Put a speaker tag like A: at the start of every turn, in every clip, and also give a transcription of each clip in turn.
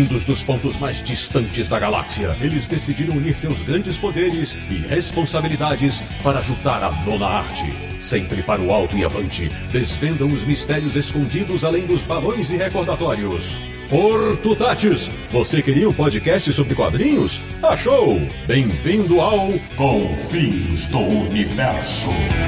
A: Vindos dos pontos mais distantes da galáxia, eles decidiram unir seus grandes poderes e responsabilidades para ajudar a nona arte. Sempre para o alto e avante, desvendam os mistérios escondidos além dos balões e recordatórios. Hortutatis, você queria um podcast sobre quadrinhos? Achou! Bem-vindo ao Confins do Universo.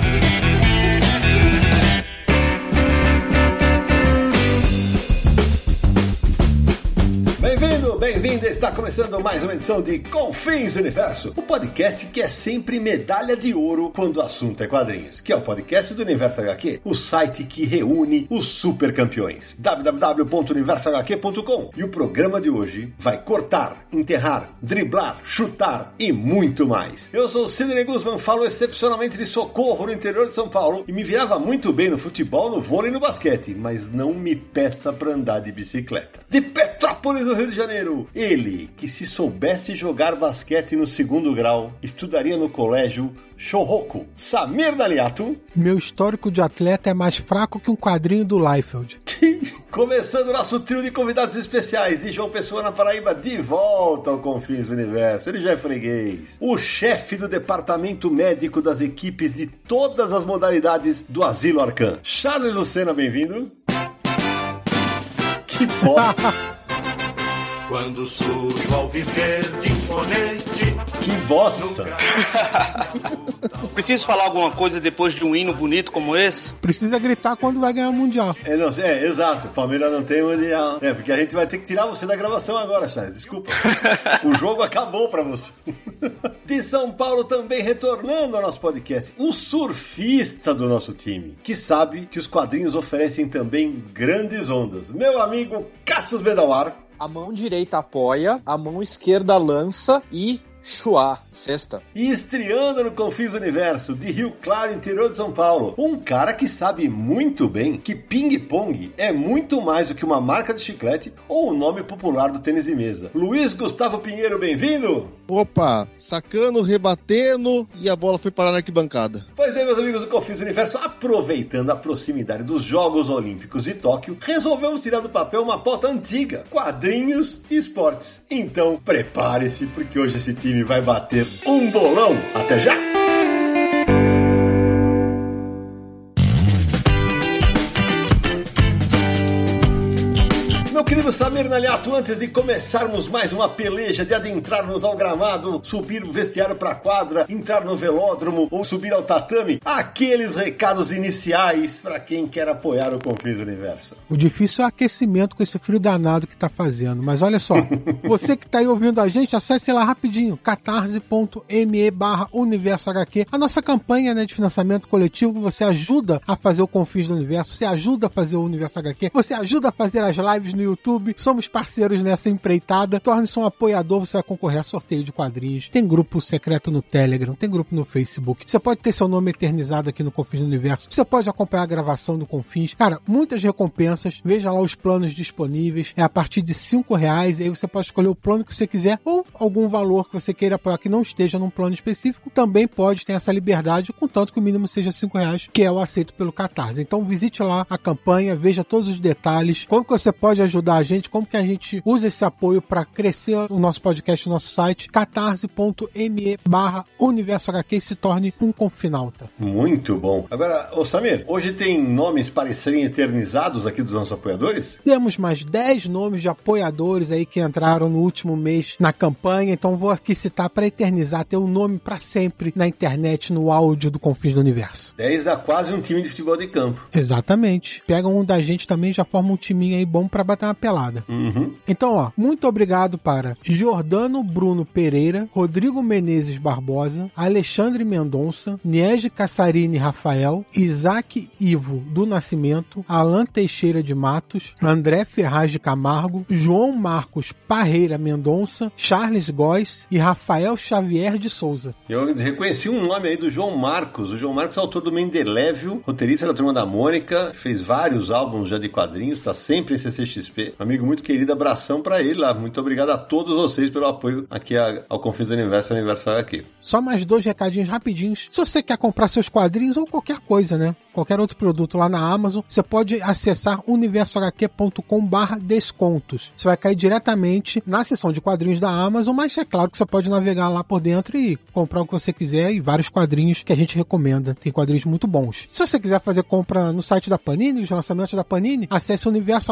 B: Bem-vindo, está começando mais uma edição de Confins do Universo, o podcast que é sempre medalha de ouro quando o assunto é quadrinhos, que é o podcast do Universo HQ, o site que reúne os super campeões, www.universohq.com. E o programa de hoje vai cortar, enterrar, driblar, chutar e muito mais. Eu sou o Sidney Guzman, falo excepcionalmente de Socorro, no interior de São Paulo, e me virava muito bem no futebol, no vôlei e no basquete, mas não me peça pra andar de bicicleta. De Petrópolis, no Rio de Janeiro, ele, que se soubesse jogar basquete no segundo grau, estudaria no colégio Shōhoku, Samir Daliato.
C: Meu histórico de atleta é mais fraco que um quadrinho do Liefeld.
B: Começando o nosso trio de convidados especiais, de João Pessoa, na Paraíba, de volta ao Confins do Universo. Ele já é freguês. O chefe do departamento médico das equipes de todas as modalidades do Asilo Arcan, Charles Lucena, bem-vindo. Que bosta!
D: Quando sujo ao viver de imponente.
B: Que bosta!
E: Preciso falar alguma coisa depois de um hino bonito como esse?
C: Precisa gritar quando vai ganhar o Mundial.
B: Exato. Palmeiras não tem Mundial. Porque a gente vai ter que tirar você da gravação agora, Charles. Desculpa. O jogo acabou pra você. De São Paulo também retornando ao nosso podcast, o surfista do nosso time, que sabe que os quadrinhos oferecem também grandes ondas. Meu amigo Cassius Bedawar.
F: A mão direita apoia, a mão esquerda lança e chuá, sexta.
B: E estreando no Confins do Universo, de Rio Claro, interior de São Paulo, um cara que sabe muito bem que ping-pong é muito mais do que uma marca de chiclete ou o nome popular do tênis de mesa. Luiz Gustavo Pinheiro, bem-vindo!
G: Opa, sacando, rebatendo e a bola foi parar na arquibancada.
B: Pois bem, meus amigos do Confins do Universo, aproveitando a proximidade dos Jogos Olímpicos de Tóquio, resolvemos tirar do papel uma pauta antiga, quadrinhos e esportes. Então, prepare-se, porque hoje esse time vai bater um bolão. Até já! Meu querido Samir Daliato, antes de começarmos mais uma peleja, de adentrarmos ao gramado, subir o vestiário pra quadra, entrar no velódromo ou subir ao tatame, aqueles recados iniciais pra quem quer apoiar o Confins do Universo.
C: O difícil é o aquecimento com esse frio danado que tá fazendo. Mas olha só, você que tá aí ouvindo a gente, acesse lá rapidinho, catarse.me/universohq. A nossa campanha, né, de financiamento coletivo, você ajuda a fazer o Confins do Universo, você ajuda a fazer o Universo HQ, você ajuda a fazer as lives no YouTube, somos parceiros nessa empreitada. Torne-se um apoiador, você vai concorrer a sorteio de quadrinhos, tem grupo secreto no Telegram, tem grupo no Facebook, você pode ter seu nome eternizado aqui no Confins do Universo, você pode acompanhar a gravação do Confins, cara, muitas recompensas, veja lá os planos disponíveis, é a partir de R$5, aí você pode escolher o plano que você quiser, ou algum valor que você queira apoiar que não esteja num plano específico, também pode ter essa liberdade, contanto que o mínimo seja R$5, que é o aceito pelo Catarse. Então visite lá a campanha, veja todos os detalhes, como que você pode ajudar a gente, como que a gente usa esse apoio para crescer o nosso podcast, o nosso site, catarse.me/universohq e se torne um confinalta.
B: Muito bom. Agora, ô Samir, hoje tem nomes para serem eternizados aqui dos nossos apoiadores?
C: Temos mais 10 nomes de apoiadores aí que entraram no último mês na campanha, então vou aqui citar para eternizar, ter um nome para sempre na internet, no áudio do Confins do Universo.
B: 10 a quase um time de futebol de campo.
C: Exatamente. Pega um da gente também, já forma um timinho aí bom para bater uma pelada. Então, ó, muito obrigado para Jordano Bruno Pereira, Rodrigo Menezes Barbosa, Alexandre Mendonça, Niege Cassarini Rafael, Isaac Ivo do Nascimento, Alan Teixeira de Matos, André Ferraz de Camargo, João Marcos Parreira Mendonça, Charles Góes e Rafael Xavier de Souza.
B: Eu reconheci um nome aí do João Marcos. O João Marcos é autor do Mendelévio, roteirista da Turma da Mônica, fez vários álbuns já de quadrinhos, tá sempre em CCXP. Amigo muito querido, abração pra ele lá. Muito obrigado a todos vocês pelo apoio aqui ao Confins do Universo, Universo aqui.
C: Só mais 2 recadinhos rapidinhos. Se você quer comprar seus quadrinhos ou qualquer coisa, né? qualquer outro produto lá na Amazon, você pode acessar universohq.com/descontos. Você vai cair diretamente na seção de quadrinhos da Amazon, mas é claro que você pode navegar lá por dentro e comprar o que você quiser, e vários quadrinhos que a gente recomenda. Tem quadrinhos muito bons. Se você quiser fazer compra no site da Panini, os lançamentos da Panini, acesse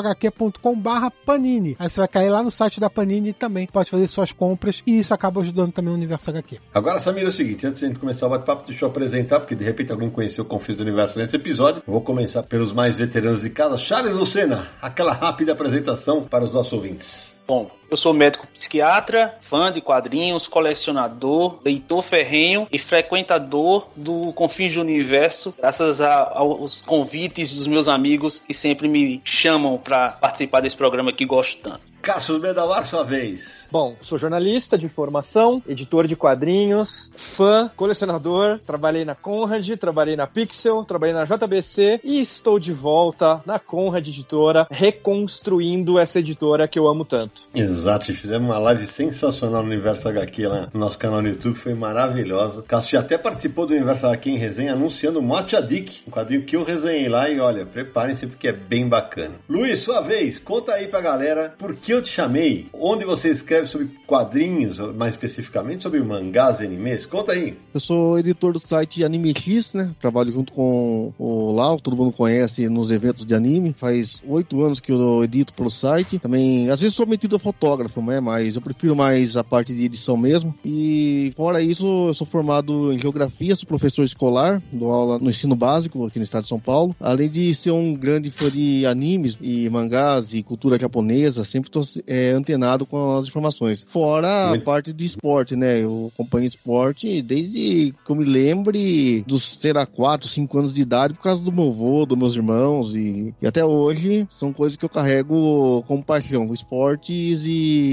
C: universohq.com/panini. Aí você vai cair lá no site da Panini e também pode fazer suas compras, e isso acaba ajudando também o Universo HQ.
B: Agora, Samir, é o seguinte, antes de a gente começar o bate-papo, deixa eu apresentar, porque de repente alguém conheceu o Confins do Universo nesse episódio. Eu vou começar pelos mais veteranos de casa. Charles Lucena, aquela rápida apresentação para os nossos ouvintes.
E: Bom, eu sou médico psiquiatra, fã de quadrinhos, colecionador, leitor ferrenho e frequentador do Confins do Universo, graças aos convites dos meus amigos que sempre me chamam para participar desse programa que gosto tanto.
B: Cassius Medalar, sua vez.
F: Bom, sou jornalista de formação, editor de quadrinhos, fã, colecionador, trabalhei na Conrad, trabalhei na Pixel, trabalhei na JBC e estou de volta na Conrad Editora, reconstruindo essa editora que eu amo tanto.
B: Exato, e fizemos uma live sensacional no Universo HQ lá no nosso canal no YouTube, foi maravilhosa. O Cassius até participou do Universo HQ em resenha anunciando Mocha Dick, um quadrinho que eu resenhei lá, e olha, preparem-se porque é bem bacana. Luiz, sua vez, conta aí pra galera por que eu te chamei, onde você escreve sobre quadrinhos, mais especificamente sobre mangás e animes, conta aí.
G: Eu sou editor do site Anime X, né? Trabalho junto com o Lau, todo mundo conhece nos eventos de anime. Faz 8 anos que eu edito pelo site. Também, às vezes sou metido a fotógrafo, né? Mas eu prefiro mais a parte de edição mesmo. E fora isso, eu sou formado em geografia, sou professor escolar, dou aula no ensino básico aqui no estado de São Paulo. Além de ser um grande fã de animes e mangás e cultura japonesa, sempre estou antenado com as informações. Fora a parte de esporte, né? Eu acompanho esporte desde que eu me lembre dos, 4, 5 anos de idade, por causa do meu avô, dos meus irmãos, e até hoje são coisas que eu carrego com paixão, esportes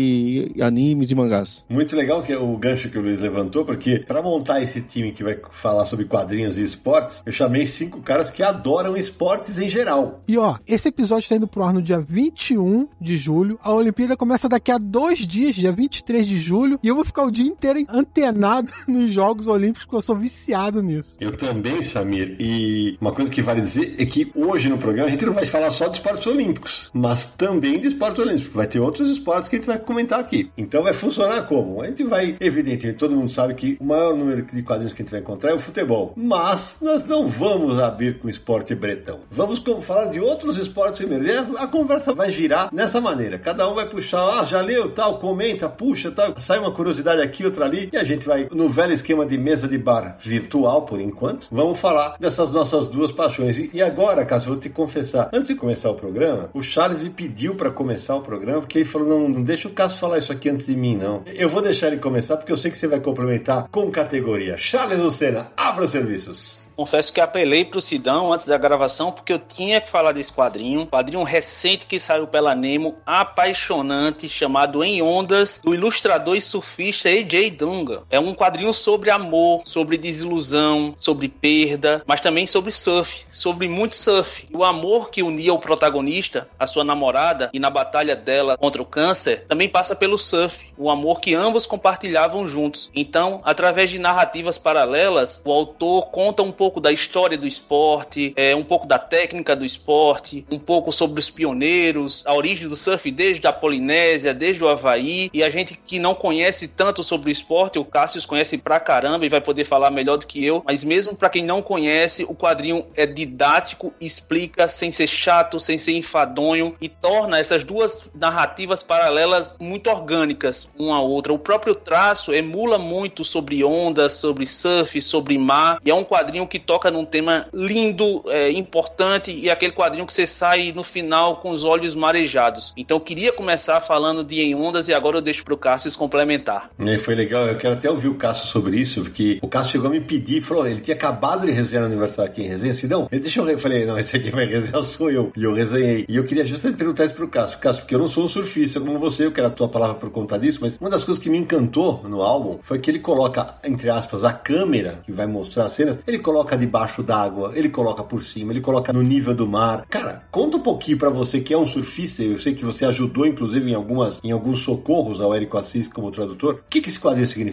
G: e animes e mangás.
B: Muito legal que é o gancho que o Luiz levantou, porque para montar esse time que vai falar sobre quadrinhos e esportes, eu chamei 5 caras que adoram esportes em geral.
C: E ó, esse episódio está indo pro ar no dia 21 de julho, a Olimpíada começa daqui a 2 dias, dia 23 de julho, e eu vou ficar o dia inteiro antenado nos Jogos Olímpicos, porque eu sou viciado nisso.
B: Eu também, Samir, e uma coisa que vale dizer é que hoje no programa a gente não vai falar só de esportes olímpicos, mas também de esportes olímpicos, porque vai ter outros esportes que a gente vai comentar aqui. Então vai funcionar como? A gente vai, evidentemente, todo mundo sabe que o maior número de quadrinhos que a gente vai encontrar é o futebol, mas nós não vamos abrir com o esporte bretão. Vamos falar de outros esportes mesmo. E a conversa vai girar nessa maneira. Cada um vai puxar, já leu, tal, comenta, puxa, tal, sai uma curiosidade aqui, outra ali, e a gente vai, no velho esquema de mesa de bar virtual, por enquanto, vamos falar dessas nossas duas paixões. E agora, Cássio, vou te confessar, antes de começar o programa, o Charles me pediu pra começar o programa, porque ele falou, não deixa o Cássio falar isso aqui antes de mim, não. Eu vou deixar ele começar, porque eu sei que você vai complementar com categoria. Charles Lucena, abra os serviços.
E: Confesso que apelei pro Sidão antes da gravação, porque eu tinha que falar desse quadrinho recente que saiu pela Nemo, apaixonante, chamado Em Ondas, do ilustrador e surfista A.J. Dunga. É um quadrinho sobre amor, sobre desilusão, sobre perda, mas também sobre surf, sobre muito surf. O amor que unia o protagonista, a sua namorada, e na batalha dela contra o câncer, também passa pelo surf, o amor que ambos compartilhavam juntos. Então, através de narrativas paralelas, o autor conta um pouco da história do esporte, um pouco da técnica do esporte, um pouco sobre os pioneiros, a origem do surf desde a Polinésia, desde o Havaí, e a gente que não conhece tanto sobre o esporte, o Cássio conhece pra caramba e vai poder falar melhor do que eu, mas mesmo pra quem não conhece, o quadrinho é didático, explica sem ser chato, sem ser enfadonho, e torna essas duas narrativas paralelas muito orgânicas uma à outra. O próprio traço emula muito sobre ondas, sobre surf, sobre mar, e é um quadrinho que toca num tema lindo, importante, e aquele quadrinho que você sai no final com os olhos marejados. Então eu queria começar falando de Em Ondas e agora eu deixo pro Cássio complementar.
B: Foi legal, eu quero até ouvir o Cássio sobre isso, porque o Cássio chegou a me pedir, falou, ele tinha acabado de resenhar no aniversário aqui em resenha, Sidão, deixa eu falei, não, esse aqui vai resenhar sou eu, e eu resenhei, e eu queria justamente perguntar isso pro Cássio, porque eu não sou um surfista como você, eu quero a tua palavra por conta disso, mas uma das coisas que me encantou no álbum foi que ele coloca, entre aspas, a câmera que vai mostrar as cenas, ele coloca debaixo d'água, ele coloca por cima, ele coloca no nível do mar. Cara, conta um pouquinho pra você que é um surfista, eu sei que você ajudou inclusive em alguns socorros ao Érico Assis como tradutor. O que esse quadrinho significou?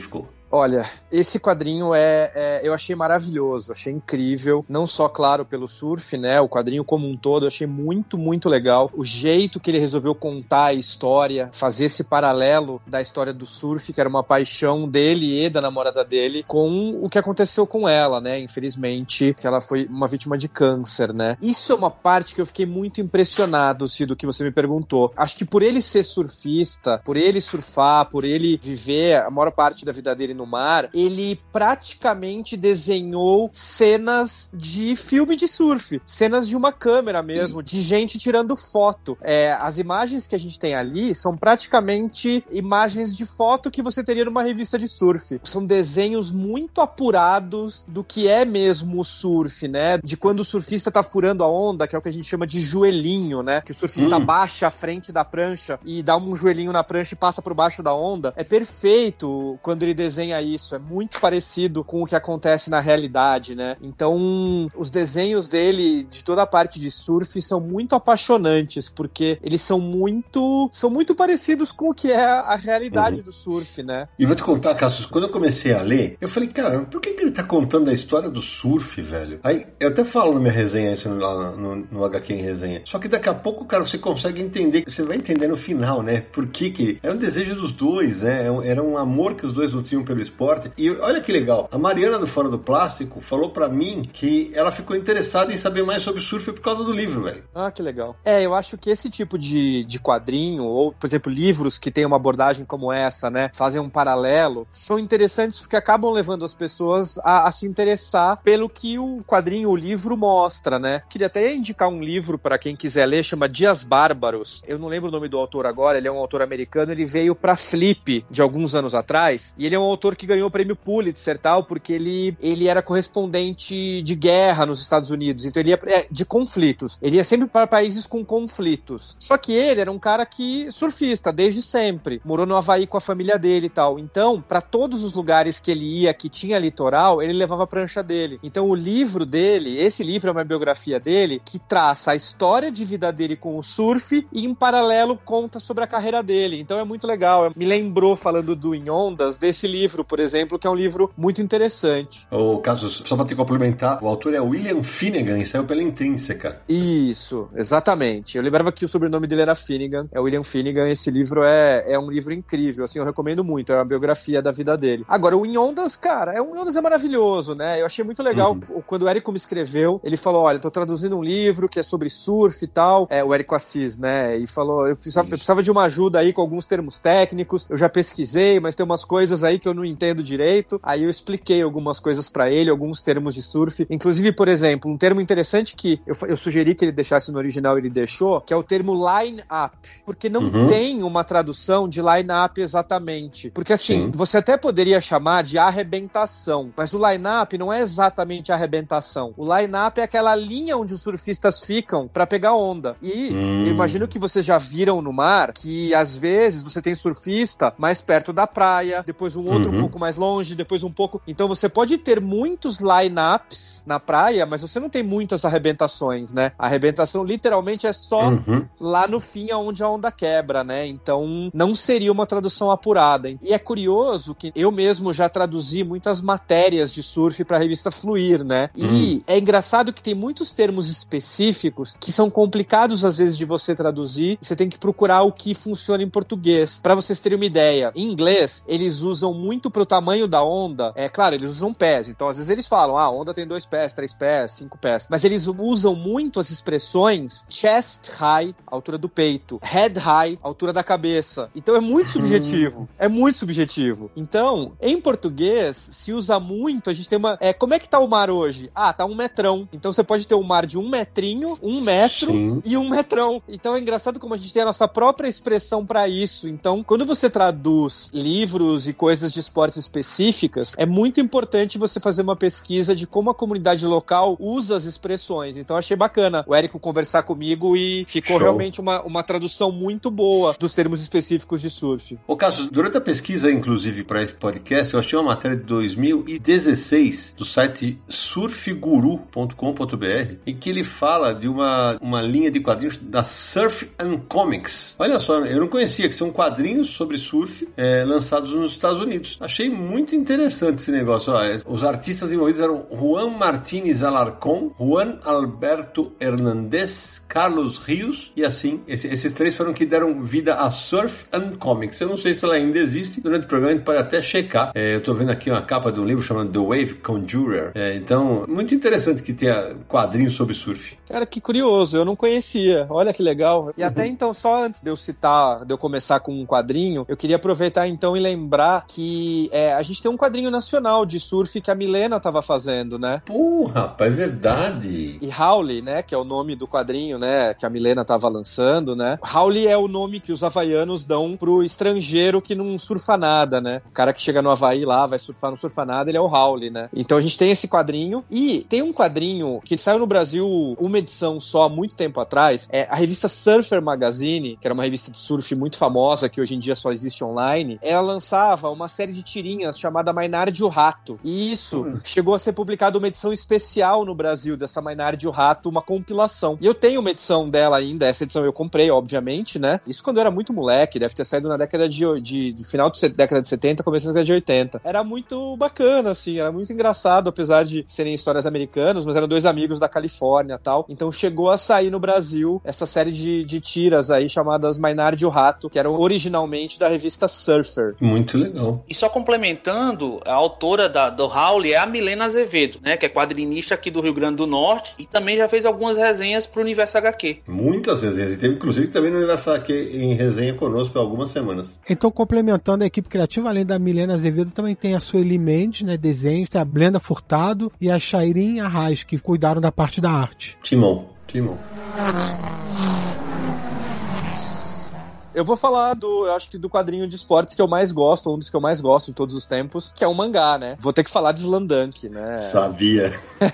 F: Olha, esse quadrinho eu achei maravilhoso, achei incrível, não só, claro, pelo surf, né, o quadrinho como um todo, eu achei muito, muito legal, o jeito que ele resolveu contar a história, fazer esse paralelo da história do surf, que era uma paixão dele e da namorada dele, com o que aconteceu com ela, né, infelizmente, que ela foi uma vítima de câncer, né. Isso é uma parte que eu fiquei muito impressionado, do que você me perguntou. Acho que por ele ser surfista, por ele surfar, por ele viver a maior parte da vida dele no mar, ele praticamente desenhou cenas de filme de surf, cenas de uma câmera mesmo, de gente tirando foto. As imagens que a gente tem ali são praticamente imagens de foto que você teria numa revista de surf. São desenhos muito apurados do que é mesmo o surf, né? De quando o surfista tá furando a onda, que é o que a gente chama de joelhinho, né? Que o surfista baixa a frente da prancha e dá um joelhinho na prancha e passa por baixo da onda. É perfeito quando ele desenha isso, é muito parecido com o que acontece na realidade, né? Então, os desenhos dele, de toda a parte de surf, são muito apaixonantes, porque eles são muito parecidos com o que é a realidade do surf, né?
B: E vou te contar, Cassius, quando eu comecei a ler, eu falei, cara, por que ele tá contando a história do surf, velho? Aí, eu até falo na minha resenha isso lá no HQ em resenha. Só que daqui a pouco, cara, você consegue entender, você vai entender no final, né? Por que era um desejo dos dois, né? Era um amor que os dois nutriam pelo esporte. E olha que legal, a Mariana do Fora do Plástico falou pra mim que ela ficou interessada em saber mais sobre surf por causa do livro, velho.
F: Ah, que legal. Eu acho que esse tipo de quadrinho, ou, por exemplo, livros que tem uma abordagem como essa, né? Fazem um paralelo, são interessantes porque acabam levando as pessoas a se interessar pelo que o quadrinho, o livro mostra, né? Queria até indicar um livro pra quem quiser ler, chama Dias Bárbaros. Eu não lembro o nome do autor agora, ele é um autor americano, ele veio pra Flip de alguns anos atrás, e ele é um autor que ganhou o prêmio Pulitzer e tal, porque ele era correspondente de guerra nos Estados Unidos, então ele ia de conflitos, ele ia sempre para países com conflitos, só que ele era um cara que surfista desde sempre, morou no Havaí com a família dele e tal, então pra todos os lugares que ele ia, que tinha litoral, ele levava a prancha dele, então o livro dele, esse livro é uma biografia dele, que traça a história de vida dele com o surf e em paralelo conta sobre a carreira dele, então é muito legal, me lembrou, falando do Em Ondas, desse livro, por exemplo, que é um livro muito interessante.
B: O caso, só pra te complementar, o autor é William Finnegan e saiu pela Intrínseca.
F: Isso, exatamente, eu lembrava que o sobrenome dele era Finnegan, é William Finnegan, esse livro é um livro incrível, assim, eu recomendo muito, é uma biografia da vida dele. Agora, o Em Ondas, cara, o Em Ondas é maravilhoso, né, eu achei muito legal, quando o Érico me escreveu, ele falou, olha, tô traduzindo um livro que é sobre surf e tal, o Érico Assis, né, e falou, eu precisava de uma ajuda aí com alguns termos técnicos, eu já pesquisei, mas tem umas coisas aí que eu não entendo direito, aí eu expliquei algumas coisas pra ele, alguns termos de surf, inclusive, por exemplo, um termo interessante que eu sugeri que ele deixasse no original, ele deixou, que é o termo line-up, porque não tem uma tradução de line-up exatamente, porque assim, você até poderia chamar de arrebentação, mas o line-up não é exatamente arrebentação, o line-up é aquela linha onde os surfistas ficam pra pegar onda, e eu imagino que vocês já viram no mar, que às vezes você tem surfista mais perto da praia, depois um outro um pouco mais longe, depois um pouco, então você pode ter muitos line-ups na praia, mas você não tem muitas arrebentações, né? A arrebentação literalmente é só lá no fim onde a onda quebra, né? Então não seria uma tradução apurada. E é curioso que eu mesmo já traduzi muitas matérias de surf pra revista Fluir, né? E é engraçado que tem muitos termos específicos que são complicados às vezes de você traduzir, você tem que procurar o que funciona em português. Pra vocês terem uma ideia, em inglês, eles usam muito pro tamanho da onda, claro, eles usam pés, então às vezes eles falam, a onda tem 2 pés, 3 pés, 5 pés, mas eles usam muito as expressões chest high, altura do peito, head high, altura da cabeça, então é muito subjetivo, então, em português, se usa muito, a gente tem uma, como é que tá o mar hoje? Tá 1 metrão, então você pode ter um mar de 1 metrinho, 1 metro e 1 metrão, então é engraçado como a gente tem a nossa própria expressão pra isso, então, quando você traduz livros e coisas de esportes específicas, é muito importante você fazer uma pesquisa de como a comunidade local usa as expressões. Então achei bacana o Érico conversar comigo e ficou realmente uma tradução muito boa dos termos específicos de surf.
B: Ô Cassius, durante a pesquisa, inclusive, para esse podcast, eu achei uma matéria de 2016 do site surfguru.com.br em que ele fala de uma linha de quadrinhos da Surf and Comics. Olha só, eu não conhecia, que são quadrinhos sobre surf lançados nos Estados Unidos. quadrinhos. Achei muito interessante esse negócio. Ó, os artistas envolvidos eram Juan Martínez Alarcón, Juan Alberto Hernández, Carlos Rios e assim, esses três foram que deram vida a Surf and Comics. Eu não sei se ela ainda existe. Durante o programa a gente pode até checar. Eu tô vendo aqui uma capa de um livro chamado The Wave Conjurer. Então, muito interessante que tenha quadrinhos sobre surf.
F: Cara, que curioso, eu não conhecia. Olha que legal. E até então, só antes de eu começar com um quadrinho, eu queria aproveitar então e lembrar que a gente tem um quadrinho nacional de surf que a Milena tava fazendo, né?
B: Pô, rapaz, é verdade.
F: E Howley, né, que é o nome do quadrinho, né, que a Milena tava lançando, né? Howley é o nome que os havaianos dão pro estrangeiro que não surfa nada, né? O cara que chega no Havaí lá, vai surfar, não surfa nada, ele é o Howley, né? Então a gente tem esse quadrinho e tem um quadrinho que saiu no Brasil uma edição só há muito tempo atrás, a revista Surfer Magazine, que era uma revista de surf muito famosa, que hoje em dia só existe online, ela lançava uma série de tirinhas chamada Maynard e o Rato. E isso chegou a ser publicado uma edição especial no Brasil dessa Maynard e o Rato, uma compilação. E eu tenho uma edição dela ainda, essa edição eu comprei, obviamente, né? Isso quando eu era muito moleque, deve ter saído na década de final da década de 70, começo da década de 80. Era muito bacana, assim, era muito engraçado, apesar de serem histórias americanas, mas eram dois amigos da Califórnia e tal. Então chegou a sair no Brasil essa série de tiras aí chamadas Maynard e o Rato, que eram originalmente da revista Surfer.
B: Muito legal.
E: E só complementando, a autora do Howley é a Milena Azevedo, né, que é quadrinista aqui do Rio Grande do Norte e também já fez algumas resenhas pro Universo HQ.
B: Muitas resenhas, e teve inclusive também no Universo HQ em resenha conosco há algumas semanas.
C: Então, complementando a equipe criativa, além da Milena Azevedo, também tem a Sueli Mendes, né, desenhos, a Blenda Furtado e a Shairin Arraes, que cuidaram da parte da arte.
B: Timão.
F: Eu vou falar eu acho que do quadrinho de esportes que eu mais gosto, um dos que eu mais gosto de todos os tempos, que é um mangá, né? Vou ter que falar de Slamdunk, né?
B: Sabia.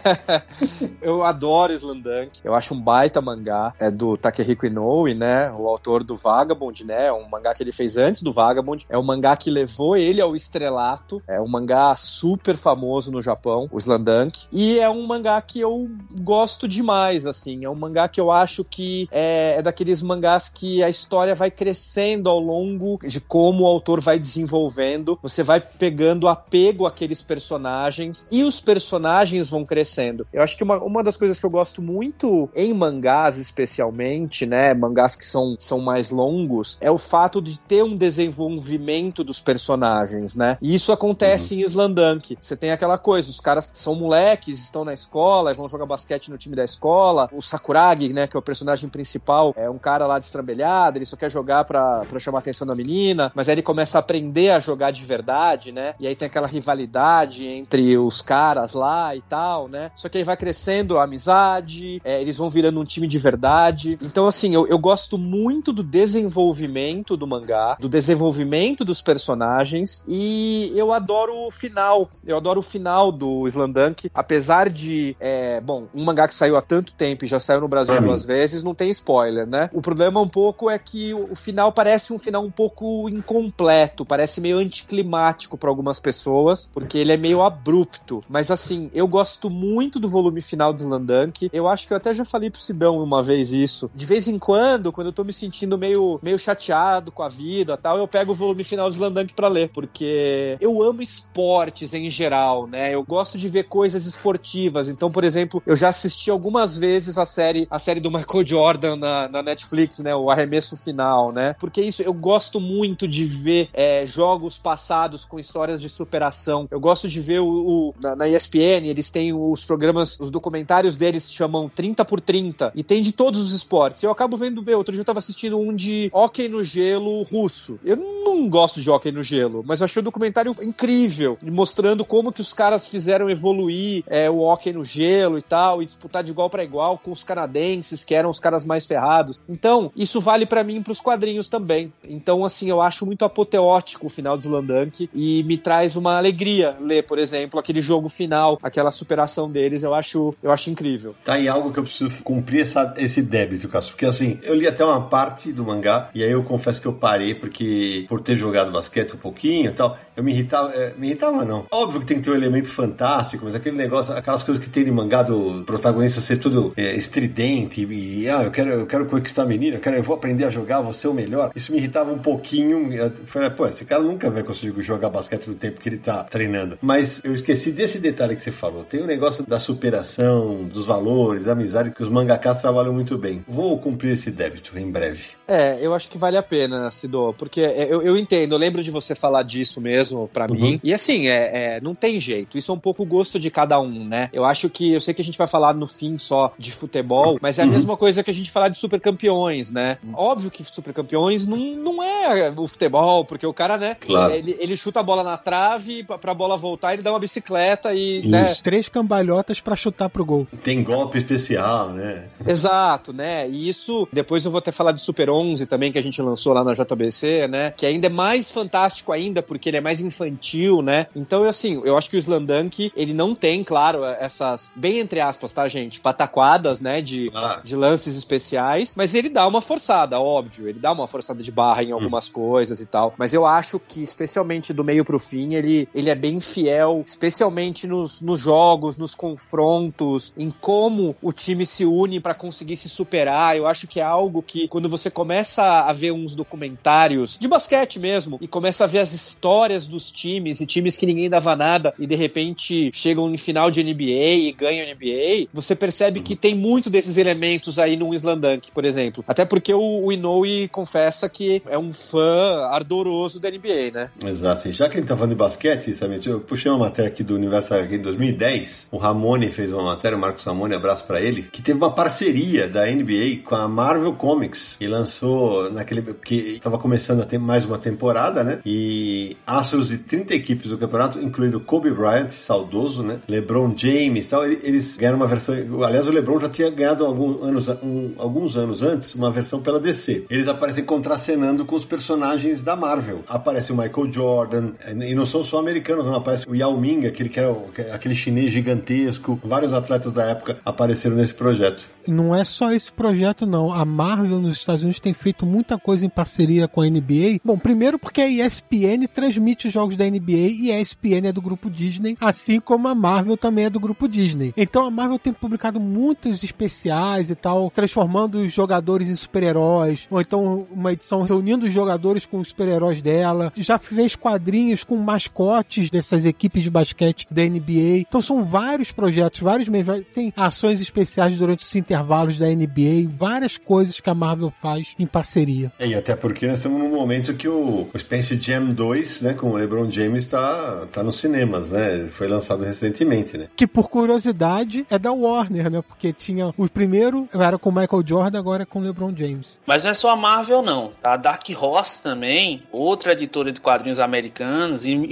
F: Eu adoro Slamdunk. Eu acho um baita mangá. É do Takehiko Inoue, né? O autor do Vagabond, né? É um mangá que ele fez antes do Vagabond. É um mangá que levou ele ao estrelato. É um mangá super famoso no Japão, o Slamdunk. E é um mangá que eu gosto demais, assim. É um mangá que eu acho que é daqueles mangás que a história vai crescendo ao longo de como o autor vai desenvolvendo, você vai pegando apego àqueles personagens e os personagens vão crescendo. Eu acho que uma das coisas que eu gosto muito em mangás especialmente, né, mangás que são mais longos, é o fato de ter um desenvolvimento dos personagens, né, e isso acontece em Slamdunk. Você tem aquela coisa, os caras são moleques, estão na escola, vão jogar basquete no time da escola, o Sakuragi, né, que é o personagem principal, é um cara lá destrambelhado, ele só quer jogar pra chamar a atenção da menina, mas aí ele começa a aprender a jogar de verdade, né? E aí tem aquela rivalidade entre os caras lá e tal, né? Só que aí vai crescendo a amizade, eles vão virando um time de verdade. Então, assim, eu gosto muito do desenvolvimento do mangá, do desenvolvimento dos personagens, e eu adoro o final. Eu adoro o final do Slamdunk, apesar de, um mangá que saiu há tanto tempo e já saiu no Brasil 2 vezes, não tem spoiler, né? O problema um pouco é que o final parece um final um pouco incompleto, parece meio anticlimático para algumas pessoas, porque ele é meio abrupto. Mas assim, eu gosto muito do volume final do Slamdunk. Eu acho que eu até já falei pro Sidão uma vez isso. De vez em quando eu tô me sentindo meio chateado com a vida e tal, eu pego o volume final do Slamdunk pra ler, porque eu amo esportes em geral, né? Eu gosto de ver coisas esportivas. Então, por exemplo, eu já assisti algumas vezes a série do Michael Jordan na Netflix, né? O Arremesso Final, né? Porque isso, eu gosto muito de ver jogos passados com histórias de superação. Eu gosto de ver na ESPN, eles têm os programas, os documentários deles se chamam 30x30 e tem de todos os esportes. Eu acabo vendo, outro dia eu tava assistindo um de hóquei no gelo russo. Eu não gosto de hóquei no gelo, mas eu achei o documentário incrível, mostrando como que os caras fizeram evoluir o hóquei no gelo e tal, e disputar de igual para igual com os canadenses, que eram os caras mais ferrados. Então, isso vale pra mim pros quadrinhos também. Então, assim, eu acho muito apoteótico o final do Slamdunk e me traz uma alegria ler, por exemplo, aquele jogo final, aquela superação deles, eu acho incrível.
B: Tá aí algo que eu preciso cumprir esse débito, Cássio, porque assim, eu li até uma parte do mangá e aí eu confesso que eu parei porque por ter jogado basquete um pouquinho e tal, eu me irritava não. Óbvio que tem que ter um elemento fantástico, mas aquele negócio, aquelas coisas que tem de mangá do protagonista ser tudo estridente e eu quero conquistar a menina, eu vou aprender a jogar, vou ser o melhor, isso me irritava um pouquinho. Eu falei, pô, esse cara nunca vai conseguir jogar basquete no tempo que ele tá treinando. Mas eu esqueci desse detalhe que você falou. Tem o negócio da superação, dos valores, da amizade, que os mangakas trabalham muito bem. Vou cumprir esse débito em breve.
F: Eu acho que vale a pena, Cido, porque eu entendo, eu lembro de você falar disso mesmo pra mim, e assim, não tem jeito, isso é um pouco o gosto de cada um, né? Eu sei que a gente vai falar no fim só de futebol, mas é a mesma coisa que a gente falar de supercampeões, né? Óbvio que supercampeões não é o futebol, porque o cara, né,
B: claro.
F: ele chuta a bola na trave, pra bola voltar, ele dá uma bicicleta e,
C: isso.
F: né?
C: 3 cambalhotas pra chutar pro gol.
B: Tem golpe especial, né?
F: Exato, né? E isso, depois eu vou até falar de Super 11 também, que a gente lançou lá na JBC, né? Que ainda é mais fantástico ainda, porque ele é mais infantil, né? Então, assim, eu acho que o Slamdunk, ele não tem, claro, essas, bem entre aspas, tá, gente? Pataquadas, né? De lances especiais, mas ele dá uma forçada, óbvio. Ele dá uma forçada de barra em algumas coisas e tal. Mas eu acho que, especialmente do meio pro fim, ele é bem fiel, especialmente nos jogos, nos confrontos, em como o time se une pra conseguir se superar. Eu acho que é algo que, quando você começa a ver uns documentários de basquete mesmo, e começa a ver as histórias dos times, e times que ninguém dava nada, e de repente chegam em final de NBA e ganham NBA, você percebe que tem muito desses elementos aí no Slamdunk, por exemplo. Até porque o Inoue confessa que é um fã ardoroso da NBA, né?
B: Exato. E já que a gente tá falando de basquete, sabe, eu puxei uma matéria aqui do Universo HQ em 2010, o Ramone fez uma matéria, o Marcos Ramone, abraço pra ele, que teve uma parceria da NBA com a Marvel Comics, e lançou que tava começando a ter mais uma temporada, né? E astros de 30 equipes do campeonato, incluindo Kobe Bryant, saudoso, né? LeBron James e tal, eles ganharam uma versão. Aliás, o LeBron já tinha ganhado alguns anos antes uma versão pela DC. Eles aparecem contracenando com os personagens da Marvel. Aparece o Michael Jordan, e não são só americanos, não. Aparece o Yao Ming, aquele chinês gigantesco. Vários atletas da época apareceram nesse projeto.
C: Não é só esse projeto, não. A Marvel nos Estados Unidos tem feito muita coisa em parceria com a NBA. Bom, primeiro porque a ESPN transmite os jogos da NBA e a ESPN é do grupo Disney, assim como a Marvel também é do grupo Disney. Então a Marvel tem publicado muitos especiais e tal, transformando os jogadores em super-heróis, ou então uma edição reunindo os jogadores com os super-heróis dela. Já fez quadrinhos com mascotes dessas equipes de basquete da NBA. Então são vários projetos, vários mesmo. Tem ações especiais durante os intervalos da NBA, várias coisas que a Marvel faz em parceria.
B: E até porque nós estamos num momento que o Space Jam 2, né, com o LeBron James, tá nos cinemas, né? Foi lançado recentemente, né?
C: Que, por curiosidade, é da Warner, né? Porque tinha o primeiro, era com o Michael Jordan, agora é com o LeBron James.
E: Mas não é só a Marvel, não. A Dark Horse também, outra editora de quadrinhos americanos, em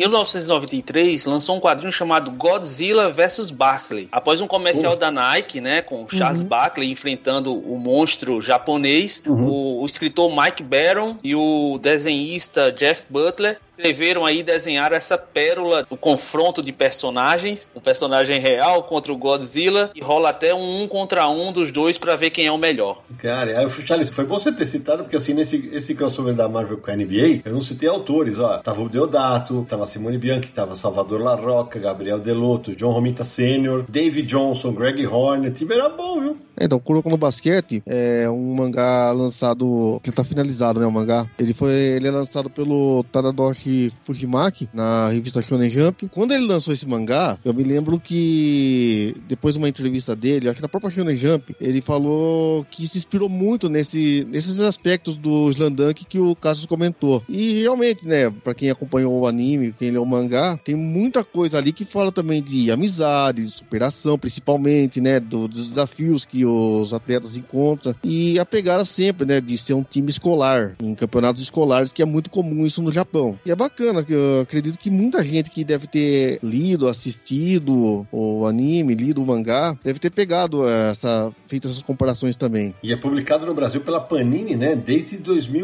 E: 1993 lançou um quadrinho chamado Godzilla vs. Barkley. Após um comercial da Nike, né, com Charles Barkley enfrentando o monstro japonês, o escritor Mike Baron e o desenhista Jeff Butler escreveram aí, desenharam essa pérola do confronto de personagens, um personagem real contra o Godzilla, e rola até um contra um dos dois pra ver quem é o melhor.
B: Cara, Charles, foi bom você ter citado, porque assim, esse crossover da Marvel com a NBA, eu não citei autores, ó, tava o Deodato, tava a Simone Bianchi, tava Salvador Larroca, Gabriel Delotto, John Romita Sr., David Johnson, Greg Hornet, era bom, viu?
G: Então, Kuroko no Basquete é um mangá lançado, que tá finalizado, né, o mangá. Ele é lançado pelo Tadashi Fujimaki na revista Shonen Jump. Quando ele lançou esse mangá, eu me lembro que depois de uma entrevista dele, acho que na própria Shonen Jump, ele falou que se inspirou muito nesses aspectos do Slamdunk que o Cassius comentou. E realmente, né, pra quem acompanhou o anime, quem leu o mangá, tem muita coisa ali que fala também de amizade, de superação, principalmente, né, dos desafios que os atletas encontram, e a pegada sempre, né, de ser um time escolar, em campeonatos escolares, que é muito comum isso no Japão. E é bacana, que eu acredito que muita gente que deve ter lido, assistido o anime, lido o mangá, deve ter pegado feito essas comparações também.
B: E é publicado no Brasil pela Panini, né, desde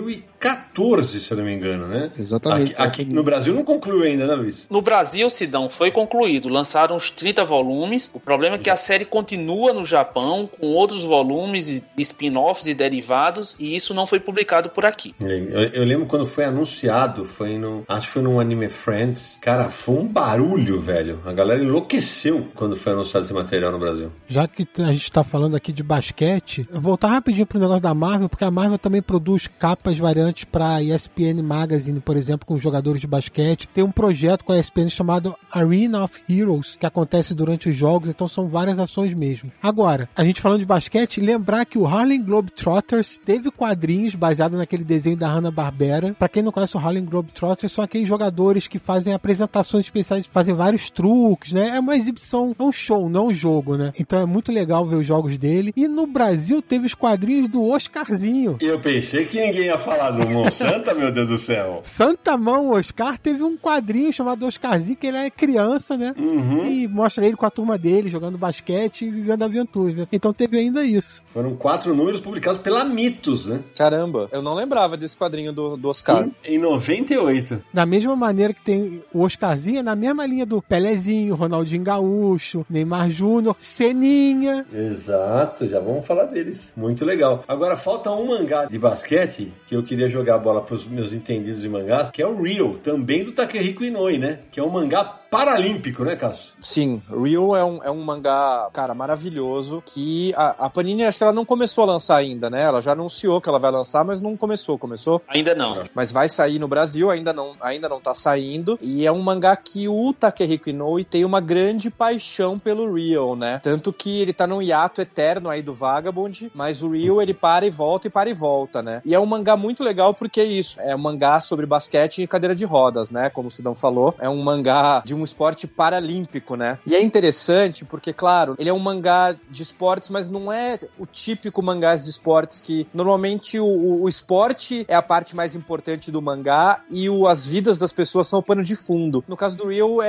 B: 2014, se eu não me engano, né?
G: Exatamente.
B: Aqui no Brasil não concluiu ainda, né, Luiz?
E: No Brasil, Sidão, foi concluído. Lançaram uns 30 volumes. O problema é que a série continua no Japão, com outros volumes, spin-offs e derivados, e isso não foi publicado por aqui.
B: Eu lembro quando foi anunciado, foi no acho que foi num Anime Friends. Cara, foi um barulho, velho. A galera enlouqueceu quando foi anunciado esse material no Brasil.
C: Já que a gente tá falando aqui de basquete, eu vou voltar rapidinho pro negócio da Marvel, porque a Marvel também produz capas variantes pra ESPN Magazine, por exemplo, com jogadores de basquete. Tem um projeto com a ESPN chamado Arena of Heroes, que acontece durante os jogos, então são várias ações mesmo. Agora, a gente falando de basquete, lembrar que o Harlem Globetrotters teve quadrinhos baseados naquele desenho da Hanna-Barbera. Pra quem não conhece o Harlem Globetrotters, são aqueles jogadores que fazem apresentações especiais, fazem vários truques, né? É uma exibição, é um show, não um jogo, né? Então é muito legal ver os jogos dele. E no Brasil teve os quadrinhos do Oscarzinho.
B: Eu pensei que ninguém ia falar do Monsanto, meu Deus do céu.
C: Santa Mão Oscar teve um quadrinho chamado Oscarzinho, que ele é criança, né? E mostra ele com a turma dele, jogando basquete e vivendo aventuras, né? Então teve ainda isso.
B: Foram 4 números publicados pela Mitos, né?
F: Caramba, eu não lembrava desse quadrinho do Oscar.
B: Sim, em 98.
C: Da mesma maneira que tem o Oscarzinho, é na mesma linha do Pelezinho, Ronaldinho Gaúcho, Neymar Júnior, Seninha.
B: Exato, já vamos falar deles. Muito legal. Agora falta um mangá de basquete que eu queria jogar a bola pros meus entendidos de mangás, que é o Real, também do Takehiko Inoue, né? Que é um mangá paralímpico, né, Cássio?
F: Sim, Real é um mangá, cara, maravilhoso, que a Panini, acho que ela não começou a lançar ainda, né? Ela já anunciou que ela vai lançar, mas não começou. Começou?
E: Ainda não.
F: Mas vai sair no Brasil, ainda não tá saindo, e é um mangá que o Takehiko Inoue tem uma grande paixão pelo Real, né? Tanto que ele tá num hiato eterno aí do Vagabond, mas o Real ele para e volta, né? E é um mangá muito legal porque é isso, é um mangá sobre basquete e cadeira de rodas, né? Como o Sidão falou, é um mangá de um esporte paralímpico, né? E é interessante porque, claro, ele é um mangá de esportes, mas não é o típico mangá de esportes que normalmente o esporte é a parte mais importante do mangá e as vidas das pessoas são o pano de fundo. No caso do Real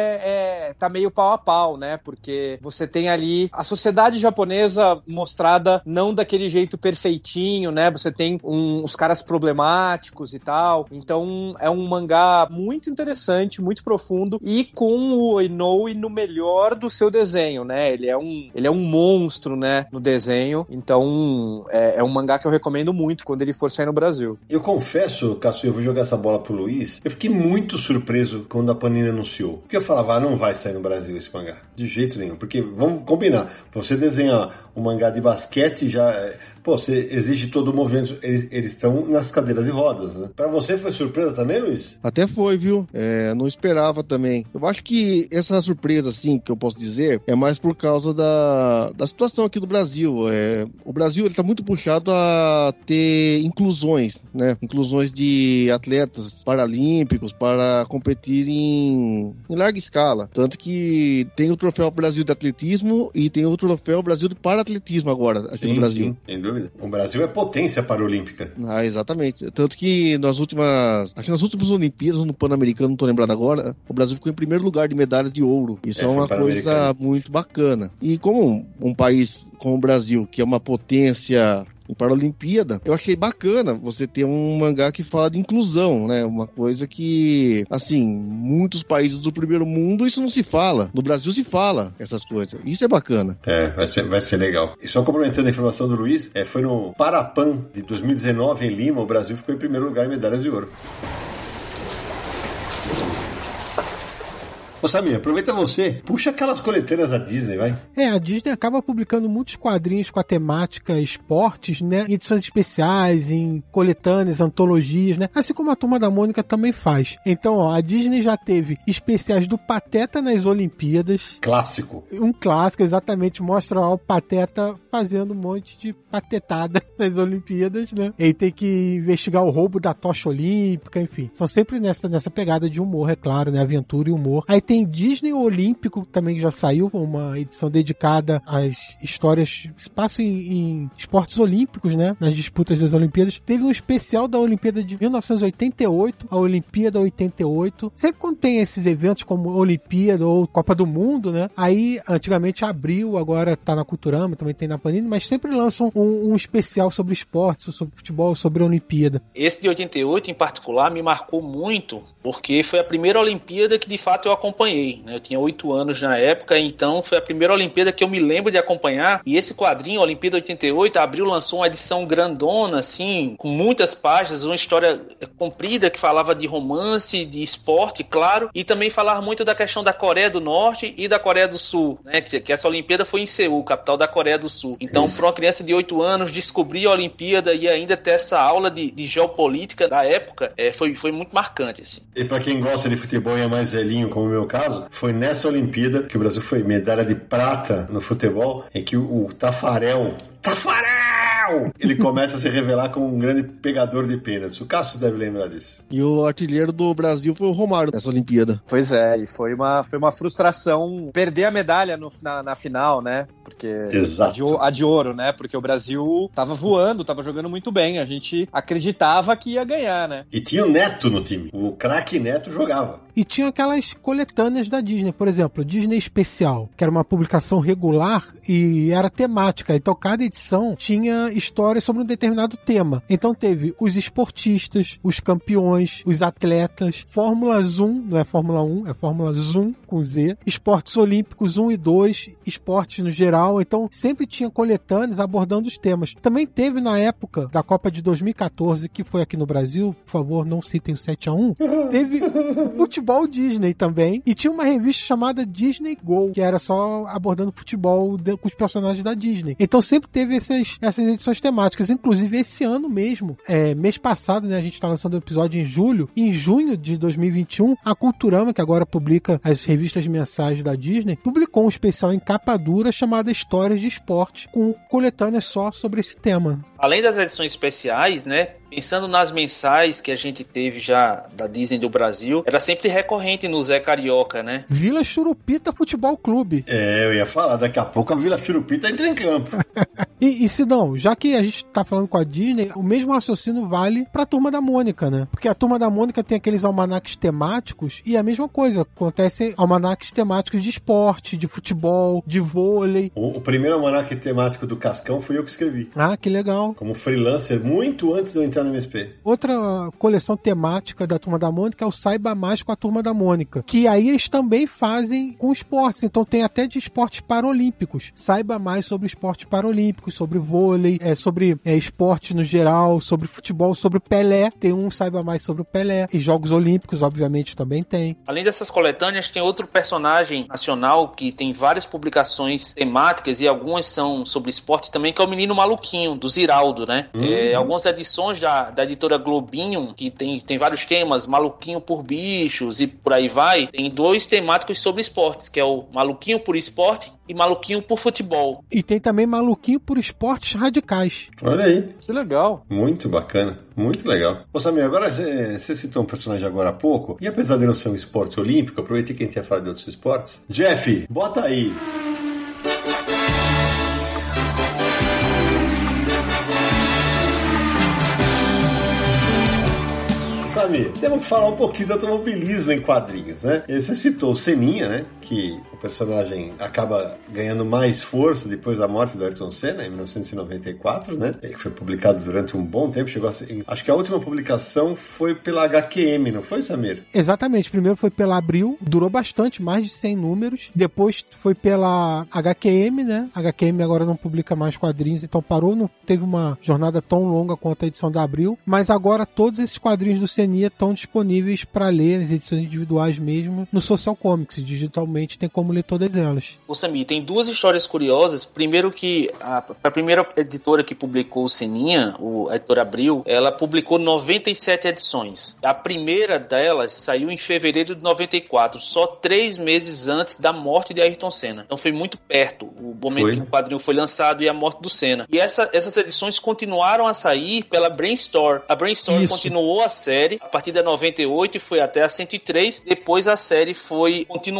F: tá meio pau a pau, né? Porque você tem ali a sociedade japonesa mostrada não daquele jeito perfeitinho, né? Você tem os caras problemáticos e tal. Então é um mangá muito interessante, muito profundo e com o Inoue no melhor do seu desenho, né? Ele é um monstro, né? No desenho. Então é um mangá que eu recomendo muito quando ele for sair no Brasil.
B: Eu confesso, Cássio, eu vou jogar essa bola pro Luiz. Eu fiquei muito surpreso quando a Panini anunciou. Porque eu falava, não vai sair no Brasil esse mangá. De jeito nenhum. Porque, vamos combinar, você desenhar um mangá de basquete já... você exige todo o movimento. Eles estão nas cadeiras de rodas, né? Pra você foi surpresa também, Luiz?
G: Até foi, viu? Não esperava também. Eu acho que essa surpresa, assim, que eu posso dizer, é mais por causa da situação aqui do Brasil. O Brasil, ele tá muito puxado a ter inclusões, né? Inclusões de atletas paralímpicos para competir em larga escala. Tanto que tem o Troféu Brasil de Atletismo e tem o Troféu Brasil de Paratletismo agora, aqui no Brasil.
B: Sim, sem dúvida. O Brasil é potência paralímpica.
G: Exatamente. Tanto que nas últimas Olimpíadas, no Pan-Americano, não tô lembrado agora, o Brasil ficou em primeiro lugar de medalha de ouro. Isso é uma coisa muito bacana. E como um país como o Brasil, que é uma potência para a Olimpíada, eu achei bacana você ter um mangá que fala de inclusão, né? Uma coisa que, assim, muitos países do primeiro mundo isso não se fala. No Brasil se fala essas coisas. Isso é bacana.
B: Vai ser legal. E só complementando a informação do Luiz, foi no Parapan de 2019 em Lima, o Brasil ficou em primeiro lugar em medalhas de ouro. Ô Samir, aproveita você, puxa aquelas coletâneas da Disney, vai.
C: A Disney acaba publicando muitos quadrinhos com a temática esportes, né? Em edições especiais, em coletâneas, antologias, né? Assim como a Turma da Mônica também faz. Então, a Disney já teve especiais do Pateta nas Olimpíadas.
B: Clássico.
C: Um clássico, exatamente, mostra o Pateta fazendo um monte de patetada nas Olimpíadas, né? Ele tem que investigar o roubo da tocha olímpica, enfim. São sempre nessa pegada de humor, é claro, né? Aventura e humor. Aí tem Disney Olímpico também, que já saiu, uma edição dedicada às histórias que se passam em esportes olímpicos, né? Nas disputas das Olimpíadas. Teve um especial da Olimpíada de 1988, a Olimpíada 88. Sempre quando tem esses eventos como Olimpíada ou Copa do Mundo, né? Aí, antigamente abriu, agora tá na Culturama, também tem na Panini, mas sempre lançam um especial sobre esportes, sobre futebol, sobre a Olimpíada.
E: Esse de 88, em particular, me marcou muito, porque foi a primeira Olimpíada que, de fato, eu acompanhei acompanhei, né? Eu tinha 8 anos na época, então foi a primeira Olimpíada que eu me lembro de acompanhar. E esse quadrinho, Olimpíada 88, a Abril lançou uma edição grandona, assim, com muitas páginas, uma história comprida que falava de romance, de esporte, claro, e também falava muito da questão da Coreia do Norte e da Coreia do Sul, né? Que essa Olimpíada foi em Seul, capital da Coreia do Sul. Então, para uma criança de 8 anos, descobrir a Olimpíada e ainda ter essa aula de geopolítica da época, foi muito marcante, assim.
B: E para quem gosta de futebol e é mais velhinho, como o meu caso, foi nessa Olimpíada que o Brasil foi medalha de prata no futebol, em que o Tafarel, ele começa a se revelar como um grande pegador de pênaltis. O Cássio deve lembrar disso.
G: E o artilheiro do Brasil foi o Romário nessa Olimpíada.
F: Pois é, e foi uma frustração perder a medalha na final, né? Porque a de ouro, né? Porque o Brasil tava voando, tava jogando muito bem. A gente acreditava que ia ganhar, né?
B: E tinha o Neto no time. O craque Neto jogava.
C: E tinha aquelas coletâneas da Disney, por exemplo, Disney Especial, que era uma publicação regular e era temática. Então cada edição tinha histórias sobre um determinado tema. Então teve os esportistas, os campeões, os atletas, Fórmula Zoom, não é Fórmula 1, é Fórmula Zoom com Z, esportes olímpicos 1 e 2, esportes no geral. Então sempre tinha coletâneas abordando os temas. Também teve na época da Copa de 2014, que foi aqui no Brasil, por favor, não citem o 7-1, teve futebol Disney também, e tinha uma revista chamada Disney Go, que era só abordando futebol com os personagens da Disney. Então sempre teve essas edições temáticas, inclusive esse ano mesmo, mês passado, né, a gente tá lançando o episódio em julho, em junho de 2021, a Culturama, que agora publica as revistas mensais da Disney, publicou um especial em capa dura chamado Histórias de Esporte, com coletâneas só sobre esse tema.
E: Além das edições especiais, né, pensando nas mensais que a gente teve já da Disney do Brasil, era sempre recorrente no Zé Carioca, né?
C: Vila Churupita Futebol Clube.
B: Eu ia falar, daqui a pouco a Vila Churupita entra em campo.
C: E Sidão, já que a gente tá falando com a Disney, o mesmo raciocínio vale pra Turma da Mônica, né? Porque a Turma da Mônica tem aqueles almanaques temáticos e a mesma coisa, acontece almanaques temáticos de esporte, de futebol, de vôlei.
B: O primeiro almanaque temático do Cascão fui eu que escrevi.
C: Ah, que legal.
B: Como freelancer, muito antes de eu entrar no MSP.
C: Outra coleção temática da Turma da Mônica é o Saiba Mais com a Turma da Mônica, que aí eles também fazem com esportes, então tem até de esportes paralímpicos. Saiba mais sobre esportes paralímpicos, sobre vôlei, sobre esporte no geral, sobre futebol, sobre Pelé. Tem um Saiba Mais sobre o Pelé. E Jogos Olímpicos, obviamente, também tem.
E: Além dessas coletâneas, tem outro personagem nacional que tem várias publicações temáticas e algumas são sobre esporte também, que é o Menino Maluquinho, do Ziraldo, né? Algumas edições da editora Globinho, que tem vários temas, Maluquinho por Bichos e por aí vai, tem 2 temáticos sobre esportes, que é o Maluquinho por Esporte e Maluquinho por Futebol.
C: E tem também Maluquinho por Esportes Radicais.
B: Olha aí.
F: Que legal.
B: Muito bacana. Muito legal. Ô Samir, agora você citou um personagem agora há pouco, e apesar de não ser um esporte olímpico, aproveitei que a gente ia falar de outros esportes. Jeff, bota aí. Samir, temos que falar um pouquinho do automobilismo em quadrinhos, né? Você citou o Seninha, né? Que o personagem acaba ganhando mais força depois da morte do Ayrton Senna, em 1994, né? Que foi publicado durante um bom tempo. Chegou a ser... Acho que a última publicação foi pela HQM, não foi, Samir?
C: Exatamente. Primeiro foi pela Abril, durou bastante, mais de 100 números. Depois foi pela HQM, né? A HQM agora não publica mais quadrinhos, então parou, não teve uma jornada tão longa quanto a edição da Abril. Mas agora todos esses quadrinhos do Seninha estão disponíveis para ler, as edições individuais mesmo, no Social Comics. Digitalmente tem como ler todas elas.
E: O Samir, tem 2 histórias curiosas. Primeiro que a primeira editora que publicou o Seninha, a editora Abril, ela publicou 97 edições. A primeira delas saiu em fevereiro de 94, só 3 meses antes da morte de Ayrton Senna. Então foi muito perto o momento que o quadrinho foi lançado e a morte do Senna. E essas edições continuaram a sair pela Brainstorm. A Brainstorm continuou a série a partir da 98 e foi até a 103. Depois a série foi continuada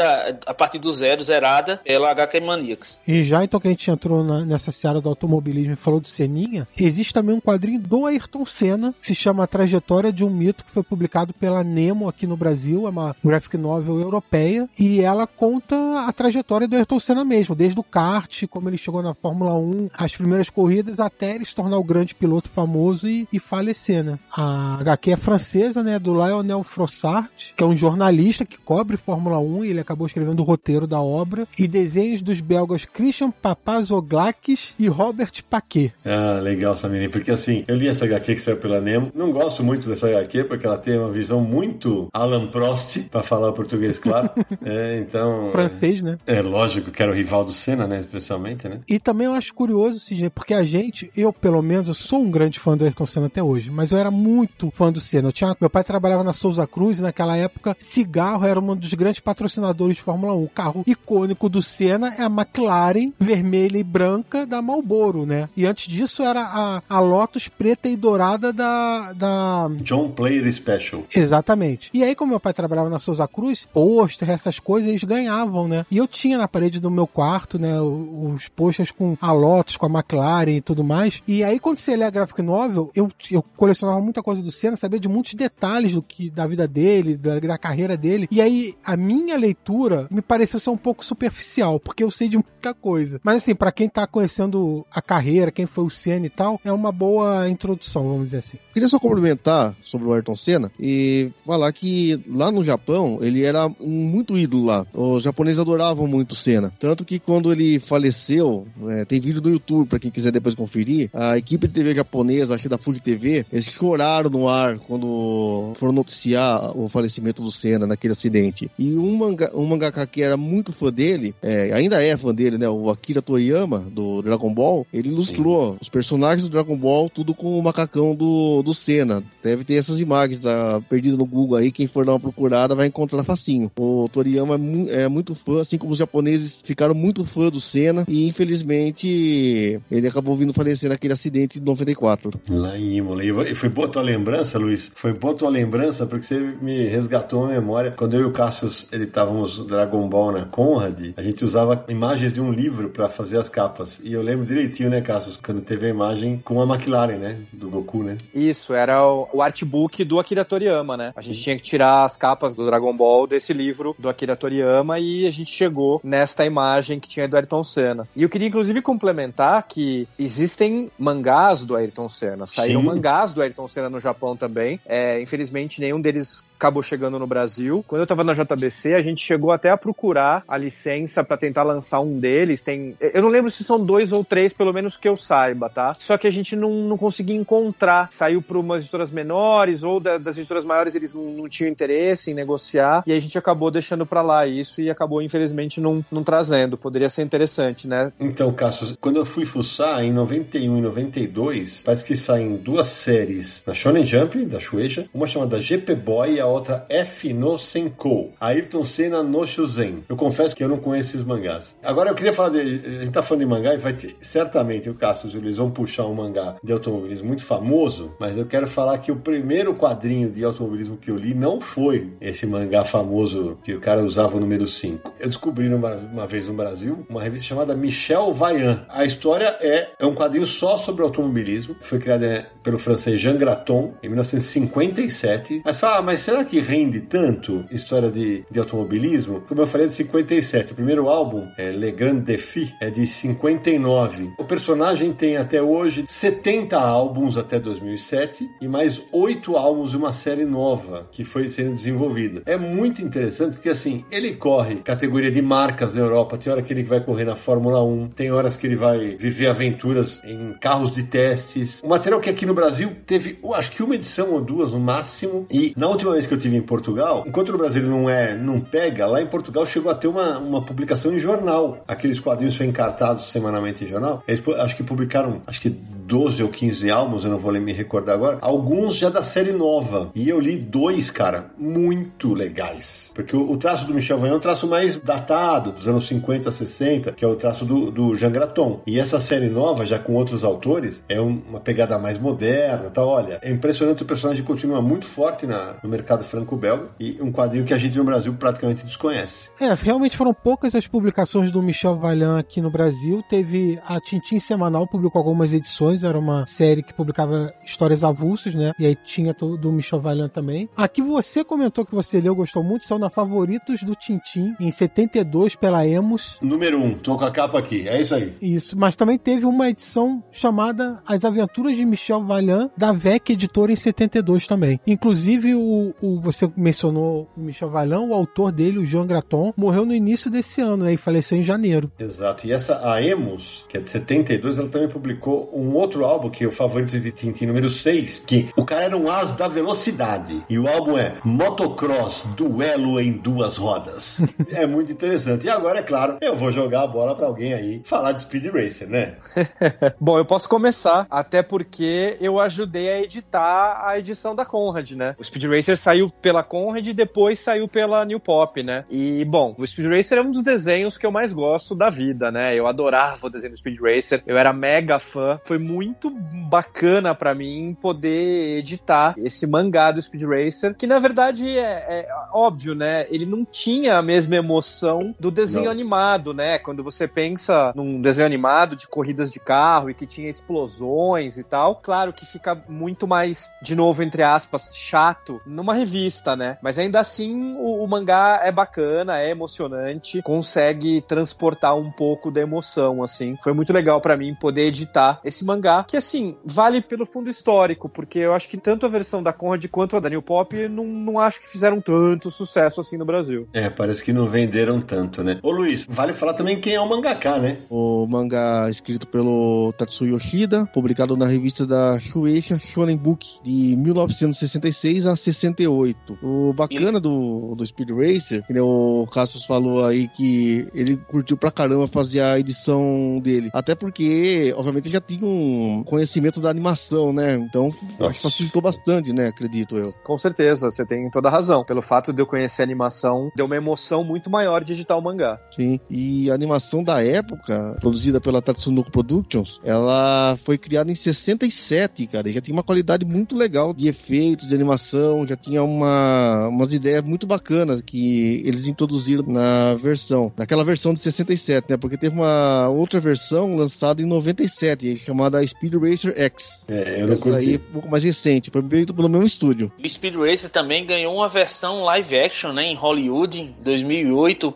E: história a partir do zero, zerada, pela HQ Maniacs.
C: E já então que a gente entrou nessa seara do automobilismo e falou do Seninha, existe também um quadrinho do Ayrton Senna, que se chama A Trajetória de um Mito, que foi publicado pela Nemo aqui no Brasil, é uma graphic novel europeia, e ela conta a trajetória do Ayrton Senna mesmo, desde o kart, como ele chegou na Fórmula 1, as primeiras corridas, até ele se tornar o grande piloto famoso e falecer, né? A HQ é francesa, né, do Lionel Froissart, que é um jornalista que cobre Fórmula 1, e ele acabou escrevendo o roteiro da obra, e desenhos dos belgas Christian Papazoglakis e Robert Paquet.
B: Ah, legal, Samir, porque assim, eu li essa HQ que saiu pela Nemo, não gosto muito dessa HQ, porque ela tem uma visão muito Alan Prost, pra falar o português, claro. Então...
C: francês, né?
B: É lógico que era o rival do Senna, né, especialmente, né?
C: E também eu acho curioso, Sidney, porque eu pelo menos, eu sou um grande fã do Ayrton Senna até hoje, mas eu era muito fã do Senna. Meu pai trabalhava na Souza Cruz e naquela época cigarro era um dos grandes patrocinadores de Fórmula 1. O carro icônico do Senna é a McLaren vermelha e branca da Marlboro, né? E antes disso era a Lotus preta e dourada da...
B: John Player Special.
C: Exatamente. E aí, como meu pai trabalhava na Souza Cruz, pôster, essas coisas, eles ganhavam, né? E eu tinha na parede do meu quarto, né, os posters com a Lotus, com a McLaren e tudo mais. E aí, quando você lê a graphic novel, eu colecionava muita coisa do Senna, sabia de muitos detalhes da vida dele, da carreira dele. E aí, a minha leitura me pareceu ser um pouco superficial, porque eu sei de muita coisa. Mas assim, pra quem tá conhecendo a carreira, quem foi o Senna e tal, é uma boa introdução, vamos dizer assim.
G: Queria só complementar sobre o Ayrton Senna e falar que lá no Japão, ele era muito ídolo lá. Os japoneses adoravam muito o Senna. Tanto que quando ele faleceu, tem vídeo no YouTube pra quem quiser depois conferir, a equipe de TV japonesa, acho que da Fuji TV, eles choraram no ar quando foram noticiar o falecimento do Senna naquele acidente. E um mangaka que era muito fã dele, ainda é fã dele, né? O Akira Toriyama, do Dragon Ball, ele ilustrou os personagens do Dragon Ball tudo com o macacão do Senna. Deve ter essas imagens perdidas no Google aí, quem for dar uma procurada vai encontrar facinho. O Toriyama é muito fã, assim como os japoneses ficaram muito fã do Senna, e infelizmente ele acabou vindo falecer naquele acidente de 94.
B: Lá em Imola. E foi boa tua lembrança, Luiz? Foi boa tua lembrança, porque você me resgatou a memória. Quando eu e o Cassius, estávamos Dragon Ball na Conrad, a gente usava imagens de um livro pra fazer as capas. E eu lembro direitinho, né, Cassius, quando teve a imagem com a McLaren, né? Do Goku, né?
F: Isso, era o artbook do Akira Toriyama, né? A gente tinha que tirar as capas do Dragon Ball desse livro do Akira Toriyama e a gente chegou nesta imagem que tinha do Ayrton Senna. E eu queria inclusive complementar que existem mangás do Ayrton Senna. Saíram mangás do Ayrton Senna no Japão também. Infelizmente nenhum deles acabou chegando no Brasil. Quando eu tava na JBC, a gente chegou até a procurar a licença pra tentar lançar um deles. Eu não lembro se são 2 ou 3, pelo menos que eu saiba, tá? Só que a gente não conseguia encontrar. Saiu pra umas editoras menores, ou das editoras maiores eles não tinham interesse em negociar, e aí a gente acabou deixando pra lá isso e acabou, infelizmente, não trazendo. Poderia ser interessante, né?
B: Então, Cassius, quando eu fui fuçar, em 91 e 92, parece que saem 2 séries na Shonen Jump, da Shueisha, uma chamada GP Boy e a outra F no Senkou, Ayrton Senna no Shuzen. Eu confesso que eu não conheço esses mangás. Agora eu queria falar a gente tá falando de mangá e vai ter, certamente o Cassius e o Luiz vão puxar um mangá de automobilismo muito famoso, mas eu quero falar que o primeiro quadrinho de automobilismo que eu li não foi esse mangá famoso que o cara usava o número 5. Eu descobri uma vez no Brasil uma revista chamada Michel Vaillant. A história é um quadrinho só sobre automobilismo, foi criado pelo francês Jean Graton em 1957. Mas será que rende tanto história de automobilismo? Como eu falei, é de 57. O primeiro álbum, Le Grand Défi, é de 59. O personagem tem até hoje 70 álbuns até 2007 e mais 8 álbuns de uma série nova que foi sendo desenvolvida. É muito interessante porque, assim, ele corre categoria de marcas na Europa. Tem hora que ele vai correr na Fórmula 1, tem horas que ele vai viver aventuras em carros de testes. Um material que aqui no Brasil teve, acho que uma edição ou 2 no máximo. E na última vez que eu estive em Portugal, enquanto no Brasil não pega, lá em Portugal chegou a ter uma publicação em jornal. Aqueles quadrinhos foram encartados semanalmente em jornal. Eles acho que publicaram, 12 ou 15 álbuns, eu não vou me recordar agora, alguns já da série nova. E eu li 2, cara, muito legais. Porque o traço do Michel Vaillant é um traço mais datado, dos anos 50, 60, que é o traço do Jean Graton. E essa série nova, já com outros autores, é uma pegada mais moderna, tá? Olha, é impressionante, o personagem continua muito forte no mercado franco-belga, e um quadrinho que a gente no Brasil praticamente desconhece.
C: Realmente foram poucas as publicações do Michel Vaillant aqui no Brasil. Teve a Tintin Semanal, publicou algumas edições, era uma série que publicava histórias avulsas, né? E aí tinha do Michel Vaillant também. Aqui você comentou que você leu, gostou muito, são na Favoritos do Tintin, em 72, pela Emos.
B: Número 1, tô com a capa aqui, é isso aí.
C: Isso, mas também teve uma edição chamada As Aventuras de Michel Vaillant, da VEC Editora, em 72 também. Inclusive, você mencionou o Michel Vaillant, o autor dele, o Jean Graton, morreu no início desse ano, né? E faleceu em janeiro.
B: Exato, e a Emos, que é de 72, ela também publicou um outro álbum, que é o Favorito de Tintin, número 6, que o cara era um as da velocidade. E o álbum é Motocross, Duelo em Duas Rodas. É muito interessante. E agora, é claro, eu vou jogar a bola pra alguém aí falar de Speed Racer, né?
F: Bom, eu posso começar, até porque eu ajudei a editar a edição da Conrad, né? O Speed Racer saiu pela Conrad e depois saiu pela New Pop, né? E, bom, o Speed Racer é um dos desenhos que eu mais gosto da vida, né? Eu adorava o desenho do Speed Racer, eu era mega fã. Foi muito bacana pra mim poder editar esse mangá do Speed Racer, que na verdade é óbvio, né? Ele não tinha a mesma emoção do desenho animado, né? Quando você pensa num desenho animado de corridas de carro e que tinha explosões e tal, claro que fica muito mais, de novo, entre aspas, chato numa revista, né? Mas ainda assim, o mangá é bacana, é emocionante, consegue transportar um pouco da emoção, assim. Foi muito legal pra mim poder editar esse mangá, que, assim, vale pelo fundo histórico, porque eu acho que tanto a versão da Conrad quanto a da New Pop não acho que fizeram tanto sucesso assim no Brasil.
B: Parece que não venderam tanto, né? Ô Luiz, vale falar também quem é o mangaka, né?
G: O mangá escrito pelo Tatsuya Yoshida, publicado na revista da Shueisha Shonen Book, de 1966 a 68. O bacana do Speed Racer, que o Cassius falou aí que ele curtiu pra caramba fazer a edição dele. Até porque, obviamente, já tinha um conhecimento da animação, né? Então, acho que facilitou bastante, né? Acredito eu.
F: Com certeza, você tem toda a razão. Pelo fato de eu conhecer a animação, deu uma emoção muito maior de editar o mangá.
G: Sim, e a animação da época, produzida pela Tatsunoko Productions, ela foi criada em 67, cara, e já tinha uma qualidade muito legal de efeitos, de animação, já tinha umas ideias muito bacanas que eles introduziram naquela versão de 67, né, porque teve uma outra versão lançada em 97, chamada Speed Racer X.
B: Eu não
G: Essa aí é um pouco mais recente, foi feito pelo mesmo estúdio.
E: O Speed Racer também ganhou uma versão live action, né, em Hollywood, em 2008,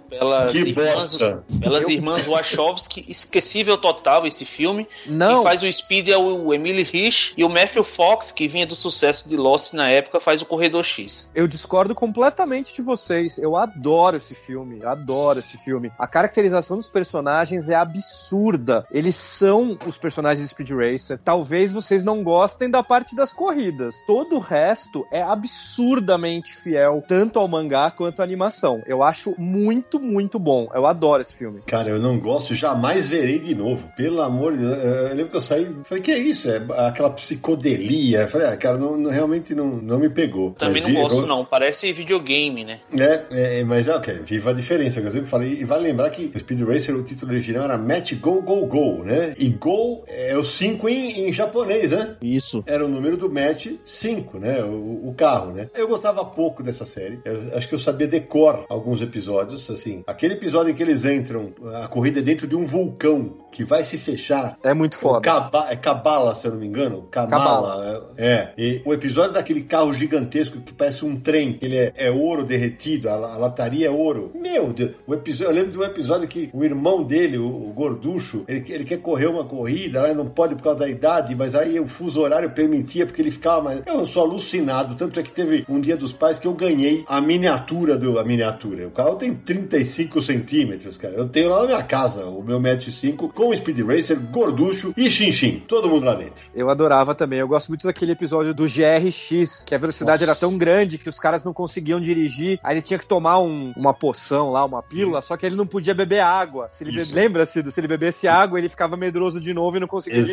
E: pelas irmãs Wachowski. Esquecível total esse filme.
F: Não.
E: Quem faz o Speed é o Emily Hirsch, e o Matthew Fox, que vinha do sucesso de Lost na época, faz o Corredor X.
F: Eu discordo completamente de vocês. Eu adoro esse filme. A caracterização dos personagens é absurda. Eles são os personagens de Speed Racer. Talvez vocês não gostem da parte das corridas. Todo o resto é absurdamente fiel, tanto ao mangá quanto à animação. Eu acho muito, muito bom. Eu adoro esse filme.
B: Cara, eu não gosto, jamais verei de novo. Pelo amor de Deus. Eu lembro que eu saí, falei, que é isso? É aquela psicodelia. Eu falei, cara, realmente não me pegou.
E: Também não gosto, não. Parece videogame, né?
B: Mas ok, viva a diferença. Eu sempre falei, e vale lembrar que o Speed Racer, o título original era Match Go Go Go, né? E Go é o 5 em japonês, né?
G: Isso.
B: Era o número do match 5, né? O carro, né? Eu gostava pouco dessa série. Eu acho que eu sabia decor alguns episódios, assim. Aquele episódio em que eles entram, a corrida é dentro de um vulcão que vai se fechar.
F: É muito foda.
B: É Kabbalah, se eu não me engano. Kabbalah. E o episódio daquele carro gigantesco que parece um trem, que ele é ouro derretido, a lataria é ouro. Meu Deus. Eu lembro de um episódio que o irmão dele, o gorducho, ele quer correr uma corrida, lá não pode por causa da idade, mas aí o fuso horário permitia, porque ele ficava mais... Eu sou alucinado, tanto é que teve um Dia dos Pais que eu ganhei a miniatura. O carro tem 35 centímetros, cara. Eu tenho lá na minha casa o meu Match 5 com o Speed Racer, gorducho e Xinxin. Todo mundo lá dentro.
F: Eu adorava também. Eu gosto muito daquele episódio do GRX, que a velocidade era tão grande que os caras não conseguiam dirigir. Aí ele tinha que tomar uma poção lá, uma pílula, só que ele não podia beber água. Lembra-se? Se ele bebesse água, ele ficava medroso de novo e não conseguia dirigir.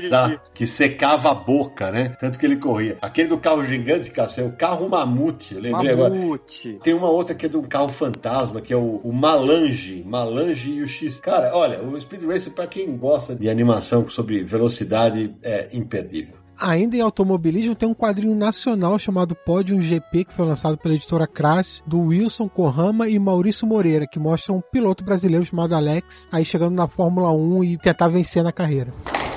B: que secava a boca, né? Tanto que ele corria. Aquele do carro gigante, Cássio, é o carro Mamute, eu lembrei agora. Tem uma outra que é do carro fantasma, que é o Malange e o X. Cara, olha, o Speed Racer, pra quem gosta de animação sobre velocidade, é imperdível.
C: Ainda em automobilismo, tem um quadrinho nacional chamado Podium GP, que foi lançado pela editora Crass, do Wilson Kohama e Maurício Moreira, que mostra um piloto brasileiro chamado Alex, aí chegando na Fórmula 1 e tentar vencer na carreira.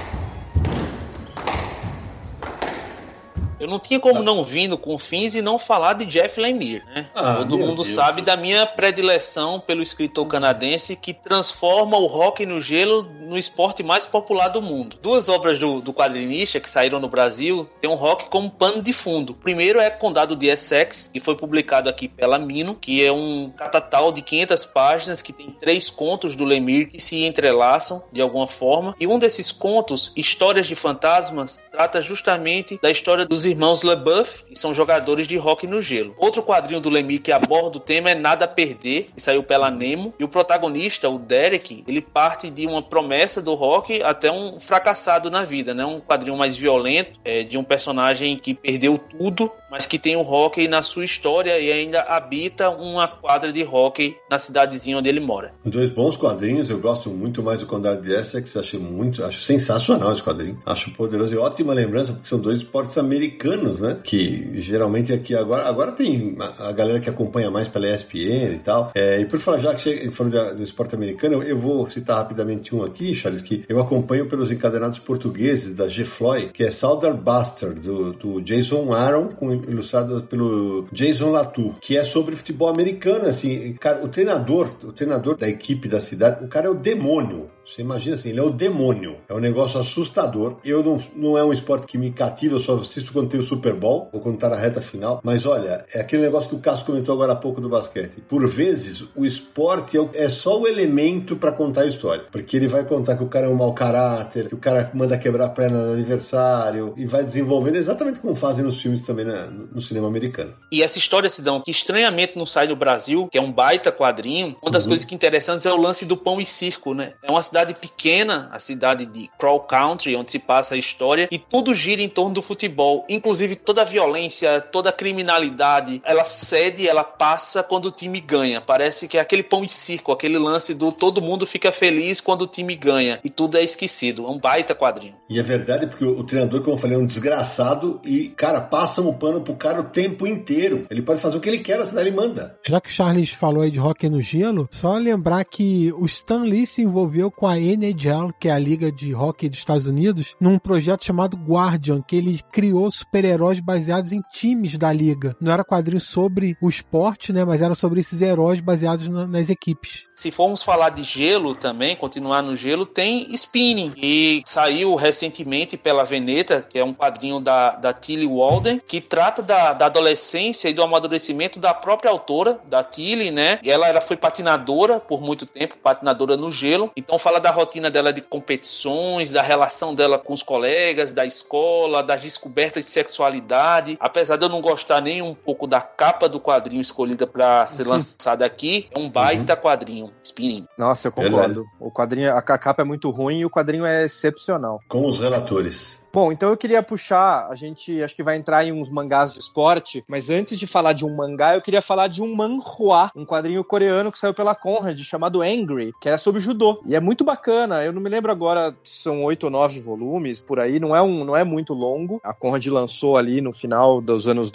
E: Eu não tinha como não vir no Confins e não falar de Jeff Lemire, né? Todo mundo sabe da minha predileção pelo escritor canadense que transforma o hóquei no gelo no esporte mais popular do mundo. Duas obras do quadrinista que saíram no Brasil tem um hóquei como pano de fundo. O primeiro é Condado de Essex, que foi publicado aqui pela Mino, que é um catatal de 500 páginas que tem 3 contos do Lemire que se entrelaçam de alguma forma. E um desses contos, Histórias de Fantasmas, trata justamente da história dos irmãos LeBeouf, que são jogadores de hóquei no gelo. Outro quadrinho do Lemire que aborda o tema é Nada a Perder, que saiu pela Nemo, e o protagonista, o Derek, ele parte de uma promessa do hóquei até um fracassado na vida, né? Um quadrinho mais violento, de um personagem que perdeu tudo, mas que tem o hóquei na sua história e ainda habita uma quadra de hóquei na cidadezinha onde ele mora.
B: 2 bons quadrinhos, eu gosto muito mais do Condado de Essex, acho sensacional esse quadrinho, acho poderoso e ótima lembrança, porque são 2 esportes americanos, né? Que geralmente aqui agora tem a galera que acompanha mais pela ESPN e tal. E por falar, já que a gente falou do esporte americano, eu vou citar rapidamente um aqui, Charles, que eu acompanho pelos encadernados portugueses da G-Floyd, que é Southern Bastard, do Jason Aaron, ilustrado pelo Jason Latour, que é sobre futebol americano, assim. Cara, o treinador da equipe da cidade, o cara é o demônio. Você imagina assim, ele é o demônio. É um negócio assustador. Não é um esporte que me cativa, eu só assisto quando tem o Super Bowl, ou quando tá na reta final. Mas olha, é aquele negócio que o Cássio comentou agora há pouco do basquete. Por vezes, o esporte é só o elemento pra contar a história. Porque ele vai contar que o cara é um mau caráter, que o cara manda quebrar a perna do adversário, e vai desenvolvendo exatamente como fazem nos filmes também no cinema americano.
E: E essa história, Sidão, que estranhamente não sai no Brasil, que é um baita quadrinho, uma das coisas que interessantes é o lance do pão e circo, né? É uma cidade pequena, a cidade de Crow Country, onde se passa a história, e tudo gira em torno do futebol, inclusive toda a violência, toda a criminalidade, ela cede, ela passa quando o time ganha. Parece que é aquele pão e circo, aquele lance do todo mundo fica feliz quando o time ganha, e tudo é esquecido. É um baita quadrinho.
B: E é verdade, porque o treinador, como eu falei, é um desgraçado e, cara, passam o pano pro cara o tempo inteiro. Ele pode fazer o que ele quer, senão ele manda.
C: Já que o Charles falou aí de hóquei no gelo, só lembrar que o Stan Lee se envolveu com a NHL, que é a Liga de Hóquei dos Estados Unidos, num projeto chamado Guardian, que ele criou super-heróis baseados em times da Liga. Não era quadrinho sobre o esporte, né, mas era sobre esses heróis baseados nas equipes.
E: Se formos falar de gelo também, continuar no gelo, tem Spinning, que saiu recentemente pela Veneta, que é um quadrinho da Tilly Walden, que trata da adolescência e do amadurecimento da própria autora, da Tilly, né? E ela foi patinadora por muito tempo, patinadora no gelo, então fala da rotina dela de competições, da relação dela com os colegas, da escola, das descobertas de sexualidade. Apesar de eu não gostar nem um pouco da capa do quadrinho escolhida para ser lançada aqui, é um baita quadrinho. Spinning.
F: Nossa, eu concordo. O quadrinho, a capa é muito ruim e o quadrinho é excepcional.
B: Com os relatores.
F: Bom, então eu queria puxar, a gente acho que vai entrar em uns mangás de esporte, mas antes de falar de um mangá, eu queria falar de um manhwa, um quadrinho coreano que saiu pela Conrad, chamado Angry, que é sobre judô. E é muito bacana, eu não me lembro agora, são 8 ou 9 volumes, por aí, não é muito longo. A Conrad lançou ali no final dos anos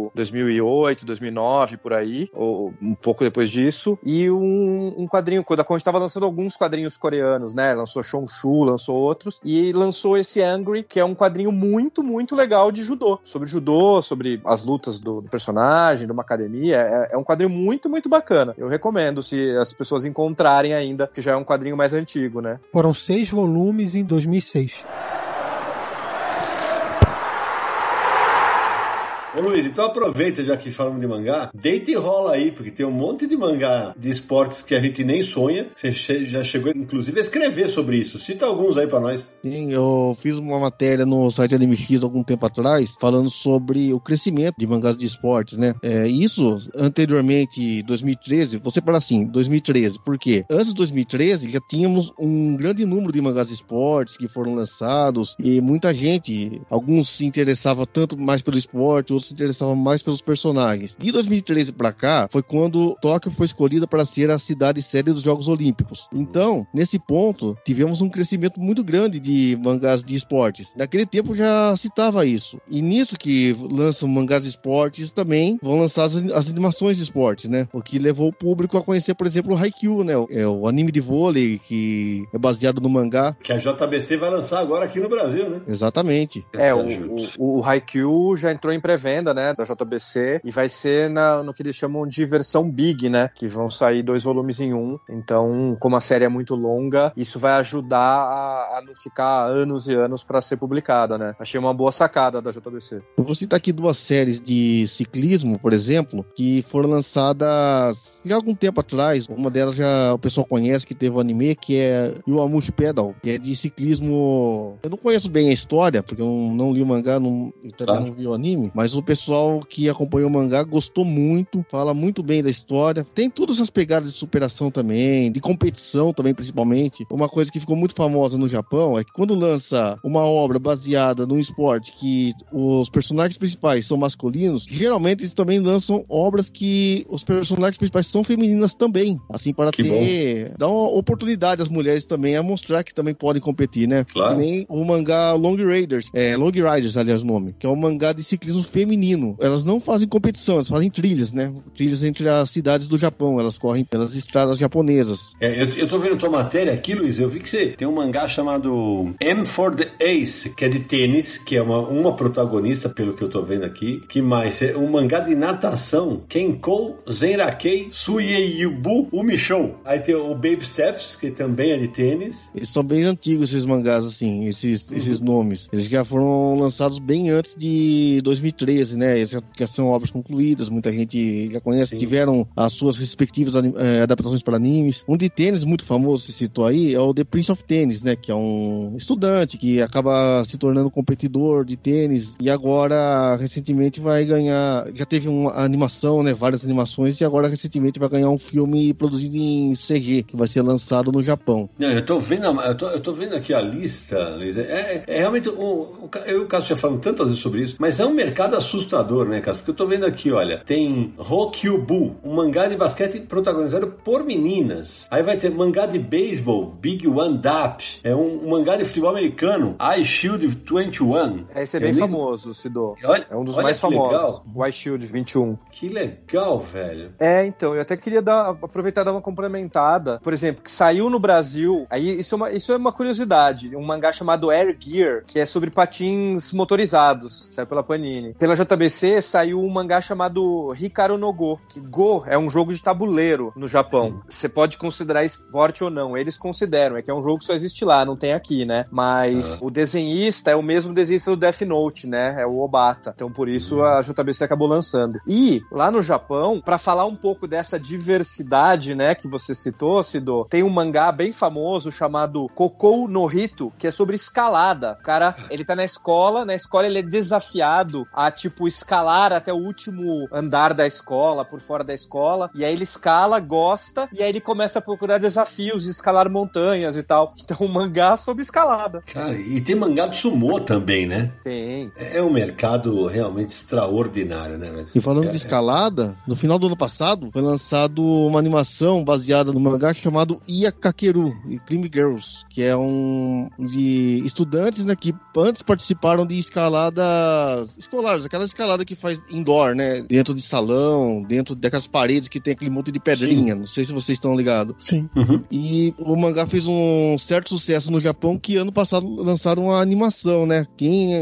F: 2008, 2009, por aí, ou um pouco depois disso. E um quadrinho, quando a Conrad estava lançando alguns quadrinhos coreanos, né, lançou Shonshu, lançou outros, e lançou esse Angry, que é um quadrinho muito, muito legal de judô, sobre as lutas do personagem, de uma academia. É um quadrinho muito, muito bacana. Eu recomendo, se as pessoas encontrarem ainda, que já é um quadrinho mais antigo, né?
C: Foram 6 volumes em 2006.
B: Ô Luiz, então aproveita, já que falamos de mangá, deita e rola aí, porque tem um monte de mangá de esportes que a gente nem sonha. Você já chegou, inclusive, a escrever sobre isso. Cita alguns aí pra nós.
G: Sim, eu fiz uma matéria no site Anime X algum tempo atrás, falando sobre o crescimento de mangás de esportes, né? Isso, anteriormente, 2013, vou separar assim, 2013, por quê? Antes de 2013, já tínhamos um grande número de mangás de esportes que foram lançados, e muita gente, alguns se interessavam tanto mais pelo esporte, outros se interessavam mais pelos personagens. De 2013 pra cá, foi quando Tóquio foi escolhida para ser a cidade sede dos Jogos Olímpicos. Então, nesse ponto, tivemos um crescimento muito grande de mangás de esportes. Naquele tempo já citava isso. E nisso que lançam mangás de esportes, também vão lançar as animações de esportes, né? O que levou o público a conhecer, por exemplo, o Haikyuu, né? O anime de vôlei, que é baseado no mangá.
B: Que a JBC vai lançar agora aqui no Brasil, né?
G: Exatamente.
F: O Haikyuu já entrou em pré-venda, né, da JBC, e vai ser no que eles chamam de versão Big, né? Que vão sair 2 volumes em um. Então, como a série é muito longa, isso vai ajudar a não ficar anos e anos para ser publicada, né? Achei uma boa sacada da JBC.
G: Eu vou citar aqui 2 séries de ciclismo, por exemplo, que foram lançadas já há algum tempo atrás. Uma delas já o pessoal conhece, que teve o anime, que é Yowamushi Pedal, que é de ciclismo. Eu não conheço bem a história, porque eu não li o mangá, eu também não vi o anime, mas o pessoal que acompanhou o mangá gostou muito, fala muito bem da história. Tem todas essas pegadas de superação também, de competição também, principalmente. Uma coisa que ficou muito famosa no Japão é que quando lança uma obra baseada num esporte que os personagens principais são masculinos, geralmente eles também lançam obras que os personagens principais são femininas também, assim, para dar uma oportunidade às mulheres também a mostrar que também podem competir, né?
B: Claro.
G: Que nem o mangá Long Riders, aliás, o nome, que é um mangá de ciclismo feminino. Elas não fazem competição, elas fazem trilhas, né? Trilhas entre as cidades do Japão, elas correm pelas estradas japonesas.
B: Eu tô vendo tua matéria aqui, Luiz, eu vi que você tem um mangá chamado M for the Ace, que é de tênis, que é uma protagonista, pelo que eu tô vendo aqui. Que mais? É um mangá de natação, Kenkou Zenrakei Suieyubu Umishou. Aí tem o Baby Steps, que também é de tênis.
G: Eles são bem antigos, esses mangás, assim, esses nomes. Eles já foram lançados bem antes de 2013, né? Essas já são obras concluídas, muita gente já conhece, tiveram as suas respectivas adaptações para animes. Um de tênis muito famoso, se citou aí, é o The Prince of Tennis, né? Que é um estudante que acaba se tornando competidor de tênis e agora, recentemente, vai ganhar... Já teve uma animação, né? Várias animações, e agora, recentemente, vai ganhar um filme produzido em CG, que vai ser lançado no Japão.
B: Não, eu tô vendo aqui a lista, Luiz. É realmente... Eu e o Cássio já falamos tantas vezes sobre isso, mas é um mercado assustador, né, Cássio? Porque eu tô vendo aqui, olha, tem Hokyubu, um mangá de basquete protagonizado por meninas. Aí vai ter mangá de beisebol, Big One Dap. É um mangá de futebol americano, I Shield 21.
F: Esse é bem famoso, Sidô. É um dos mais famosos. Legal. O I Shield 21.
B: Que legal, velho.
F: Então, eu até queria aproveitar e dar uma complementada. Por exemplo, que saiu no Brasil, aí isso é uma curiosidade, um mangá chamado Air Gear, que é sobre patins motorizados, saiu pela Panini. Pela JBC saiu um mangá chamado Hikaru no Go, que Go é um jogo de tabuleiro no Japão. Você pode considerar esporte ou não, eles consideram, é que é um jogo que só existe lá, não tem aqui, né? Mas o desenhista é o mesmo desenhista do Death Note, né? É o Obata. Então por isso a JBC acabou lançando. E lá no Japão, pra falar um pouco dessa diversidade, né, que você citou, Sidô, tem um mangá bem famoso chamado Kokou no Hito, que é sobre escalada. O cara, ele tá na escola ele é desafiado a, tipo, escalar até o último andar da escola, por fora da escola, e aí ele escala, gosta, e aí ele começa a procurar desafios de escalar montanhas e tal. Então, um mangá sobre escalada.
B: Cara, e tem mangá de sumô também, né?
F: Tem.
B: É um mercado realmente extraordinário, né, velho?
G: E falando de escalada, no final do ano passado, foi lançado uma animação baseada no mangá chamado Iakakeru, Climb Girls, que é um de estudantes, né, que antes participaram de escaladas escolares, aquela escalada que faz indoor, né, dentro de salão, dentro daquelas paredes que tem aquele monte de pedrinha. Sim. Não sei se vocês estão ligados.
C: Sim.
B: Uhum.
G: E o mangá fez um certo sucesso no Japão, que ano passado lançaram uma animação, né? Quem pegar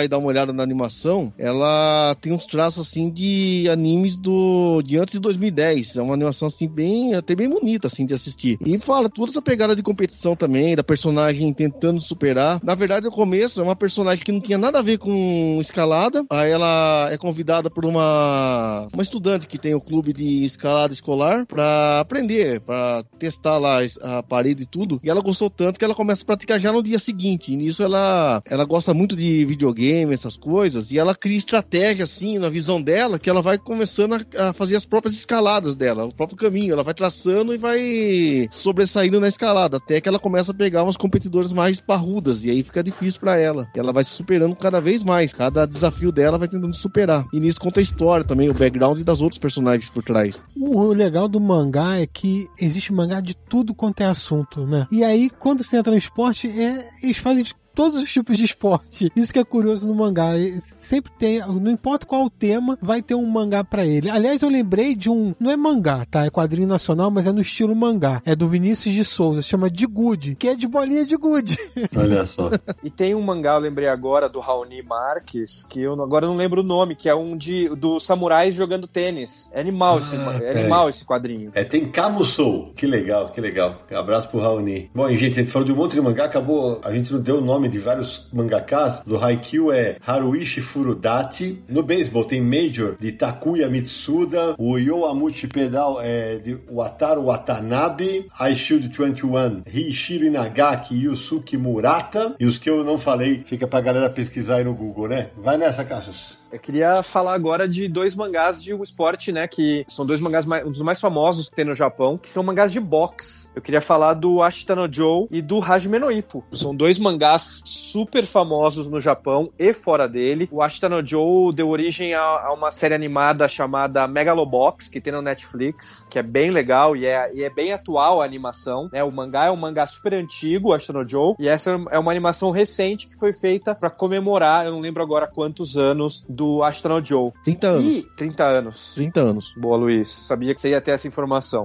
G: pegar e dar uma olhada na animação, ela tem uns traços assim de animes de antes de 2010. É uma animação assim até bem bonita assim de assistir. E fala toda essa pegada de competição também, da personagem tentando superar. Na verdade, no começo é uma personagem que não tinha nada a ver com escalada. Aí ela é convidada por uma estudante que tem o clube de escalada escolar pra aprender, pra testar lá a parede e tudo. E ela gostou tanto que ela começa a praticar já no dia seguinte. E nisso ela gosta muito de videogame, essas coisas, e ela cria estratégia assim, na visão dela, que ela vai começando a fazer as próprias escaladas dela, o próprio caminho. Ela vai traçando e vai sobressaindo na escalada, até que ela começa a pegar umas competidoras mais parrudas, e aí fica difícil pra ela. E ela vai se superando cada vez mais. Cada desafio dela vai tentando superar. E nisso conta a história também, o background das outros personagens por trás.
C: O legal do mangá é que existe mangá de tudo quanto é assunto, né? E aí, quando você entra no esporte, eles fazem todos os tipos de esporte. Isso que é curioso no mangá. Sempre tem, não importa qual o tema, vai ter um mangá pra ele. Aliás, eu lembrei de não é mangá, tá? É quadrinho nacional, mas é no estilo mangá. É do Vinícius de Souza, se chama de Gude, que é de bolinha de gude.
B: Olha só.
F: E tem um mangá, eu lembrei agora, do Raoni Marques, que eu agora não lembro o nome, que é do samurai jogando tênis. É animal, esse quadrinho.
B: Tem Kamusou. Que legal, que legal. Abraço pro Raoni. Bom, e gente, a gente falou de um monte de mangá, acabou, a gente não deu o nome de vários mangakás. Do Haikyuu é Haruichi Furudati. No beisebol tem Major, de Takuya Mitsuda. O Yowamuchi Pedal é de Wataru Watanabe. I Shield 21, Riichiro Inagaki e Yusuke Murata. E os que eu não falei, fica pra galera pesquisar aí no Google, né? Vai nessa, Cassius.
F: Eu queria falar agora de 2 mangás de esporte, né, que são 2 mangás um dos mais famosos que tem no Japão, que são mangás de boxe. Eu queria falar do Ashita no Joe e do Hajime no Ippo. São 2 mangás super famosos no Japão e fora dele. O Ashita no Joe deu origem a uma série animada chamada Megalobox, que tem no Netflix, que é bem legal e é bem atual a animação, né? O mangá é um mangá super antigo, o Ashita no Joe, e essa é uma animação recente que foi feita para comemorar, eu não lembro agora quantos anos, do Ashita no Joe.
G: 30 anos.
F: 30 anos.
G: 30 anos.
F: Boa, Luiz. Sabia que você ia ter essa informação.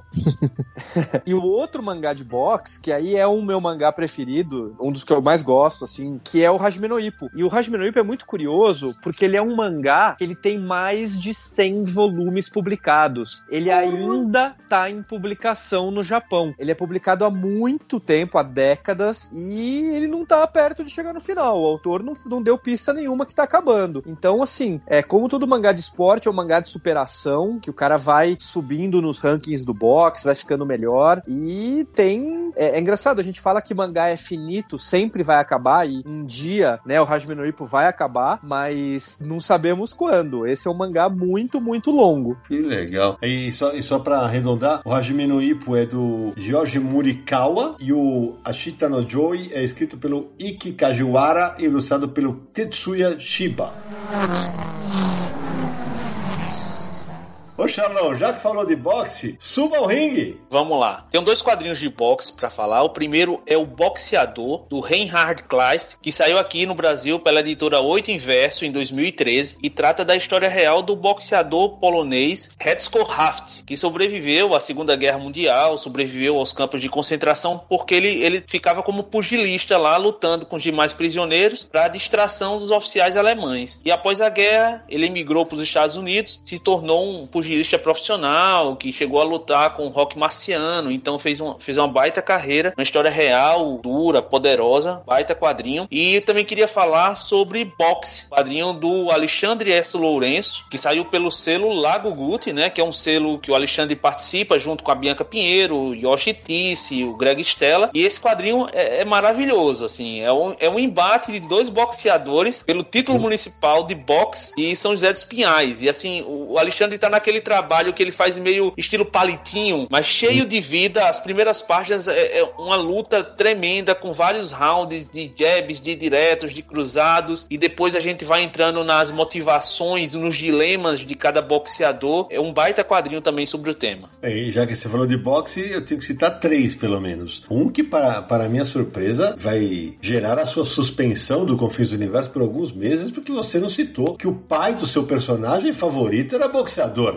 F: E o outro mangá de boxe, que aí é o meu mangá preferido, um dos que eu mais gosto, assim, que é o Hajime no Ippo. E o Hajime no Ippo é muito curioso, porque ele é um mangá que ele tem mais de 100 volumes publicados. Ele ainda tá em publicação no Japão. Ele é publicado há muito tempo, há décadas, e ele não tá perto de chegar no final. O autor não deu pista nenhuma que tá acabando. Então, assim, como todo mangá de esporte, é um mangá de superação, que o cara vai subindo nos rankings do boxe, vai ficando melhor, e tem... É engraçado, a gente fala que mangá é finito, sempre vai acabar, e um dia, né, o Hajime no Ippo vai acabar, mas não sabemos quando. Esse é um mangá muito, muito longo.
B: Que legal. E só pra arredondar, o Hajime no Ippo é do George Murikawa, e o Ashita no Joe é escrito pelo Ikki Kajiwara e ilustrado pelo Tetsuya Shiba. Ô Charlão, já que falou de boxe, suba ao ringue!
E: Vamos lá. Tem 2 quadrinhos de boxe pra falar. O primeiro é o Boxeador, do Reinhard Kleist, que saiu aqui no Brasil pela editora 8 Inverso em 2013 e trata da história real do boxeador polonês Recko Haft, que sobreviveu à Segunda Guerra Mundial, sobreviveu aos campos de concentração porque ele ficava como pugilista lá, lutando com os demais prisioneiros para a distração dos oficiais alemães. E após a guerra, ele emigrou para os Estados Unidos, se tornou um pugilista profissional, que chegou a lutar com o Rock Marciano, então fez uma baita carreira, uma história real, dura, poderosa, baita quadrinho. E também queria falar sobre Boxe, quadrinho do Alexandre S. Lourenço, que saiu pelo selo Lago Guti, né, que é um selo que o Alexandre participa junto com a Bianca Pinheiro, o Yoshi Tisse, o Greg Stella, e esse quadrinho é maravilhoso, assim, é um embate de 2 boxeadores pelo título municipal de boxe e São José dos Pinhais, e assim, o Alexandre tá naquele trabalho que ele faz meio estilo palitinho, mas cheio de vida. As primeiras páginas é uma luta tremenda, com vários rounds de jabs, de diretos, de cruzados, e depois a gente vai entrando nas motivações, nos dilemas de cada boxeador. É um baita quadrinho também sobre o tema.
B: E já que você falou de boxe, eu tenho que citar 3 pelo menos. Um que, para minha surpresa, vai gerar a sua suspensão do Confins do Universo por alguns meses, porque você não citou que o pai do seu personagem favorito era boxeador, né?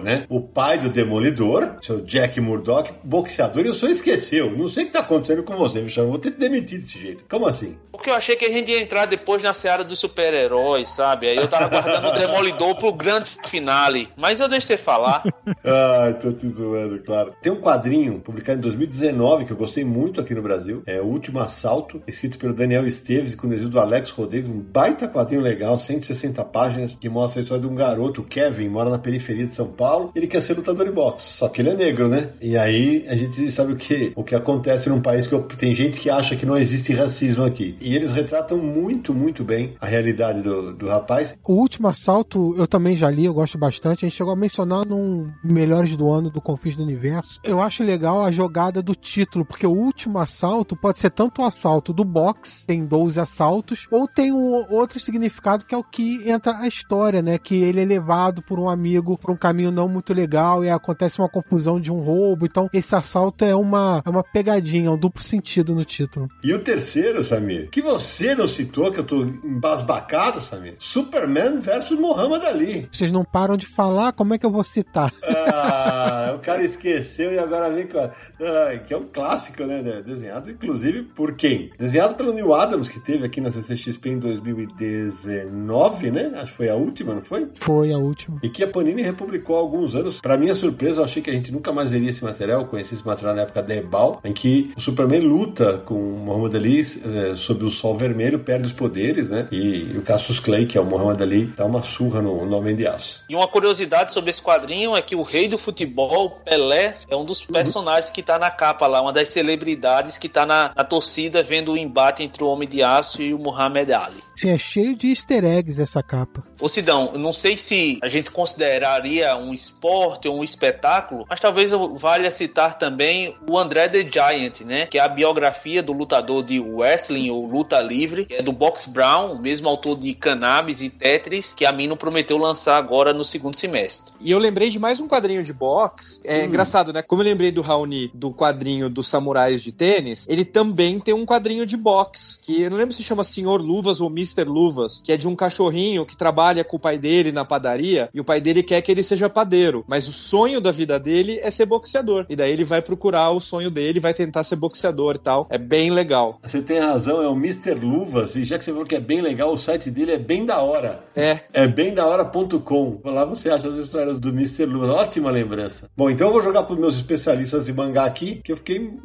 B: né? O pai do Demolidor, seu Jack Murdock, boxeador, e o senhor esqueceu. Não sei o que tá acontecendo com você, bicho. Eu vou ter que demitir desse jeito. Como assim?
E: Porque eu achei que a gente ia entrar depois na seara dos super-heróis, sabe? Aí eu tava aguardando o Demolidor pro grande finale. Mas eu deixei você falar.
B: Ai, tô te zoando, claro. Tem um quadrinho publicado em 2019 que eu gostei muito aqui no Brasil. É O Último Assalto, escrito pelo Daniel Esteves e com o desenho do Alex Rodrigues. Um baita quadrinho legal, 160 páginas, que mostra a história de um garoto, o Kevin, mora na periferia de São Paulo. Ele quer ser lutador de boxe, só que ele é negro, né? E aí a gente sabe o que acontece num país que tem gente que acha que não existe racismo aqui. E eles retratam muito, muito bem a realidade do rapaz.
C: O Último Assalto eu também já li, eu gosto bastante. A gente chegou a mencionar num Melhores do Ano do Confins do Universo. Eu acho legal a jogada do título, porque o Último Assalto pode ser tanto o assalto do boxe, tem 12 assaltos, ou tem um outro significado que é o que entra a história, né? Que ele é levado por um amigo por um caminho não muito legal e acontece uma confusão de um roubo. Então esse assalto é uma pegadinha, um duplo sentido no título.
B: E o terceiro, Samir, que você não citou, que eu tô embasbacado, Samir, Superman versus Muhammad Ali.
C: Vocês não param de falar, como é que eu vou citar?
B: O cara esqueceu e agora vem com que é um clássico, né? Desenhado, inclusive, por quem? Desenhado pelo Neil Adams, que teve aqui na CCXP em 2019, né? Acho que foi a última, não foi?
C: Foi a última.
B: E que a Panini republicou há alguns anos. Pra minha surpresa, eu achei que a gente nunca mais veria esse material. Eu conheci esse material na época da Ebal, em que o Superman luta com o Muhammad Ali sob o sol vermelho, perde os poderes, né? E o Cassius Clay, que é o Muhammad Ali, dá uma surra no Homem de Aço.
E: E uma curiosidade sobre esse quadrinho é que o rei do futebol, Pelé, é um dos personagens que tá na capa lá, uma das celebridades que tá na torcida vendo o embate entre o Homem de Aço e o Muhammad Ali.
C: Sim, é cheio de easter eggs essa capa.
E: Ô Sidão, não sei se a gente consideraria um esporte ou um espetáculo, mas talvez valha citar também o André the Giant, né? Que é a biografia do lutador de wrestling ou luta livre, que é do Box Brown, o mesmo autor de Cannabis e Tetris, que a Mino prometeu lançar agora no segundo semestre.
F: E eu lembrei de mais um quadrinho de boxe. É engraçado, né? Como eu lembrei do Raoni, do quadrinho dos samurais de tênis, ele também tem um quadrinho de boxe, que eu não lembro se chama Senhor Luvas ou Mr. Luvas, que é de um cachorrinho que trabalha com o pai dele na padaria, e o pai dele quer que ele seja padeiro, mas o sonho da vida dele é ser boxeador. E daí ele vai procurar o sonho dele, vai tentar ser boxeador e tal. É bem legal.
B: Você tem razão, é o Mr. Luvas, e já que você falou que é bem legal, o site dele é bem da hora. É bemdahora.com. Lá você acha as histórias do Mr. Luvas. Ótima lembrança. Bom, então eu vou jogar para os meus especialistas de mangá aqui, que eu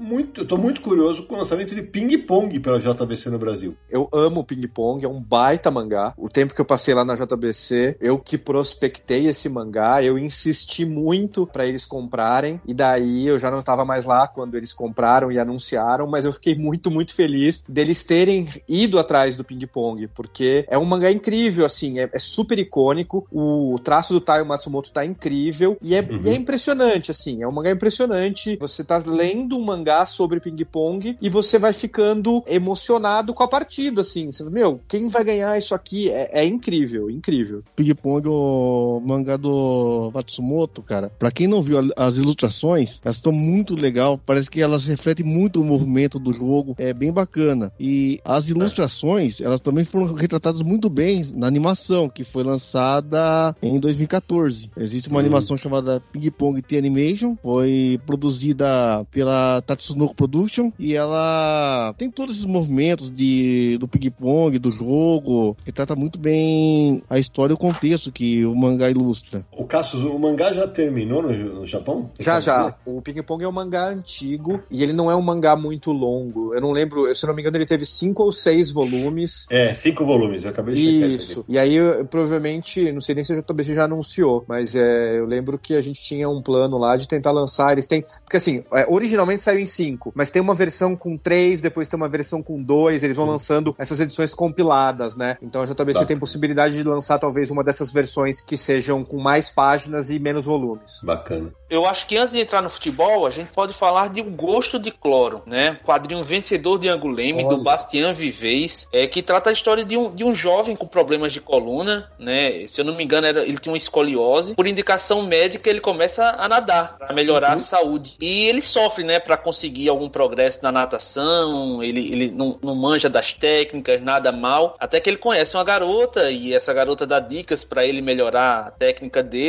B: tô muito curioso com o lançamento de Ping Pong pela JBC no Brasil.
F: Eu amo Ping Pong, é um baita mangá. O tempo que eu passei lá na JBC, eu que prospectei esse mangá, eu insisti muito para eles comprarem, e daí eu já não tava mais lá quando eles compraram e anunciaram, mas eu fiquei muito, muito feliz deles terem ido atrás do Ping Pong, porque é um mangá incrível, assim, é super icônico, o traço do Taiyo Matsumoto tá incrível, e é impressionante, assim, é um mangá impressionante. Você tá lendo um mangá sobre ping-pong e você vai ficando emocionado com a partida, assim. Você, quem vai ganhar isso aqui? É incrível, incrível.
G: Ping-pong, o mangá do Matsumoto, cara, pra quem não viu as ilustrações, elas estão muito legal, parece que elas refletem muito o movimento do jogo, é bem bacana. E as ilustrações, elas também foram retratadas muito bem na animação, que foi lançada em 2014. Existe uma animação chamada Ping Pong The Animation, foi produzida pela Tatsunoko Production, e ela tem todos esses movimentos do Ping Pong, do jogo, que trata muito bem a história e o contexto que o mangá ilustra.
B: O Cassius, o mangá já terminou no Japão?
F: Já. O Ping Pong é um mangá antigo e ele não é um mangá muito longo. Eu não lembro, se eu não me engano, ele teve 5 ou 6 volumes.
B: 5 volumes, eu acabei de checar
F: isso. E aí, provavelmente, não sei nem se a JBC já anunciou, mas eu lembro que a gente tinha um plano lá de tentar lançar. Eles têm. Porque assim, originalmente saiu em 5, mas tem uma versão com 3, depois tem uma versão com 2, eles vão lançando essas edições compiladas, né? Então a JBC tem possibilidade de lançar talvez uma dessas versões que sejam com mais páginas e menos volumes.
B: Bacana.
E: Eu acho que antes de entrar no futebol, a gente pode falar de O Gosto de Cloro, né? Quadrinho vencedor de Angoulême, do Bastian Vives, que trata a história de um jovem com problemas de coluna, né? Se eu não me engano, ele tinha uma escoliose. Por indicação médica, ele começa a nadar para melhorar a saúde. E ele sofre, né, para conseguir algum progresso na natação. Ele não manja das técnicas, nada mal. Até que ele conhece uma garota e essa garota dá dicas para ele melhorar a técnica dele.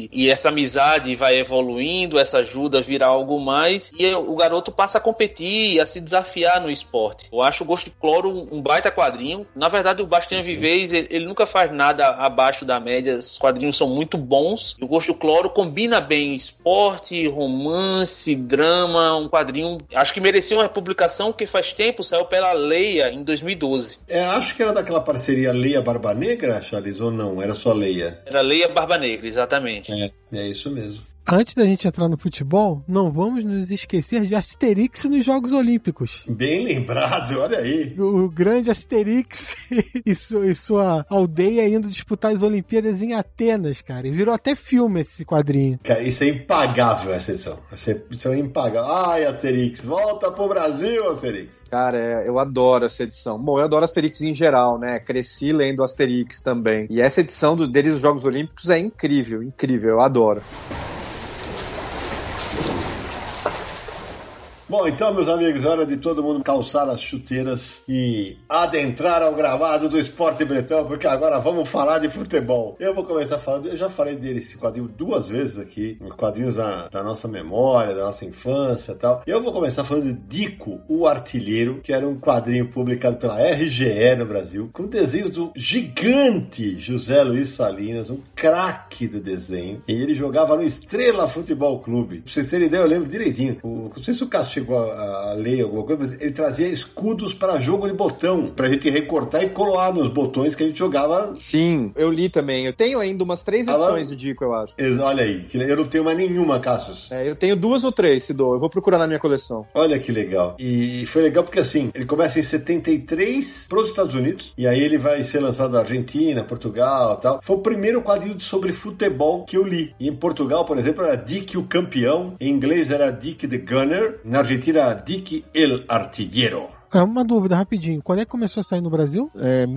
E: e essa amizade vai evoluindo, essa ajuda vira algo mais, e o garoto passa a competir, a se desafiar no esporte. Eu acho o Gosto de Cloro um baita quadrinho. Na verdade, o Bastian Vives, ele nunca faz nada abaixo da média, os quadrinhos são muito bons. O Gosto de Cloro combina bem esporte, romance, drama, um quadrinho, acho que merecia uma publicação que faz tempo, saiu pela Leia em 2012.
B: Acho que era daquela parceria Leia Barba Negra, Charles, ou não? Era só Leia?
E: Era Leia Barba Negra, exatamente.
B: É isso mesmo.
C: Antes da gente entrar no futebol, não vamos nos esquecer de Asterix nos Jogos Olímpicos.
B: Bem lembrado, olha aí.
C: O grande Asterix e sua aldeia indo disputar as Olimpíadas em Atenas, cara. E virou até filme esse quadrinho.
B: Cara, isso é impagável, essa edição. Isso é impagável. Ai, Asterix, volta pro Brasil, Asterix.
F: Cara, eu adoro essa edição. Bom, eu adoro Asterix em geral, né? Cresci lendo Asterix também. E essa edição deles dos Jogos Olímpicos é incrível, incrível. Eu adoro.
B: Bom, então, meus amigos, é hora de todo mundo calçar as chuteiras e adentrar ao gramado do Esporte Bretão, porque agora vamos falar de futebol. Eu vou começar falando, eu já falei desse quadrinho 2 vezes aqui, os quadrinhos da nossa memória, da nossa infância e tal. Eu vou começar falando de Dico, o Artilheiro, que era um quadrinho publicado pela RGE no Brasil, com desenhos do gigante José Luiz Salinas, um craque do desenho, e ele jogava no Estrela Futebol Clube. Pra vocês terem ideia, eu lembro direitinho. Não sei se o Cássio chegou a ler alguma coisa, mas ele trazia escudos para jogo de botão, pra gente recortar e colar nos botões que a gente jogava.
F: Sim, eu li também. Eu tenho ainda umas 3 edições do Dico, eu acho.
B: Olha aí, eu não tenho mais nenhuma, Cassius.
F: Eu tenho 2 ou 3, Sidô. Eu vou procurar na minha coleção.
B: Olha que legal. E foi legal porque, assim, ele começa em 73 pros Estados Unidos, e aí ele vai ser lançado na Argentina, Portugal e tal. Foi o primeiro quadrinho sobre futebol que eu li. E em Portugal, por exemplo, era Dick o Campeão. Em inglês era Dick the Gunner. Na Argentina, Dick el Artillero.
C: Uma dúvida, rapidinho. Quando é que começou a sair no Brasil?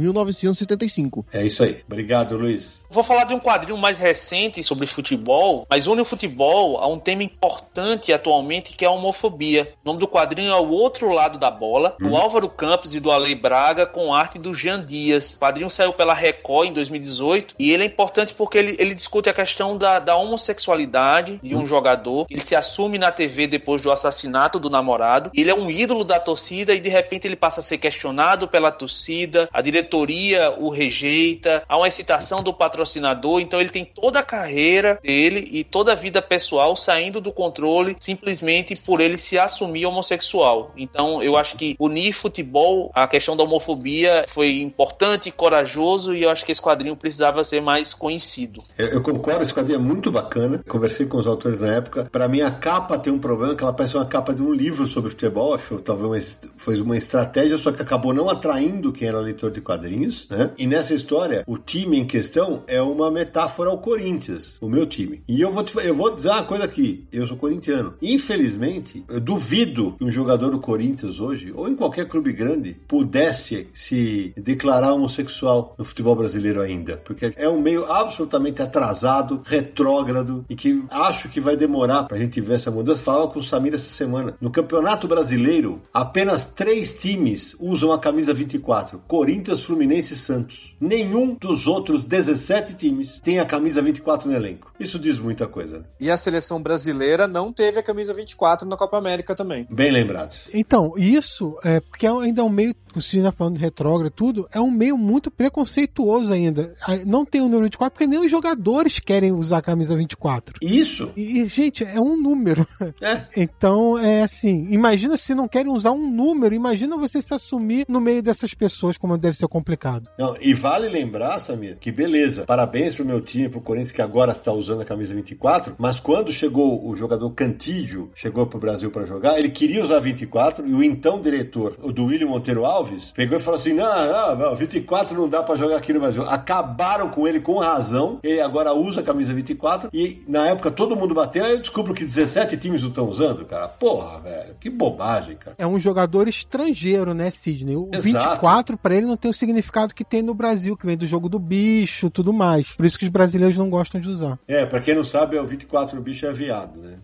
G: 1975.
B: É isso aí. Obrigado, Luiz.
E: Vou falar de um quadrinho mais recente sobre futebol, mas une o futebol a um tema importante atualmente, que é a homofobia. O nome do quadrinho é O Outro Lado da Bola, do Álvaro Campos e do Ale Braga, com arte do Jean Dias. O quadrinho saiu pela Record em 2018 e ele é importante porque ele discute a questão da homossexualidade de um jogador. Ele se assume na TV depois do assassinato do namorado. Ele é um ídolo da torcida e de repente ele passa a ser questionado pela torcida, a diretoria o rejeita, há uma excitação do patrocinador, então ele tem toda a carreira dele e toda a vida pessoal saindo do controle simplesmente por ele se assumir homossexual. Então eu acho que unir futebol à questão da homofobia foi importante e corajoso, e eu acho que esse quadrinho precisava ser mais conhecido.
B: Eu concordo, esse quadrinho é muito bacana. Conversei com os autores na época. Para mim a capa tem um problema, que ela parece uma capa de um livro sobre futebol. Acho que talvez foi uma estratégia, só que acabou não atraindo quem era leitor de quadrinhos, né? E nessa história, o time em questão é uma metáfora ao Corinthians, o meu time. E eu vou dizer uma coisa aqui, eu sou corintiano. Infelizmente, eu duvido que um jogador do Corinthians hoje, ou em qualquer clube grande, pudesse se declarar homossexual no futebol brasileiro ainda, porque é um meio absolutamente atrasado, retrógrado, e que acho que vai demorar pra gente ver essa mudança. Falava com o Samir essa semana. No Campeonato Brasileiro, apenas 3 times usam a camisa 24. Corinthians, Fluminense e Santos. Nenhum dos outros 17 times tem a camisa 24 no elenco. Isso diz muita coisa, né?
F: E a seleção brasileira não teve a camisa 24 na Copa América também.
B: Bem lembrados.
C: Então, isso é porque ainda é um meio, o Cine falando de retrógrado e tudo, é um meio muito preconceituoso ainda. Não tem o número 24 porque nem os jogadores querem usar a camisa 24.
B: Isso.
C: E gente, é um número. Então, é assim, imagina se não querem usar um número, imagina você se assumir no meio dessas pessoas, como deve ser complicado.
B: Não, e vale lembrar, Samir, que beleza, parabéns pro meu time, pro Corinthians, que agora está usando a camisa 24, mas quando chegou o jogador Cantígio, chegou pro Brasil para jogar, ele queria usar 24, e o então diretor, o do William Monteiro Alves, pegou e falou assim, não, 24 não dá para jogar aqui no Brasil. Acabaram com ele com razão, ele agora usa a camisa 24, e na época todo mundo bateu, aí eu descubro que 17 times não estão usando, cara. Porra, velho, que bobagem, cara.
C: É um jogador estrangeiro, né, Sidney? O 24 pra ele não tem o significado que tem no Brasil, que vem do jogo do bicho, tudo mais. Por isso que os brasileiros não gostam de usar.
B: Pra quem não sabe, o 24 do bicho é viado, né?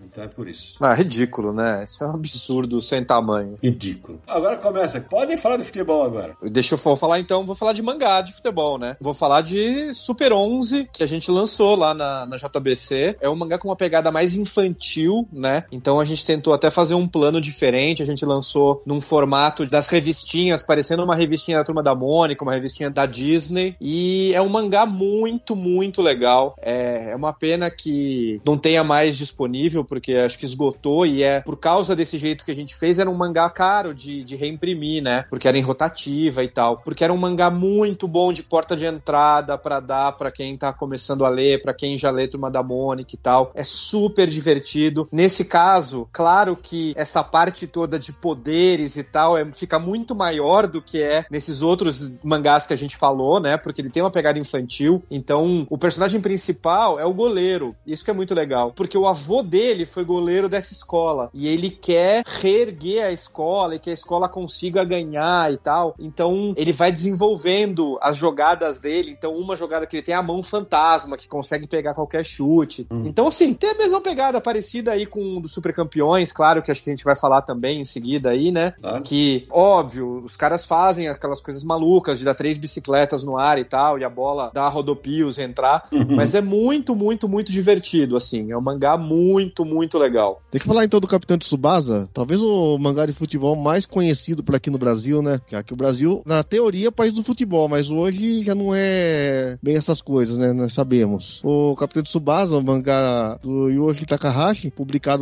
B: Então é por isso.
F: Ah, ridículo, né? Isso é um absurdo sem tamanho.
B: Ridículo. Agora começa. Podem falar de futebol agora.
F: Deixa eu falar então, vou falar de mangá de futebol, né? Vou falar de Super 11, que a gente lançou lá na JBC. É um mangá com uma pegada mais infantil, né? Então a gente tentou até fazer um plano diferente. A gente lançou num formato das revistinhas, parecendo uma revistinha da Turma da Mônica, uma revistinha da Disney. E é um mangá muito, muito legal. É uma pena que não tenha mais disponível, porque acho que esgotou, e por causa desse jeito que a gente fez, era um mangá caro de reimprimir, né? Porque era em rotativa e tal. Porque era um mangá muito bom de porta de entrada pra dar pra quem tá começando a ler, pra quem já lê Turma da Mônica e tal. É super divertido. Nesse caso, claro que essa parte toda de poderes e tal fica muito maior do que é nesses outros mangás que a gente falou, né? Porque ele tem uma pegada infantil. Então, o personagem principal é o goleiro. Isso que é muito legal. Porque o avô dele foi goleiro dessa escola. E ele quer reerguer a escola e que a escola consiga ganhar e tal. Então, ele vai desenvolvendo as jogadas dele. Então, uma jogada que ele tem é a mão fantasma, que consegue pegar qualquer chute. Então, assim, tem a mesma pegada parecida aí com o dos Super Campeões, claro, que acho que a gente vai falar também em seguida aí, né? Que, óbvio, os caras fazem aquelas coisas malucas de dar 3 bicicletas no ar e tal, e a bola dar rodopios e entrar. Mas é muito, muito, muito divertido, assim. É um mangá muito, muito legal.
G: Deixa eu falar então do Capitão Tsubasa, talvez o mangá de futebol mais conhecido por aqui no Brasil, né? Que aqui o Brasil, na teoria, é o país do futebol, mas hoje já não é bem essas coisas, né? Nós sabemos. O Capitão Tsubasa, o mangá do Yoshi Takahashi, publicado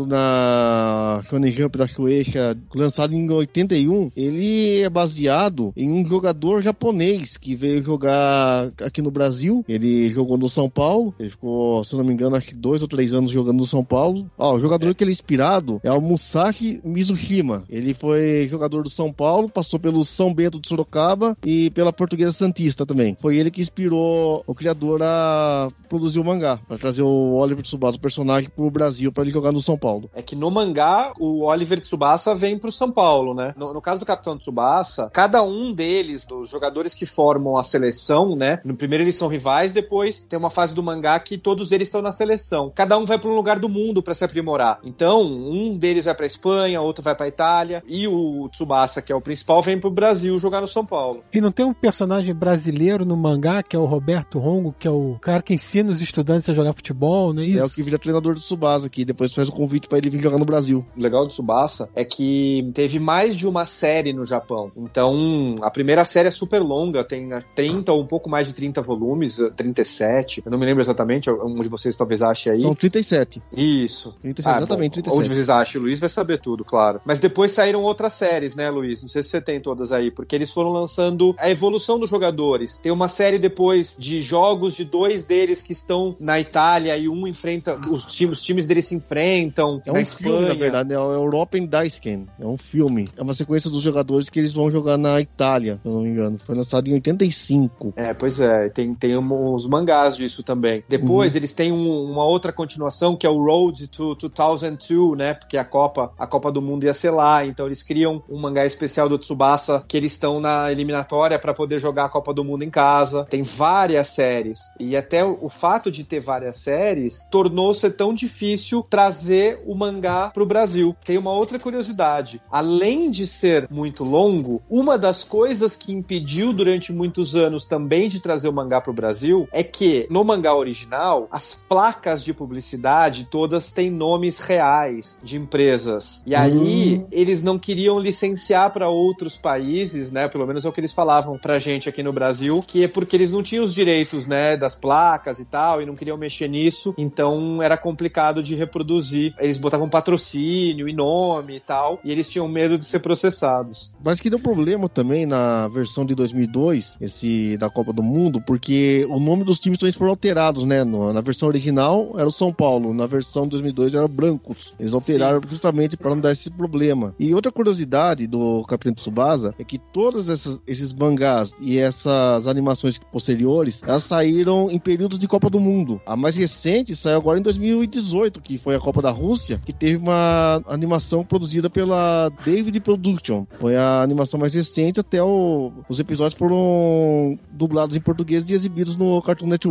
G: na Shonen Jump da Shueisha, lançado em 81, ele é baseado em um jogador japonês que veio jogar aqui no Brasil. Ele jogou no São Paulo, ele ficou, se não me engano, acho que 2 ou 3 anos jogando no São Paulo. O jogador que ele é inspirado é o Musashi Mizushima. Ele foi jogador do São Paulo, passou pelo São Bento de Sorocaba e pela Portuguesa Santista também. Foi ele que inspirou o criador a produzir o mangá, para trazer o Oliver Tsubasa, o personagem, pro Brasil, para ele jogar no São Paulo.
F: É que no mangá, o Oliver Tsubasa vem pro São Paulo, né? No caso do Capitão Tsubasa, cada um deles, dos jogadores que formam a seleção, né? No primeiro eles são rivais, depois tem uma fase do mangá que todos eles estão na seleção. Cada um vai para um lugar do mundo para se aprimorar. Então, um deles vai pra Espanha, outro vai pra Itália, e o Tsubasa, que é o principal, vem pro Brasil jogar no São Paulo.
C: E não tem um personagem brasileiro no mangá, que é o Roberto Rongo, que é o cara que ensina os estudantes a jogar futebol, não é isso?
G: É o que vira treinador do Tsubasa, que depois faz o convite para ele vir jogar no Brasil.
F: O legal do Tsubasa é que teve mais de uma série no Japão. Então, a primeira série é super longa, tem 30 ou um pouco mais de 30 volumes, 37, eu não me lembro exatamente, um de vocês talvez ache aí.
G: São 37.
F: Isso.
G: 37, exatamente, 37.
F: Onde vocês acham? O Luiz vai saber tudo, claro. Mas depois saíram outras séries, né, Luiz? Não sei se você tem todas aí, porque eles foram lançando a evolução dos jogadores. Tem uma série depois de jogos de 2 deles que estão na Itália e um enfrenta, os times deles se enfrentam
G: na
F: um
G: Espanha.
F: Filme,
G: na verdade, é o European Daisuken. É um filme. É uma sequência dos jogadores que eles vão jogar na Itália, se eu não me engano. Foi lançado em 85.
F: Pois é. Tem uns mangás disso também. Depois eles têm uma outra continuação que é o Road to 2002, né? Porque a Copa do Mundo ia ser lá. Então eles criam um mangá especial do Tsubasa que eles estão na eliminatória para poder jogar a Copa do Mundo em casa. Tem várias séries. E até o fato de ter várias séries tornou-se tão difícil trazer o mangá pro Brasil. Tem uma outra curiosidade. Além de ser muito longo, uma das coisas que impediu durante muitos anos também de trazer o mangá pro Brasil é que no mangá original, as placas de publicidade todas têm nomes reais de empresas. E aí, eles não queriam licenciar para outros países, né? Pelo menos é o que eles falavam pra gente aqui no Brasil, que é porque eles não tinham os direitos, né, das placas e tal, e não queriam mexer nisso, então era complicado de reproduzir. Eles botavam patrocínio e nome e tal, e eles tinham medo de ser processados.
G: Mas que deu problema também na versão de 2002, esse da Copa do Mundo, porque o nome dos times também foram alterados, né? Na versão original era o São Paulo, na versão de 2002 era Brancos. Eles alteraram justamente para não dar esse problema. E outra curiosidade do Capitão Tsubasa é que todos esses mangás e essas animações posteriores, elas saíram em períodos de Copa do Mundo. A mais recente saiu agora em 2018, que foi a Copa da Rússia, que teve uma animação produzida pela David Production. Foi a animação mais recente, até os episódios foram dublados em português e exibidos no Cartoon Network.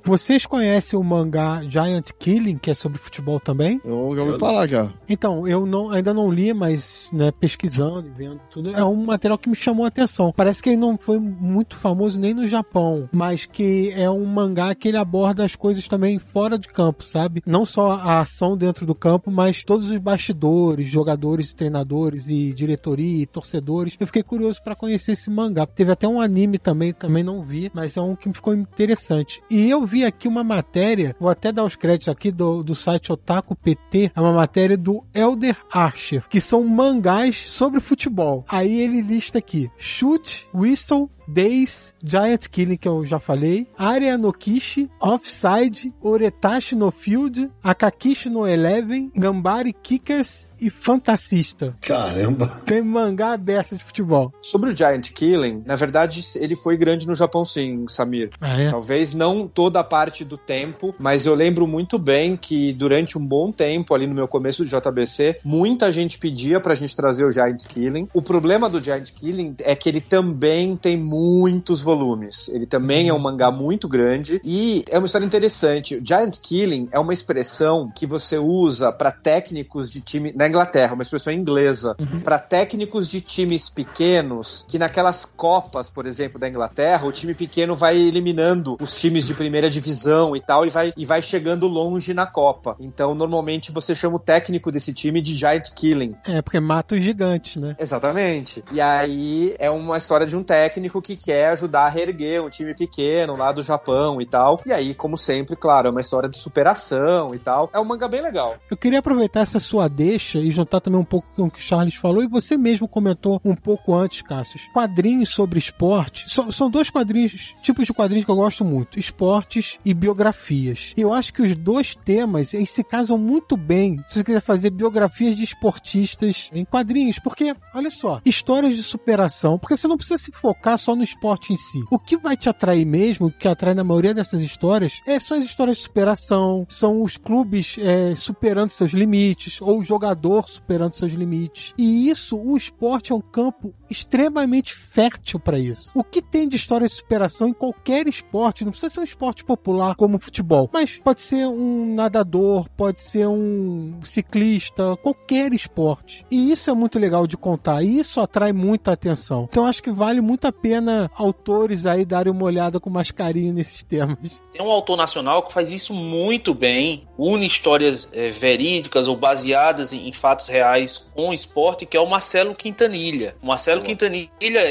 C: Vocês conhecem o mangá Giant Killing, que é sobre futebol também?
G: Eu já ouvi falar já.
C: Então, eu ainda não li, mas né, pesquisando e vendo tudo, é um material que me chamou a atenção. Parece que ele não foi muito famoso nem no Japão, mas que é um mangá que ele aborda as coisas também fora de campo, sabe? Não só a ação dentro do campo, mas todos os bastidores, jogadores, treinadores e diretoria e torcedores. Eu fiquei curioso pra conhecer esse mangá. Teve até um anime também não vi, mas é um que ficou interessante. E eu vi aqui uma matéria, vou até dar os créditos aqui do site Otaku PT, é uma matéria do Elder Archer, que são mangás sobre futebol. Aí ele lista aqui: Shoot, Whistle, Days, Giant Killing, que eu já falei, Area no Kishi, Offside, Oretashi no Field, Akakishi no Eleven, Gambari Kickers e Fantasista.
B: Caramba!
C: Tem mangá aberto de futebol.
F: Sobre o Giant Killing, na verdade, ele foi grande no Japão sim, Samir.
C: Ah, é?
F: Talvez não toda a parte do tempo, mas eu lembro muito bem que durante um bom tempo, ali no meu começo de JBC, muita gente pedia pra gente trazer o Giant Killing. O problema do Giant Killing é que ele também tem muitos volumes. Ele também é um mangá muito grande e é uma história interessante. O Giant Killing é uma expressão que você usa pra técnicos de time... Na Inglaterra, uma expressão inglesa, para técnicos de times pequenos, que naquelas copas, por exemplo, da Inglaterra, o time pequeno vai eliminando os times de primeira divisão e tal, e vai chegando longe na Copa. Então, normalmente, você chama o técnico desse time de Giant Killing.
C: É, porque mata os gigantes, né?
F: Exatamente. E aí, é uma história de um técnico que quer ajudar a reerguer um time pequeno lá do Japão e tal. E aí, como sempre, claro, é uma história de superação e tal. É um mangá bem legal.
C: Eu queria aproveitar essa sua deixa e juntar também um pouco com o que o Charles falou, e você mesmo comentou um pouco antes, Cassius. Quadrinhos sobre esporte, são dois tipos de quadrinhos que eu gosto muito, esportes e biografias. E eu acho que os dois temas, eles se casam muito bem se você quiser fazer biografias de esportistas em quadrinhos, porque, olha só, histórias de superação, porque você não precisa se focar só no esporte em si. O que vai te atrair mesmo, o que atrai na maioria dessas histórias, são as histórias de superação, são os clubes superando seus limites, ou o jogador superando seus limites. E isso, o esporte é um campo extremamente fértil para isso. O que tem de história de superação em qualquer esporte, não precisa ser um esporte popular como o futebol, mas pode ser um nadador, pode ser um ciclista, qualquer esporte. E isso é muito legal de contar, e isso atrai muita atenção. Então acho que vale muito a pena autores aí darem uma olhada com mais carinho nesses temas.
E: Tem um autor nacional que faz isso muito bem, une histórias verídicas ou baseadas em fatos reais com o esporte, que é o Marcelo Quintanilha. O Marcelo Quintanilha,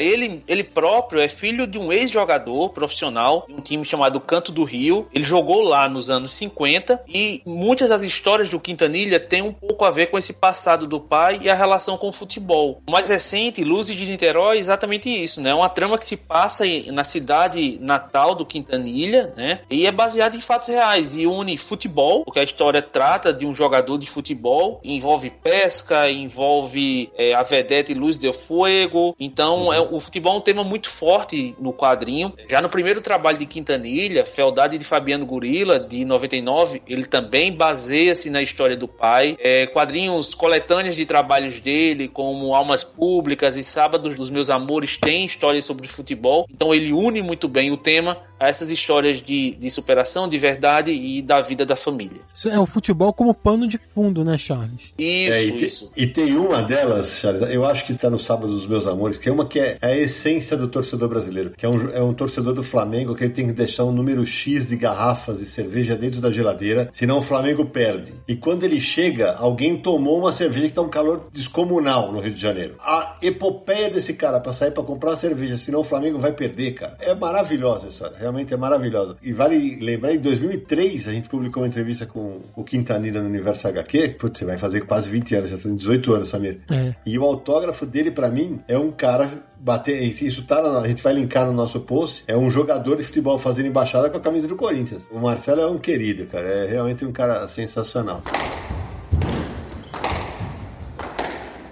E: ele próprio é filho de um ex-jogador profissional de um time chamado Canto do Rio. Ele jogou lá nos anos 50 e muitas das histórias do Quintanilha têm um pouco a ver com esse passado do pai e a relação com o futebol. O mais recente, Luzes de Niterói, é exatamente isso, né? Uma trama que se passa na cidade natal do Quintanilha, né? E é baseada em fatos reais e une futebol, porque a história trata de um jogador de futebol, envolve pesca, envolve a vedete Luz de Fuego. Então o futebol é um tema muito forte no quadrinho. Já no primeiro trabalho de Quintanilha, Fealdade de Fabiano Gorila, de 99, ele também baseia-se na história do pai. Quadrinhos coletâneos de trabalhos dele, como Almas Públicas e Sábados dos Meus Amores, tem histórias sobre futebol. Então ele une muito bem o tema a essas histórias de superação, de verdade e da vida da família.
C: Isso é o futebol como pano de fundo, né, Charles?
E: Isso.
B: E tem uma delas, Charles, eu acho que tá no Sábado dos Meus Amores, que é uma que é a essência do torcedor brasileiro, que é um torcedor do Flamengo que ele tem que deixar um número X de garrafas de cerveja dentro da geladeira, senão o Flamengo perde. E quando ele chega, alguém tomou uma cerveja que tá um calor descomunal no Rio de Janeiro. A epopeia desse cara pra sair pra comprar cerveja, senão o Flamengo vai perder, cara. É maravilhosa essa história, realmente é maravilhosa. E vale lembrar, em 2003, a gente publicou uma entrevista com o Quintanilha no Universo HQ, putz, você vai fazer quase 20 anos, já são 18 anos, Samir. E o autógrafo dele, pra mim, é um cara isso tá a gente vai linkar no nosso post, é um jogador de futebol fazendo embaixada com a camisa do Corinthians. O Marcelo é um querido, cara, é realmente um cara sensacional.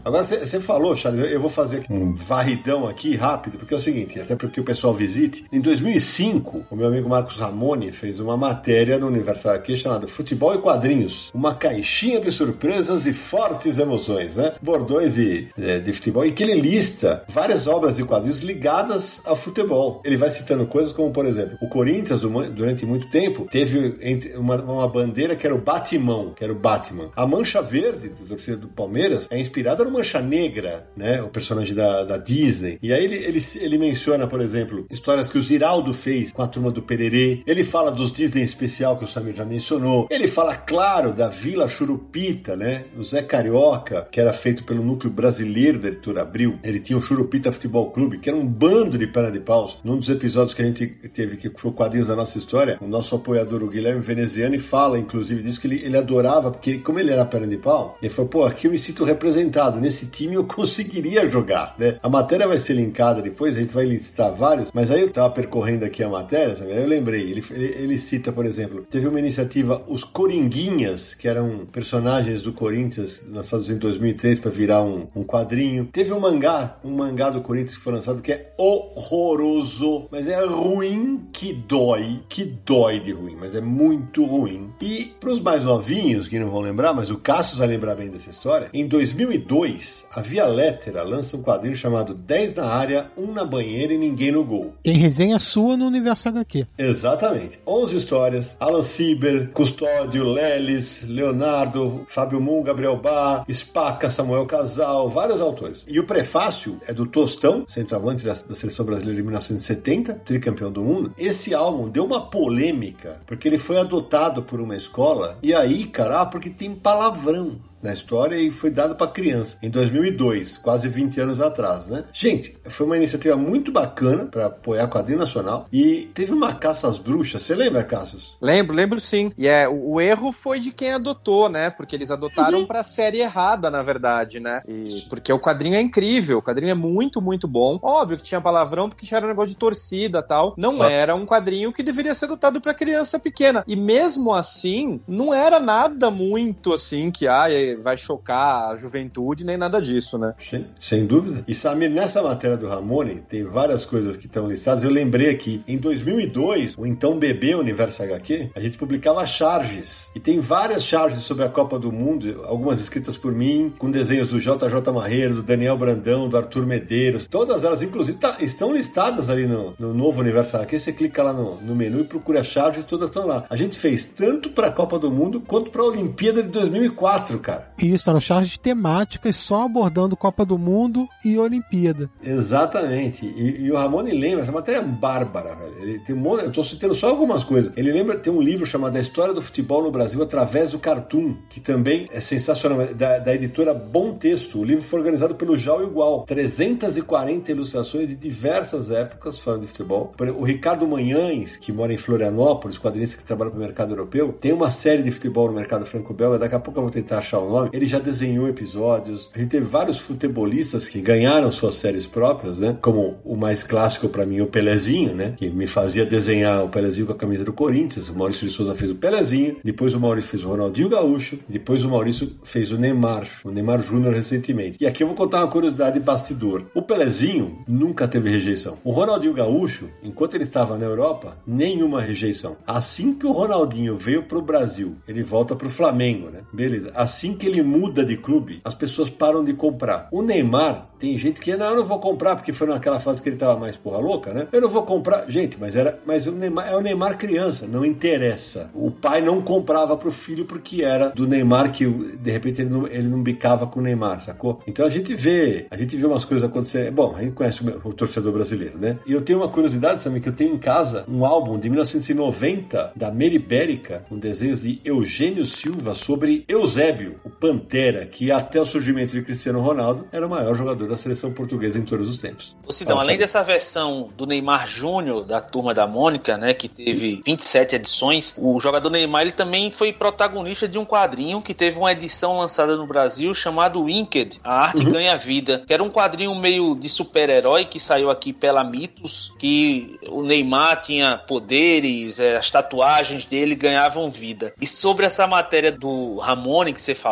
B: Agora, você falou, Charles, eu vou fazer aqui um varridão aqui rápido, porque é o seguinte, até porque o pessoal visite. Em 2005, o meu amigo Marcos Ramone fez uma matéria no Universal aqui chamada Futebol e Quadrinhos, uma caixinha de surpresas e fortes emoções, né? Bordões de futebol, e que ele lista várias obras de quadrinhos ligadas ao futebol. Ele vai citando coisas como, por exemplo, o Corinthians, durante muito tempo, teve uma bandeira que era o Batimão, que era o Batman. A Mancha Verde, do torcida do Palmeiras, é inspirada no Mancha Negra, né? O personagem da Disney. E aí ele menciona, por exemplo, histórias que o Ziraldo fez com a turma do Pererê. Ele fala dos Disney especial, que o Samir já mencionou. Ele fala, claro, da Vila Churupita, né? O Zé Carioca, que era feito pelo núcleo brasileiro da Editora Abril. Ele tinha o Churupita Futebol Clube, que era um bando de perna de paus. Num dos episódios que a gente teve, que foi o Quadrinhos da Nossa História, o nosso apoiador, o Guilherme Veneziani, fala, inclusive, disso que ele adorava, porque como ele era perna de pau, ele falou, pô, aqui eu me sinto representado. Nesse time eu conseguiria jogar, né? A matéria vai ser linkada depois, a gente vai listar vários, mas aí eu tava percorrendo aqui a matéria, sabe? Aí eu lembrei, ele cita, por exemplo, teve uma iniciativa, os Coringuinhas, que eram personagens do Corinthians, lançados em 2003 para virar um quadrinho. Teve um mangá do Corinthians que foi lançado que é horroroso, mas é ruim que dói de ruim, mas é muito ruim. E pros mais novinhos, que não vão lembrar, mas o Cassius vai lembrar bem dessa história, em 2002, a Via Lettera lança um quadrinho chamado 10 na área, 1 na banheira e ninguém no gol.
C: Tem resenha sua no Universo HQ.
B: Exatamente. 11 histórias, Alan Sieber, Custódio, Lelis, Leonardo, Fábio Moon, Gabriel Bá, Spaca, Samuel Casal, vários autores. E o prefácio é do Tostão, centroavante da Seleção Brasileira de 1970, tricampeão do mundo. Esse álbum deu uma polêmica, porque ele foi adotado por uma escola, e aí, cara, porque tem palavrão na história e foi dado para criança em 2002, quase 20 anos atrás, né? Gente, foi uma iniciativa muito bacana para apoiar o quadrinho nacional e teve uma caça às bruxas. Você lembra, Cassius?
F: Lembro sim. E o erro foi de quem adotou, né? Porque eles adotaram pra série errada, na verdade, né? Porque o quadrinho é incrível, o quadrinho é muito, muito bom. Óbvio que tinha palavrão porque já era um negócio de torcida e tal. Não era um quadrinho que deveria ser adotado pra criança pequena. E mesmo assim, não era nada muito assim que vai chocar a juventude, nem nada disso, né?
B: Sim, sem dúvida. E Samir, nessa matéria do Ramone, tem várias coisas que estão listadas. Eu lembrei aqui, em 2002, o então bebê Universo HQ, a gente publicava charges. E tem várias charges sobre a Copa do Mundo, algumas escritas por mim, com desenhos do JJ Marreiro, do Daniel Brandão, do Arthur Medeiros. Todas elas, inclusive, estão listadas ali no novo Universo HQ. Você clica lá no menu e procura as charges, todas estão lá. A gente fez tanto para a Copa do Mundo quanto para a Olimpíada de 2004, cara.
C: Isso, eram charges temáticas só abordando Copa do Mundo e Olimpíada.
B: Exatamente. E o Ramone lembra, essa matéria é bárbara, velho. Ele tem um monte, eu tô citando só algumas coisas. Ele lembra, tem um livro chamado A História do Futebol no Brasil através do Cartoon, que também é sensacional, da editora Bom Texto. O livro foi organizado pelo Jal Igual. 340 ilustrações de diversas épocas falando de futebol. O Ricardo Manhães, que mora em Florianópolis, quadrinista que trabalha para o mercado europeu, tem uma série de futebol no mercado franco-belga. Daqui a pouco eu vou tentar achar o nome. Ele já desenhou episódios. A gente teve vários futebolistas que ganharam suas séries próprias, né? Como o mais clássico pra mim, o Pelezinho, né? Que me fazia desenhar o Pelezinho com a camisa do Corinthians. O Maurício de Souza fez o Pelezinho, depois o Maurício fez o Ronaldinho Gaúcho, depois o Maurício fez o Neymar Júnior recentemente. E aqui eu vou contar uma curiosidade de bastidor. O Pelezinho nunca teve rejeição. O Ronaldinho Gaúcho, enquanto ele estava na Europa, nenhuma rejeição. Assim que o Ronaldinho veio pro Brasil, ele volta pro Flamengo, né? Beleza. Assim que ele muda de clube, as pessoas param de comprar. O Neymar, tem gente que, eu não vou comprar, porque foi naquela fase que ele tava mais porra louca, né? Eu não vou comprar. Gente, mas o Neymar é o Neymar criança, não interessa. O pai não comprava pro filho porque era do Neymar que, de repente, ele não bicava com o Neymar, sacou? Então a gente vê umas coisas acontecerem. Bom, a gente conhece o torcedor brasileiro, né? E eu tenho uma curiosidade, sabe, que eu tenho em casa um álbum de 1990 da Meribérica, com desenhos de Eugênio Silva sobre Eusébio, o Pantera, que até o surgimento de Cristiano Ronaldo era o maior jogador da seleção portuguesa em todos os tempos.
E: Ô Sidão, além dessa versão do Neymar Júnior, da Turma da Mônica, né, que teve 27 edições, o jogador Neymar ele também foi protagonista de um quadrinho que teve uma edição lançada no Brasil chamado Winked, A Arte Ganha Vida, que era um quadrinho meio de super-herói que saiu aqui pela Mitos, que o Neymar tinha poderes, as tatuagens dele ganhavam vida. E sobre essa matéria do Ramone que você falou,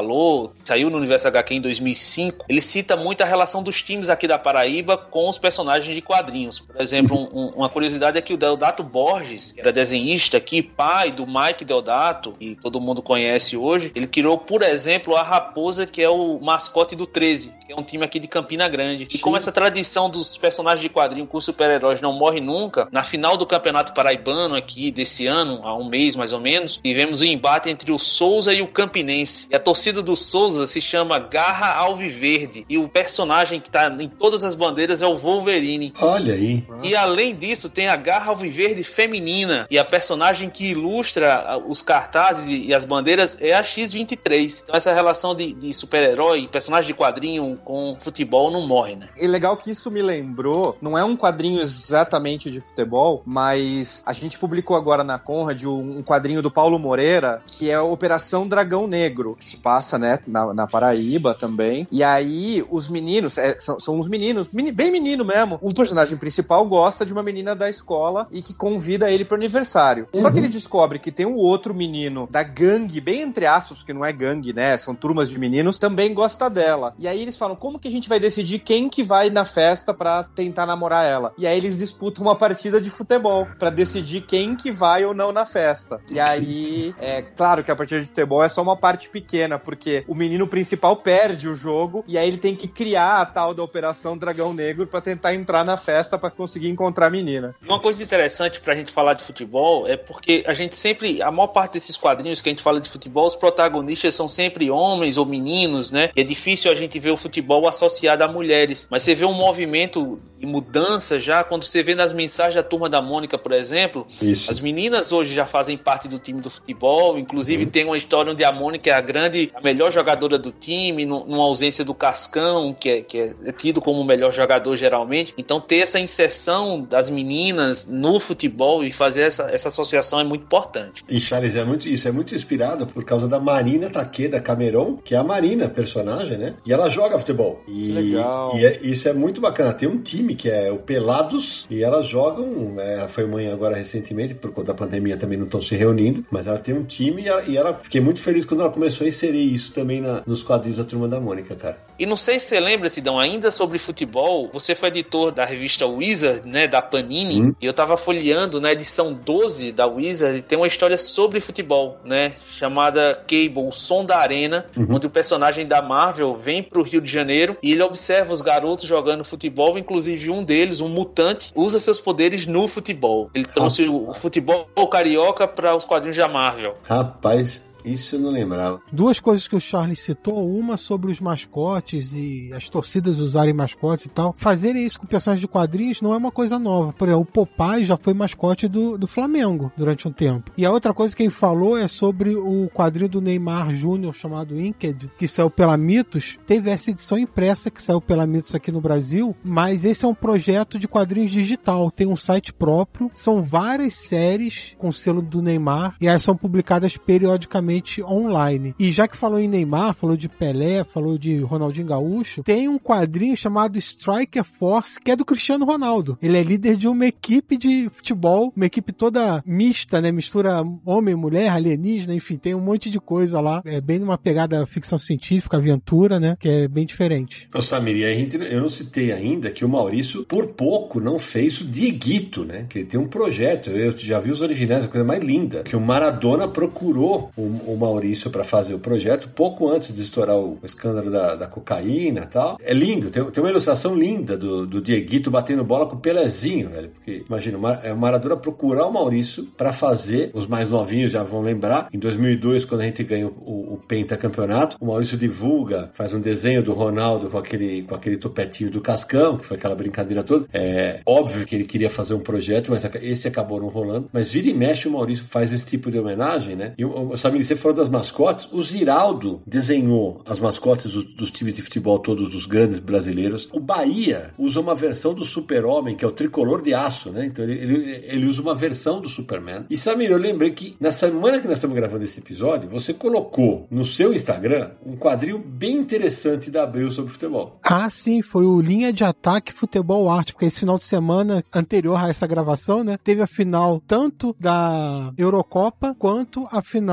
E: falou, saiu no Universo HQ em 2005, ele cita muito a relação dos times aqui da Paraíba com os personagens de quadrinhos. Por exemplo, uma curiosidade é que o Deodato Borges, que era desenhista aqui, pai do Mike Deodato, que todo mundo conhece hoje, ele criou, por exemplo, a Raposa, que é o mascote do 13, que é um time aqui de Campina Grande. E como essa tradição dos personagens de quadrinho com super-heróis não morre nunca, na final do Campeonato Paraibano aqui desse ano, há um mês mais ou menos, tivemos um embate entre o Souza e o Campinense. E a torcida do Souza se chama Garra Alviverde. E o personagem que está em todas as bandeiras é o Wolverine.
B: Olha aí.
E: E além disso, tem a Garra Alviverde feminina. E a personagem que ilustra os cartazes e as bandeiras é a X-23. Então essa relação de super-herói, personagem de quadrinho com futebol não morre, né?
F: É legal que isso me lembrou, não é um quadrinho exatamente de futebol, mas a gente publicou agora na Conrad um quadrinho do Paulo Moreira, que é a Operação Dragão Negro, que se passa, né, na Paraíba também. E aí os meninos, são os meninos, bem menino mesmo. O personagem principal gosta de uma menina da escola e que convida ele pro aniversário. Só que ele descobre que tem um outro menino da gangue, bem entre aspas, que não é gangue, né, são turmas de meninos, também gosta dela. E aí eles falam, como que a gente vai decidir quem que vai na festa pra tentar namorar ela? E aí eles disputam uma partida de futebol pra decidir quem que vai ou não na festa. E aí, é claro que a partida de futebol é só uma parte pequena, porque o menino principal perde o jogo e aí ele tem que criar a tal da Operação Dragão Negro pra tentar entrar na festa pra conseguir encontrar a menina.
E: Uma coisa interessante pra gente falar de futebol é porque a gente sempre, a maior parte desses quadrinhos que a gente fala de futebol, os protagonistas são sempre homens ou meninos, né? E é difícil a gente ver o futebol associado a mulheres, mas você vê um movimento de mudança já quando você vê nas mensagens da Turma da Mônica, por exemplo. Isso. As meninas hoje já fazem parte do time do futebol, inclusive tem uma história onde a Mônica é a melhor jogadora do time, numa ausência do Cascão, que é tido como o melhor jogador geralmente. Então ter essa inserção das meninas no futebol e fazer essa associação é muito importante.
B: E Charles, isso é muito inspirado por causa da Marina Takeda Cameron, que é a Marina, personagem, né? E ela joga futebol.
F: Legal.
B: E isso é muito bacana. Tem um time que é o Pelados e elas jogam, ela foi mãe agora recentemente, por conta da pandemia também não estão se reunindo, mas ela tem um time e ela fiquei muito feliz quando ela começou a inserir isso também nos quadrinhos da Turma da Mônica, cara.
E: E não sei se você lembra, Sidão, ainda sobre futebol, você foi editor da revista Wizard, né, da Panini, e eu tava folheando na edição 12 da Wizard e tem uma história sobre futebol, né, chamada Cable, o Som da Arena, onde o personagem da Marvel vem pro Rio de Janeiro e ele observa os garotos jogando futebol, inclusive um deles, um mutante, usa seus poderes no futebol. Ele trouxe o futebol carioca para os quadrinhos da Marvel.
B: Rapaz, isso eu não lembrava.
C: Duas coisas que o Charles citou, uma sobre os mascotes e as torcidas usarem mascotes e tal. Fazerem isso com personagens de quadrinhos não é uma coisa nova. Por exemplo, o Popeye já foi mascote do Flamengo durante um tempo. E a outra coisa que ele falou é sobre o quadrinho do Neymar Júnior chamado Inked, que saiu pela Mitos. Teve essa edição impressa que saiu pela Mitos aqui no Brasil, mas esse é um projeto de quadrinhos digital. Tem um site próprio, são várias séries com o selo do Neymar e elas são publicadas periodicamente online. E já que falou em Neymar, falou de Pelé, falou de Ronaldinho Gaúcho, tem um quadrinho chamado Striker Force, que é do Cristiano Ronaldo. Ele é líder de uma equipe de futebol, uma equipe toda mista, né? Mistura homem, mulher, alienígena, enfim, tem um monte de coisa lá. É bem numa pegada ficção científica, aventura, né? Que é bem diferente.
B: Ô Samir, eu não citei ainda que o Maurício, por pouco, não fez o Dieguito, né? Que ele tem um projeto. Eu já vi os originais, a coisa mais linda. Que o Maradona procurou o Maurício para fazer o projeto pouco antes de estourar o escândalo da cocaína e tal. É lindo, tem uma ilustração linda do Dieguito batendo bola com o Pelezinho, velho. Porque, imagina, o Maradona procurar o Maurício para fazer, os mais novinhos já vão lembrar, em 2002, quando a gente ganha o pentacampeonato, o Maurício divulga, faz um desenho do Ronaldo com aquele topetinho do Cascão, que foi aquela brincadeira toda. É óbvio que ele queria fazer um projeto, mas esse acabou não rolando. Mas vira e mexe o Maurício faz esse tipo de homenagem, né? E sabe, você falou das mascotes, o Ziraldo desenhou as mascotes dos times de futebol todos dos grandes brasileiros. O Bahia usa uma versão do Super-Homem, que é o tricolor de aço, né? Então ele usa uma versão do Superman. E Samir, eu lembrei que na semana que nós estamos gravando esse episódio, você colocou no seu Instagram um quadrinho bem interessante da Abril sobre futebol.
C: Ah, sim, foi o Linha de Ataque Futebol Arte, porque esse final de semana anterior a essa gravação, né, teve a final tanto da Eurocopa quanto a final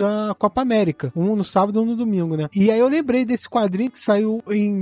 C: da Copa América. Um no sábado e um no domingo, né? E aí eu lembrei desse quadrinho que saiu em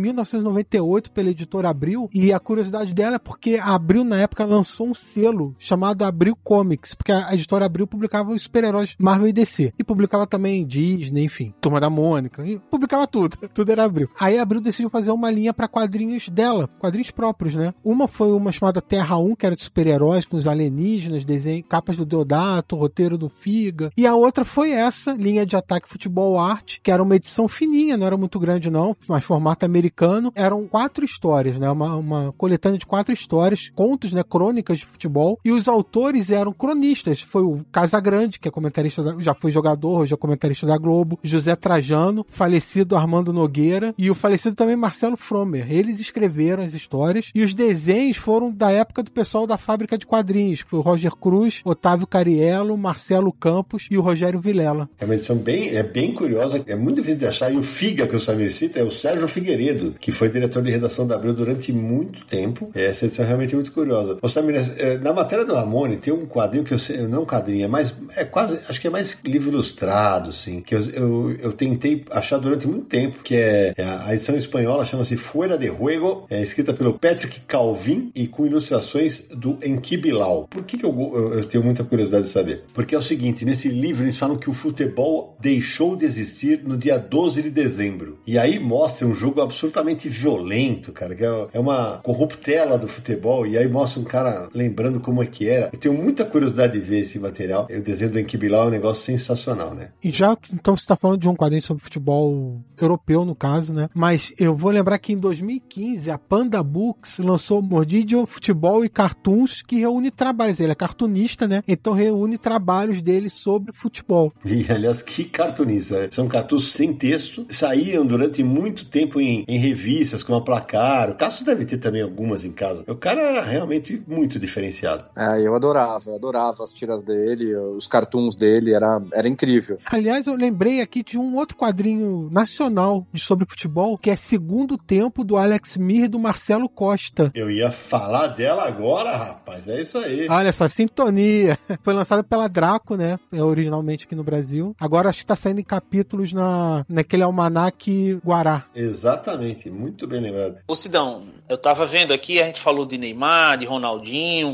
C: 1998 pela editora Abril, e a curiosidade dela é porque a Abril, na época, lançou um selo chamado Abril Comics, porque a editora Abril publicava os super-heróis Marvel e DC. E publicava também Disney, enfim, Turma da Mônica, e publicava tudo. Tudo era Abril. Aí a Abril decidiu fazer uma linha pra quadrinhos dela, quadrinhos próprios, né? Uma foi uma chamada Terra 1, que era de super-heróis, com os alienígenas, desenho, capas do Deodato, roteiro do Figa. E a outra foi essa, linha de Ataque Futebol Art, que era uma edição fininha, não era muito grande não, mas formato americano. Eram 4 histórias, né? Uma coletânea de 4 histórias, contos, né? Crônicas de futebol. E os autores eram cronistas. Foi o Casagrande, que é comentarista, já foi jogador, hoje é comentarista da Globo. José Trajano, falecido Armando Nogueira e o falecido também Marcelo Fromer. Eles escreveram as histórias e os desenhos foram da época do pessoal da Fábrica de Quadrinhos, que foi o Roger Cruz, Otávio Cariello, Marcelo Campos e o Rogério Vilela.
B: É uma edição bem curiosa, é muito difícil de achar. E o Figa, que o Samir cita, é o Sérgio Figueiredo, que foi diretor de redação da Abril durante muito tempo. Essa edição é realmente muito curiosa. O Samir, na matéria do Ramone tem um quadrinho que não um quadrinho, é quase, acho que é mais livro ilustrado, assim, que eu tentei achar durante muito tempo, que é a edição espanhola, chama-se Fuera de Juego, é escrita pelo Patrick Calvin e com ilustrações do Enki Bilal. Por que eu tenho muita curiosidade de saber? Porque é o seguinte, nesse livro eles falam que o futebol deixou de existir no dia 12 de dezembro. E aí mostra um jogo absolutamente violento, cara, que é uma corruptela do futebol, e aí mostra um cara lembrando como é que era. Eu tenho muita curiosidade de ver esse material. O desenho do Enki Bilal é um negócio sensacional, né?
C: E já, então, você está falando de um quadrinho sobre futebol europeu, no caso, né? Mas eu vou lembrar que em 2015 a Panda Books lançou Mordidjo Futebol e Cartoons, que reúne trabalhos. Ele é cartunista, né? Então reúne trabalhos dele sobre futebol.
B: E, aliás, que cartunista. São cartoons sem texto. Saíam durante muito tempo em revistas, como a Placar. O Cássio deve ter também algumas em casa. O cara era realmente muito diferenciado.
F: Eu adorava as tiras dele, os cartoons dele, era incrível.
C: Aliás, eu lembrei aqui de um outro quadrinho nacional sobre futebol, que é Segundo Tempo, do Alex Mir e do Marcelo Costa.
B: Eu ia falar dela agora, rapaz, é isso aí.
C: Olha essa sintonia. Foi lançado pela Draco, né? Originalmente aqui no Brasil. Agora acho que tá saindo em capítulos naquele almanaque Guará.
B: Exatamente, muito bem lembrado.
E: Ô Sidão, eu tava vendo aqui, a gente falou de Neymar, de Ronaldinho,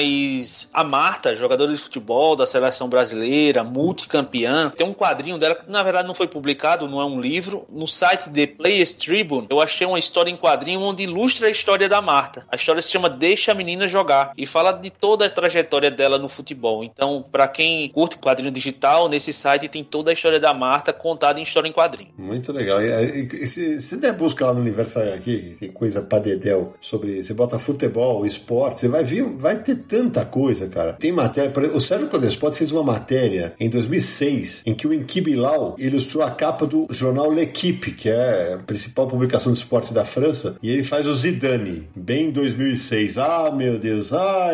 E: mas a Marta, jogadora de futebol da seleção brasileira, multicampeã, tem um quadrinho dela que na verdade não foi publicado, não é um livro. No site The Players Tribune, eu achei uma história em quadrinho onde ilustra a história da Marta. A história se chama Deixa a Menina Jogar e fala de toda a trajetória dela no futebol. Então, pra quem curte quadrinho digital, nesse site tem toda a história da Marta contada em história em quadrinho.
B: Muito legal. E se der busca lá no universo aqui, tem coisa pra dedéu sobre, você bota futebol, esporte, você vai ter tanta coisa, cara. Tem matéria, o Sérgio Codespot fez uma matéria em 2006, em que o Enki Bilal ilustrou a capa do jornal L'Equipe, que é a principal publicação de esporte da França, e ele faz o Zidane, bem em 2006. Ai meu Deus,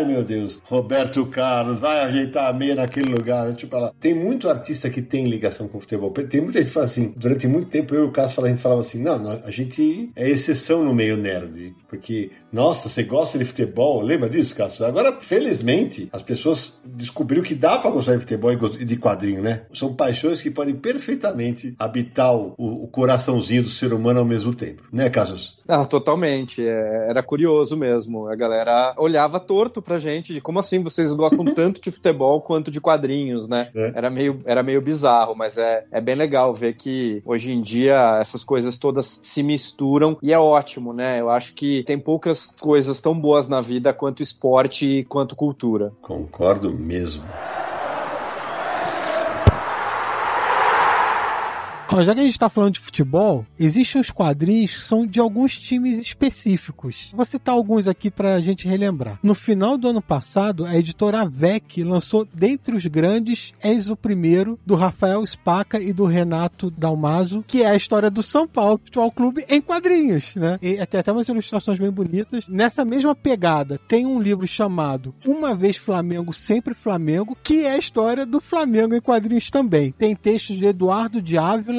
B: Roberto Carlos, vai ajeitar a meia naquele lugar, tipo lá. Tem muito artista que tem ligação com o futebol. Tem muita gente que fala assim, durante muito tempo eu e o Cássio a gente falava assim, não, a gente é exceção no meio nerd, porque, nossa, você gosta de futebol, lembra disso, Cássio? Agora, felizmente, as pessoas descobriram que dá pra gostar de futebol e de quadrinho, né? São paixões que podem perfeitamente habitar o coraçãozinho do ser humano ao mesmo tempo, né, Cássio?
F: Não, totalmente, era curioso mesmo, a galera olhava torto pra gente, de como assim vocês gostam tanto de futebol quanto de quadrinhos, né? Era meio bizarro, mas é bem legal ver que hoje em dia essas coisas todas se misturam e é ótimo, né? Eu acho que tem poucas coisas tão boas na vida quanto esporte e quanto cultura.
B: Concordo mesmo.
C: Já que a gente está falando de futebol, existem uns quadrinhos que são de alguns times específicos. Vou citar alguns aqui para a gente relembrar. No final do ano passado, a editora Avec lançou Dentre os Grandes, Eis o Primeiro, do Rafael Spaca e do Renato Dalmaso, que é a história do São Paulo Futebol Clube em quadrinhos, né? E tem até umas ilustrações bem bonitas. Nessa mesma pegada, tem um livro chamado Uma Vez Flamengo, Sempre Flamengo, que é a história do Flamengo em quadrinhos também. Tem textos de Eduardo de Ávila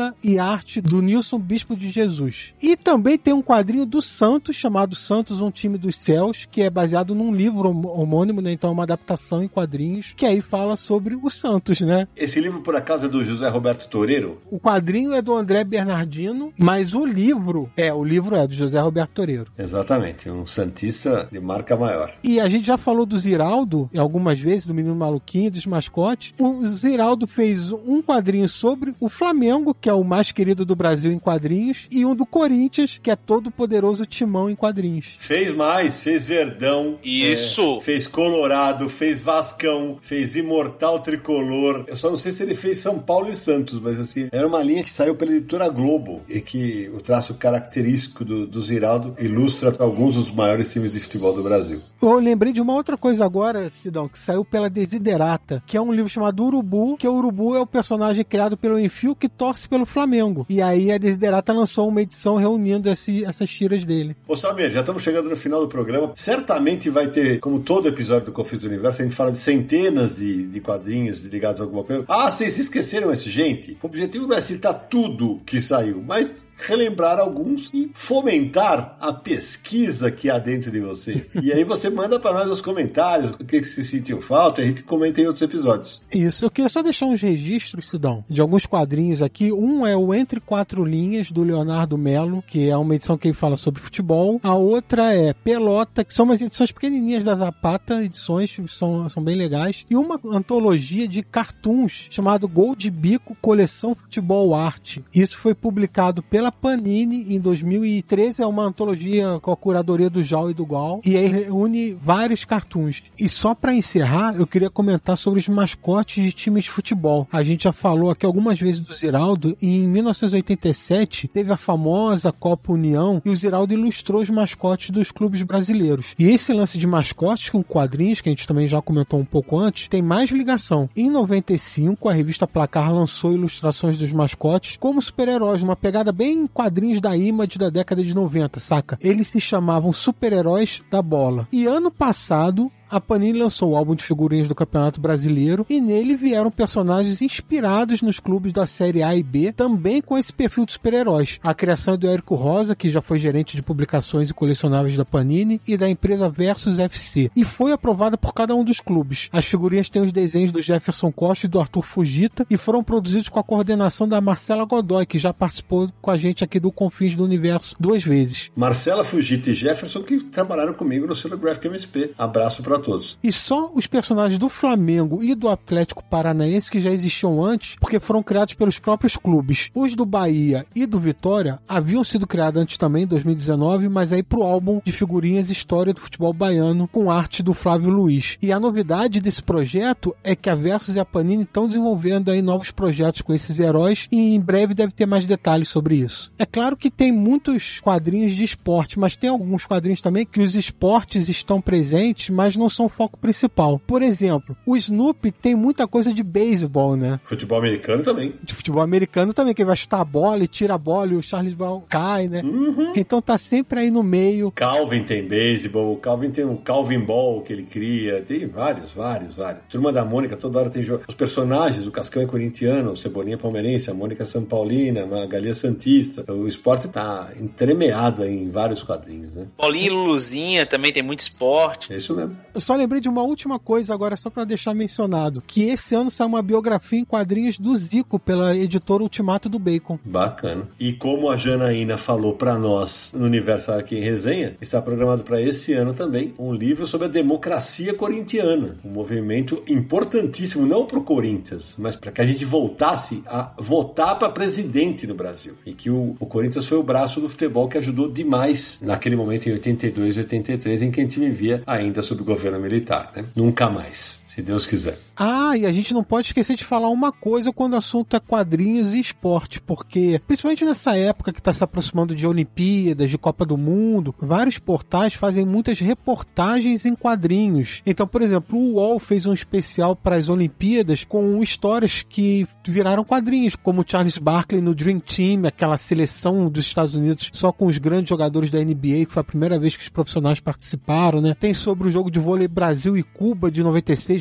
C: Vila e arte do Nilson Bispo de Jesus. E também tem um quadrinho do Santos, chamado Santos, um time dos céus, que é baseado num livro homônimo, né? Então é uma adaptação em quadrinhos, que aí fala sobre o Santos, né?
B: Esse livro, por acaso, é do José Roberto Toreiro?
C: O quadrinho é do André Bernardino, mas o livro é do José Roberto Toreiro.
B: Exatamente, um santista de marca maior.
C: E a gente já falou do Ziraldo algumas vezes, do Menino Maluquinho, dos mascotes. O Ziraldo fez um quadrinho sobre o Flamengo, que é o mais querido do Brasil em quadrinhos, e um do Corinthians, que é todo poderoso Timão em quadrinhos.
B: Fez mais, fez Verdão.
E: Isso!
B: Fez Colorado, fez Vascão, fez Imortal Tricolor. Eu só não sei se ele fez São Paulo e Santos, mas assim, era uma linha que saiu pela editora Globo e que o traço característico do Ziraldo ilustra alguns dos maiores times de futebol do Brasil.
C: Eu lembrei de uma outra coisa agora, Sidão, que saiu pela Desiderata, que é um livro chamado Urubu, que o Urubu é o personagem criado pelo Enfio que torce pelo Flamengo. E aí a Desiderata lançou uma edição reunindo essas tiras dele.
B: Ô Samir, já estamos chegando no final do programa. Certamente vai ter, como todo episódio do Confins do Universo, a gente fala de centenas de quadrinhos ligados a alguma coisa. Ah, vocês esqueceram esse, gente? O objetivo não é citar tudo que saiu, mas relembrar alguns e fomentar a pesquisa que há dentro de você. E aí você manda para nós nos comentários o que você sentiu falta e a gente comenta em outros episódios.
C: Isso, eu queria só deixar uns registros, Sidão, de alguns quadrinhos aqui. Um é o Entre Quatro Linhas, do Leonardo Melo, que é uma edição que ele fala sobre futebol. A outra é Pelota, que são umas edições pequenininhas da Zapata, edições que são bem legais. E uma antologia de cartoons chamado Gol de Bico, Coleção Futebol Arte. Isso foi publicado pela Panini em 2013, é uma antologia com a curadoria do Jal e do Gal, e aí reúne vários cartoons. E só pra encerrar, eu queria comentar sobre os mascotes de times de futebol. A gente já falou aqui algumas vezes do Ziraldo, e em 1987 teve a famosa Copa União, e o Ziraldo ilustrou os mascotes dos clubes brasileiros. E esse lance de mascotes com quadrinhos, que a gente também já comentou um pouco antes, tem mais ligação. Em 95, a revista Placar lançou ilustrações dos mascotes como super-heróis, uma pegada bem quadrinhos da Image da década de 90, saca? Eles se chamavam Super-Heróis da Bola. E ano passado, a Panini lançou o álbum de figurinhas do Campeonato Brasileiro e nele vieram personagens inspirados nos clubes da Série A e B, também com esse perfil de super-heróis. A criação é do Érico Rosa, que já foi gerente de publicações e colecionáveis da Panini, e da empresa Versus FC, e foi aprovada por cada um dos clubes. As figurinhas têm os desenhos do Jefferson Costa e do Arthur Fujita e foram produzidos com a coordenação da Marcela Godoy, que já participou com a gente aqui do Confins do Universo 2 vezes.
B: Marcela Fujita e Jefferson, que trabalharam comigo no selo Graphic MSP. Abraço pra todos.
C: E só os personagens do Flamengo e do Atlético Paranaense, que já existiam antes, porque foram criados pelos próprios clubes. Os do Bahia e do Vitória haviam sido criados antes também, em 2019, mas aí pro álbum de figurinhas História do Futebol Baiano, com arte do Flávio Luiz. E a novidade desse projeto é que a Versus e a Panini estão desenvolvendo aí novos projetos com esses heróis, e em breve deve ter mais detalhes sobre isso. É claro que tem muitos quadrinhos de esporte, mas tem alguns quadrinhos também que os esportes estão presentes, mas não são foco principal. Por exemplo, o Snoopy tem muita coisa de beisebol, né?
B: Futebol americano também.
C: De futebol americano também, que vai chutar a bola e tira a bola e o Charles Brown cai, né?
B: Uhum.
C: Então tá sempre aí no meio.
B: Calvin tem beisebol, o Calvin tem um Calvin Ball que ele cria, tem vários. Turma da Mônica, toda hora tem jogo. Os personagens, o Cascão é corintiano, o Cebolinha é palmeirense, a Mônica é São Paulina, a Galinha Santista. O esporte tá entremeado aí em vários quadrinhos, né?
E: Paulinho e Luluzinha também tem muito esporte.
B: É isso mesmo.
C: Eu só lembrei de uma última coisa agora, só pra deixar mencionado, que esse ano saiu uma biografia em quadrinhos do Zico, pela editora Ultimato do Bacon.
B: Bacana. E como a Janaína falou pra nós no Universal aqui em Resenha, está programado para esse ano também um livro sobre a democracia corintiana. Um movimento importantíssimo, não pro Corinthians, mas para que a gente voltasse a votar para presidente no Brasil. E que o Corinthians foi o braço do futebol que ajudou demais naquele momento em 82 e 83, em que a gente vivia ainda sob o governo militar, né? Nunca mais, se Deus quiser.
C: Ah, e a gente não pode esquecer de falar uma coisa quando o assunto é quadrinhos e esporte, porque, principalmente nessa época que está se aproximando de Olimpíadas, de Copa do Mundo, vários portais fazem muitas reportagens em quadrinhos. Então, por exemplo, o UOL fez um especial para as Olimpíadas com histórias que viraram quadrinhos, como Charles Barkley no Dream Team, aquela seleção dos Estados Unidos só com os grandes jogadores da NBA, que foi a primeira vez que os profissionais participaram, né? Tem sobre o jogo de vôlei Brasil e Cuba de 96,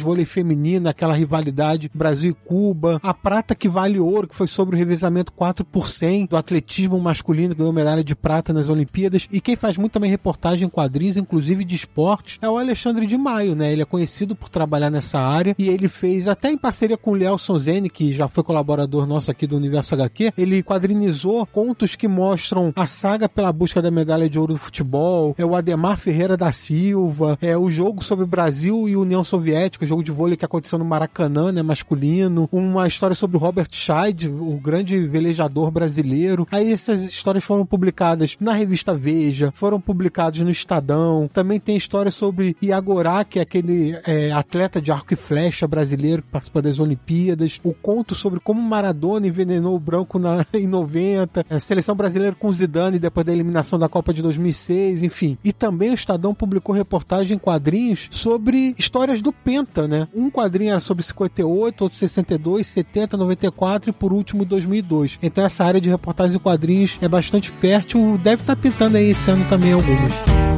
C: xadrez, vôlei feminino, aquela rivalidade Brasil e Cuba, a prata que vale ouro, que foi sobre o revezamento 4%, do atletismo masculino, que ganhou medalha de prata nas Olimpíadas, e quem faz muito também reportagem em quadrinhos, inclusive de esportes, é o Alexandre de Maio, né? Ele é conhecido por trabalhar nessa área, e ele fez, até em parceria com o Lielson Zene, que já foi colaborador nosso aqui do Universo HQ, ele quadrinizou contos que mostram a saga pela busca da medalha de ouro do futebol, é o Ademar Ferreira da Silva, é o jogo sobre Brasil e União Soviética, o jogo de vôlei que aconteceu no Maracanã, né, masculino, uma história sobre o Robert Scheid, o grande velejador brasileiro. Aí essas histórias foram publicadas na revista Veja, foram publicadas no Estadão, também tem história sobre Iagorá, que é aquele atleta de arco e flecha brasileiro que participou das Olimpíadas, o conto sobre como Maradona envenenou o branco em 90, a seleção brasileira com Zidane depois da eliminação da Copa de 2006, enfim. E também o Estadão publicou reportagem em quadrinhos sobre histórias do Penta, né? Um quadrinho era sobre 58, outro 62, 70, 94 e por último 2002. Então essa área de reportagens em quadrinhos é bastante fértil, deve estar pintando aí esse ano também algumas.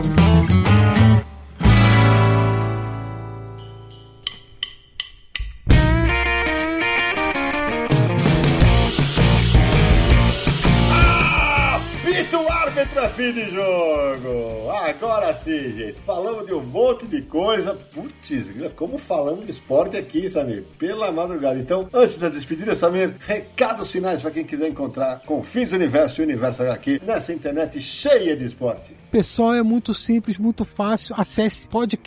B: Fim de jogo! Agora sim, gente. Falamos de um monte de coisa. Putz, como falamos de esporte aqui, Samir? Pela madrugada. Então, antes da despedida, Samir, recados finais para quem quiser encontrar Confins do Universo e Universo HQ nessa internet cheia de esporte.
C: Pessoal, é muito simples, muito fácil. Acesse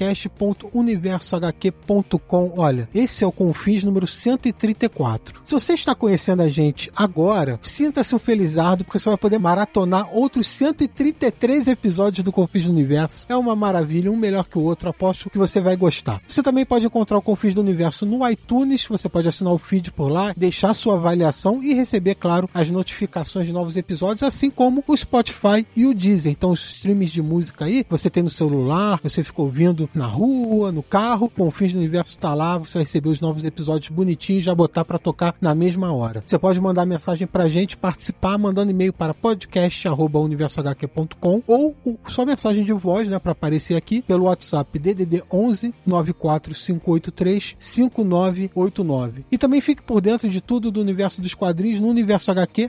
C: podcast.universohq.com. Olha, esse é o Confins número 134. Se você está conhecendo a gente agora, sinta-se um felizardo, porque você vai poder maratonar outros 133 episódios do Confins do Universo. É uma maravilha, um melhor que o outro. Aposto que você vai gostar. Você também pode encontrar o Confins do Universo no iTunes. Você pode assinar o feed por lá, deixar sua avaliação e receber, claro, as notificações de novos episódios, assim como o Spotify e o Deezer. Então, os streams de música aí, você tem no celular, você fica ouvindo na rua, no carro, Confins do Universo está lá, você vai receber os novos episódios bonitinhos, já botar pra tocar na mesma hora. Você pode mandar mensagem pra gente, participar, mandando e-mail para podcast@universohq.com ou sua mensagem de voz, né, pra aparecer aqui pelo WhatsApp DDD 11 94583 5989. E também fique por dentro de tudo do universo dos quadrinhos no Universo HQ,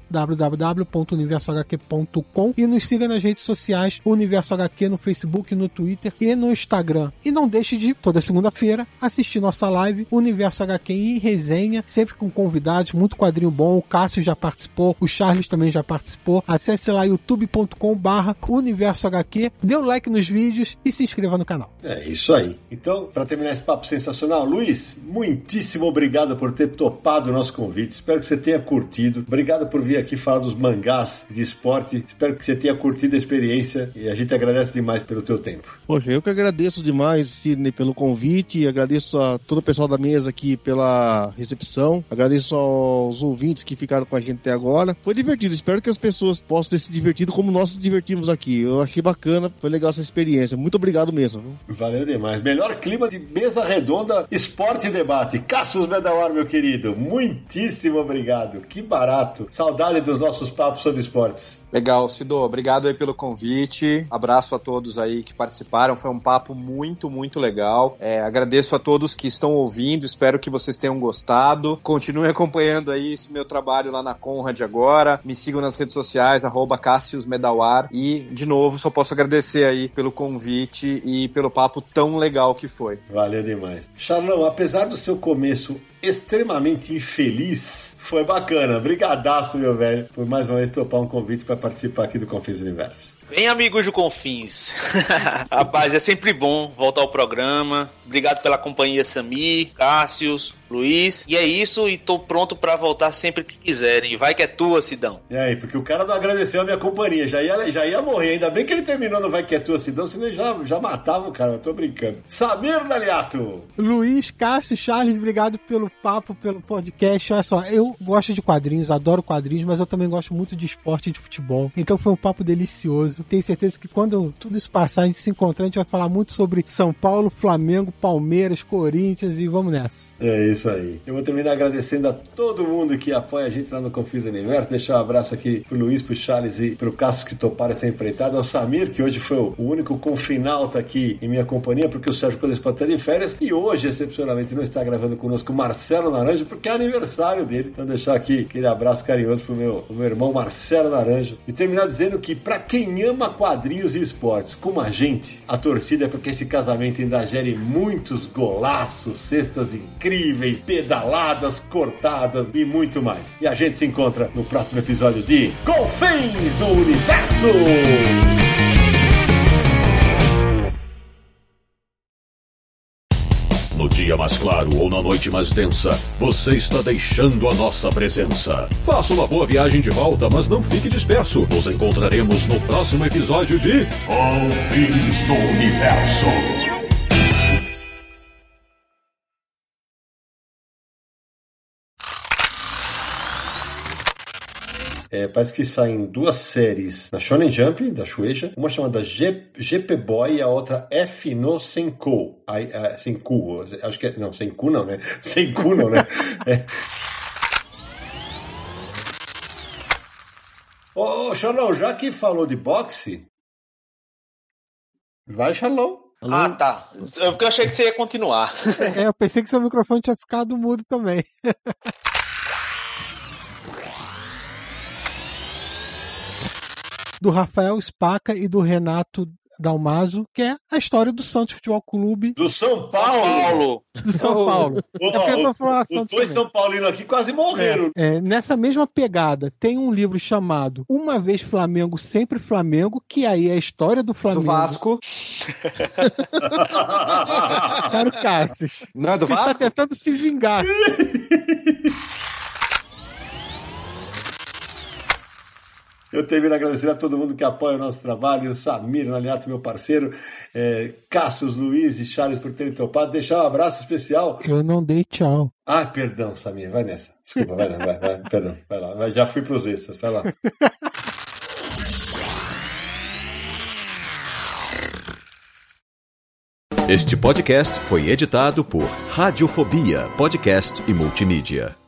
C: www.universohq.com, e nos siga nas redes sociais, Universo HQ no Facebook, no Twitter e no Instagram. E não deixe de, toda segunda-feira, assistir nossa live Universo HQ em resenha, sempre com convidados, muito quadrinho bom. O Cássio já participou, o Charles também já participou. Acesse lá youtube.com/Universo HQ, dê um like nos vídeos e se inscreva no canal.
B: É isso aí. Então, para terminar esse papo sensacional, Luiz, muitíssimo obrigado por ter topado o nosso convite. Espero que você tenha curtido. Obrigado por vir aqui falar dos mangás de esporte. Espero que você tenha curtido a experiência e a gente agradece demais pelo teu tempo.
G: Poxa, eu que agradeço demais, Sidney, pelo convite, agradeço a todo o pessoal da mesa aqui pela recepção, agradeço aos ouvintes que ficaram com a gente até agora. Foi divertido, espero que as pessoas possam ter se divertido como nós nos divertimos aqui. Eu achei bacana, foi legal essa experiência. Muito obrigado mesmo.
B: Valeu demais. Melhor clima de mesa redonda, esporte e debate. Cassius Medawar, meu querido, muitíssimo obrigado. Que barato. Saudade dos nossos papos sobre esportes.
F: Legal, Cido, obrigado aí pelo convite, abraço a todos aí que participaram, foi um papo muito, muito legal, agradeço a todos que estão ouvindo, espero que vocês tenham gostado, continuem acompanhando aí esse meu trabalho lá na Conrad agora, me sigam nas redes sociais, @CassiusMedawar, e de novo só posso agradecer aí pelo convite e pelo papo tão legal que foi.
B: Valeu demais. Charlão, apesar do seu começo extremamente infeliz, foi bacana. Brigadaço, meu velho, por mais uma vez topar um convite para participar aqui do Confins do Universo.
E: Bem, amigos do Confins. Rapaz, é sempre bom voltar ao programa. Obrigado pela companhia, Samir, Cássius, Luiz. E é isso, e tô pronto pra voltar sempre que quiserem. Vai que é tua, Sidão.
B: E aí, porque o cara não agradeceu a minha companhia. Já ia morrer. Ainda bem que ele terminou no Vai que é tua, Sidão, senão ele já matava o cara. Eu tô brincando. Samir Naliato.
C: Luiz, Cássio, Charles, obrigado pelo papo, pelo podcast. Olha só, eu gosto de quadrinhos, adoro quadrinhos, mas eu também gosto muito de esporte e de futebol. Então foi um papo delicioso. maravilhoso. Tenho certeza que quando tudo isso passar, a gente se encontrar, a gente vai falar muito sobre São Paulo, Flamengo, Palmeiras, Corinthians e vamos nessa.
B: É isso aí. Eu vou terminar agradecendo a todo mundo que apoia a gente lá no Confins do Universo. Deixar um abraço aqui pro Luiz, pro Charles e pro Cassius que toparam essa empreitada. Ao Samir, que hoje foi o único confinalta aqui em minha companhia, porque o Sérgio Coelho pode estar de férias. E hoje, excepcionalmente, não está gravando conosco o Marcelo Naranjo, porque é aniversário dele. Então deixar aqui aquele abraço carinhoso pro meu irmão Marcelo Naranjo. E terminar dizendo que pra quem ama quadrinhos e esportes, como a gente, a torcida é porque esse casamento ainda gere muitos golaços, cestas incríveis, pedaladas, cortadas e muito mais. E a gente se encontra no próximo episódio de Confins do Universo!
A: No dia mais claro ou na noite mais densa, você está deixando a nossa presença. Faça uma boa viagem de volta, mas não fique disperso. Nos encontraremos no próximo episódio de Confins do Universo.
B: Parece que saem 2 séries na Shonen Jump, da Shueisha, uma chamada GP Boy e a outra F no Senkou. Senku, acho que é... Não, Senku não, né? Senku não, né? Ô, Charlão, já que falou de boxe, vai, Charlão.
E: Ah, tá. Porque eu achei que você ia continuar.
C: Eu pensei que seu microfone tinha ficado mudo também. Do Rafael Spaca e do Renato Dalmaso, que é a história do Santos Futebol Clube.
B: Do São Paulo!
C: Do São Paulo.
B: Os dois São Paulinos aqui quase morreram.
C: Nessa mesma pegada, tem um livro chamado Uma Vez Flamengo, Sempre Flamengo, que aí é a história do Flamengo.
F: Do Vasco.
C: Caro Cassius.
F: Não é do Vasco?
C: Você está tentando se vingar.
B: Eu termino agradecendo a todo mundo que apoia o nosso trabalho, o Samir Naliato, meu parceiro, Cassius, Luiz e Charles por terem topado. Deixar um abraço especial.
C: Eu não dei tchau.
B: Ah, perdão, Samir, vai nessa. Desculpa, vai, perdão, vai lá. Já fui pros extras, vai lá.
A: Este podcast foi editado por Radiofobia, podcast e multimídia.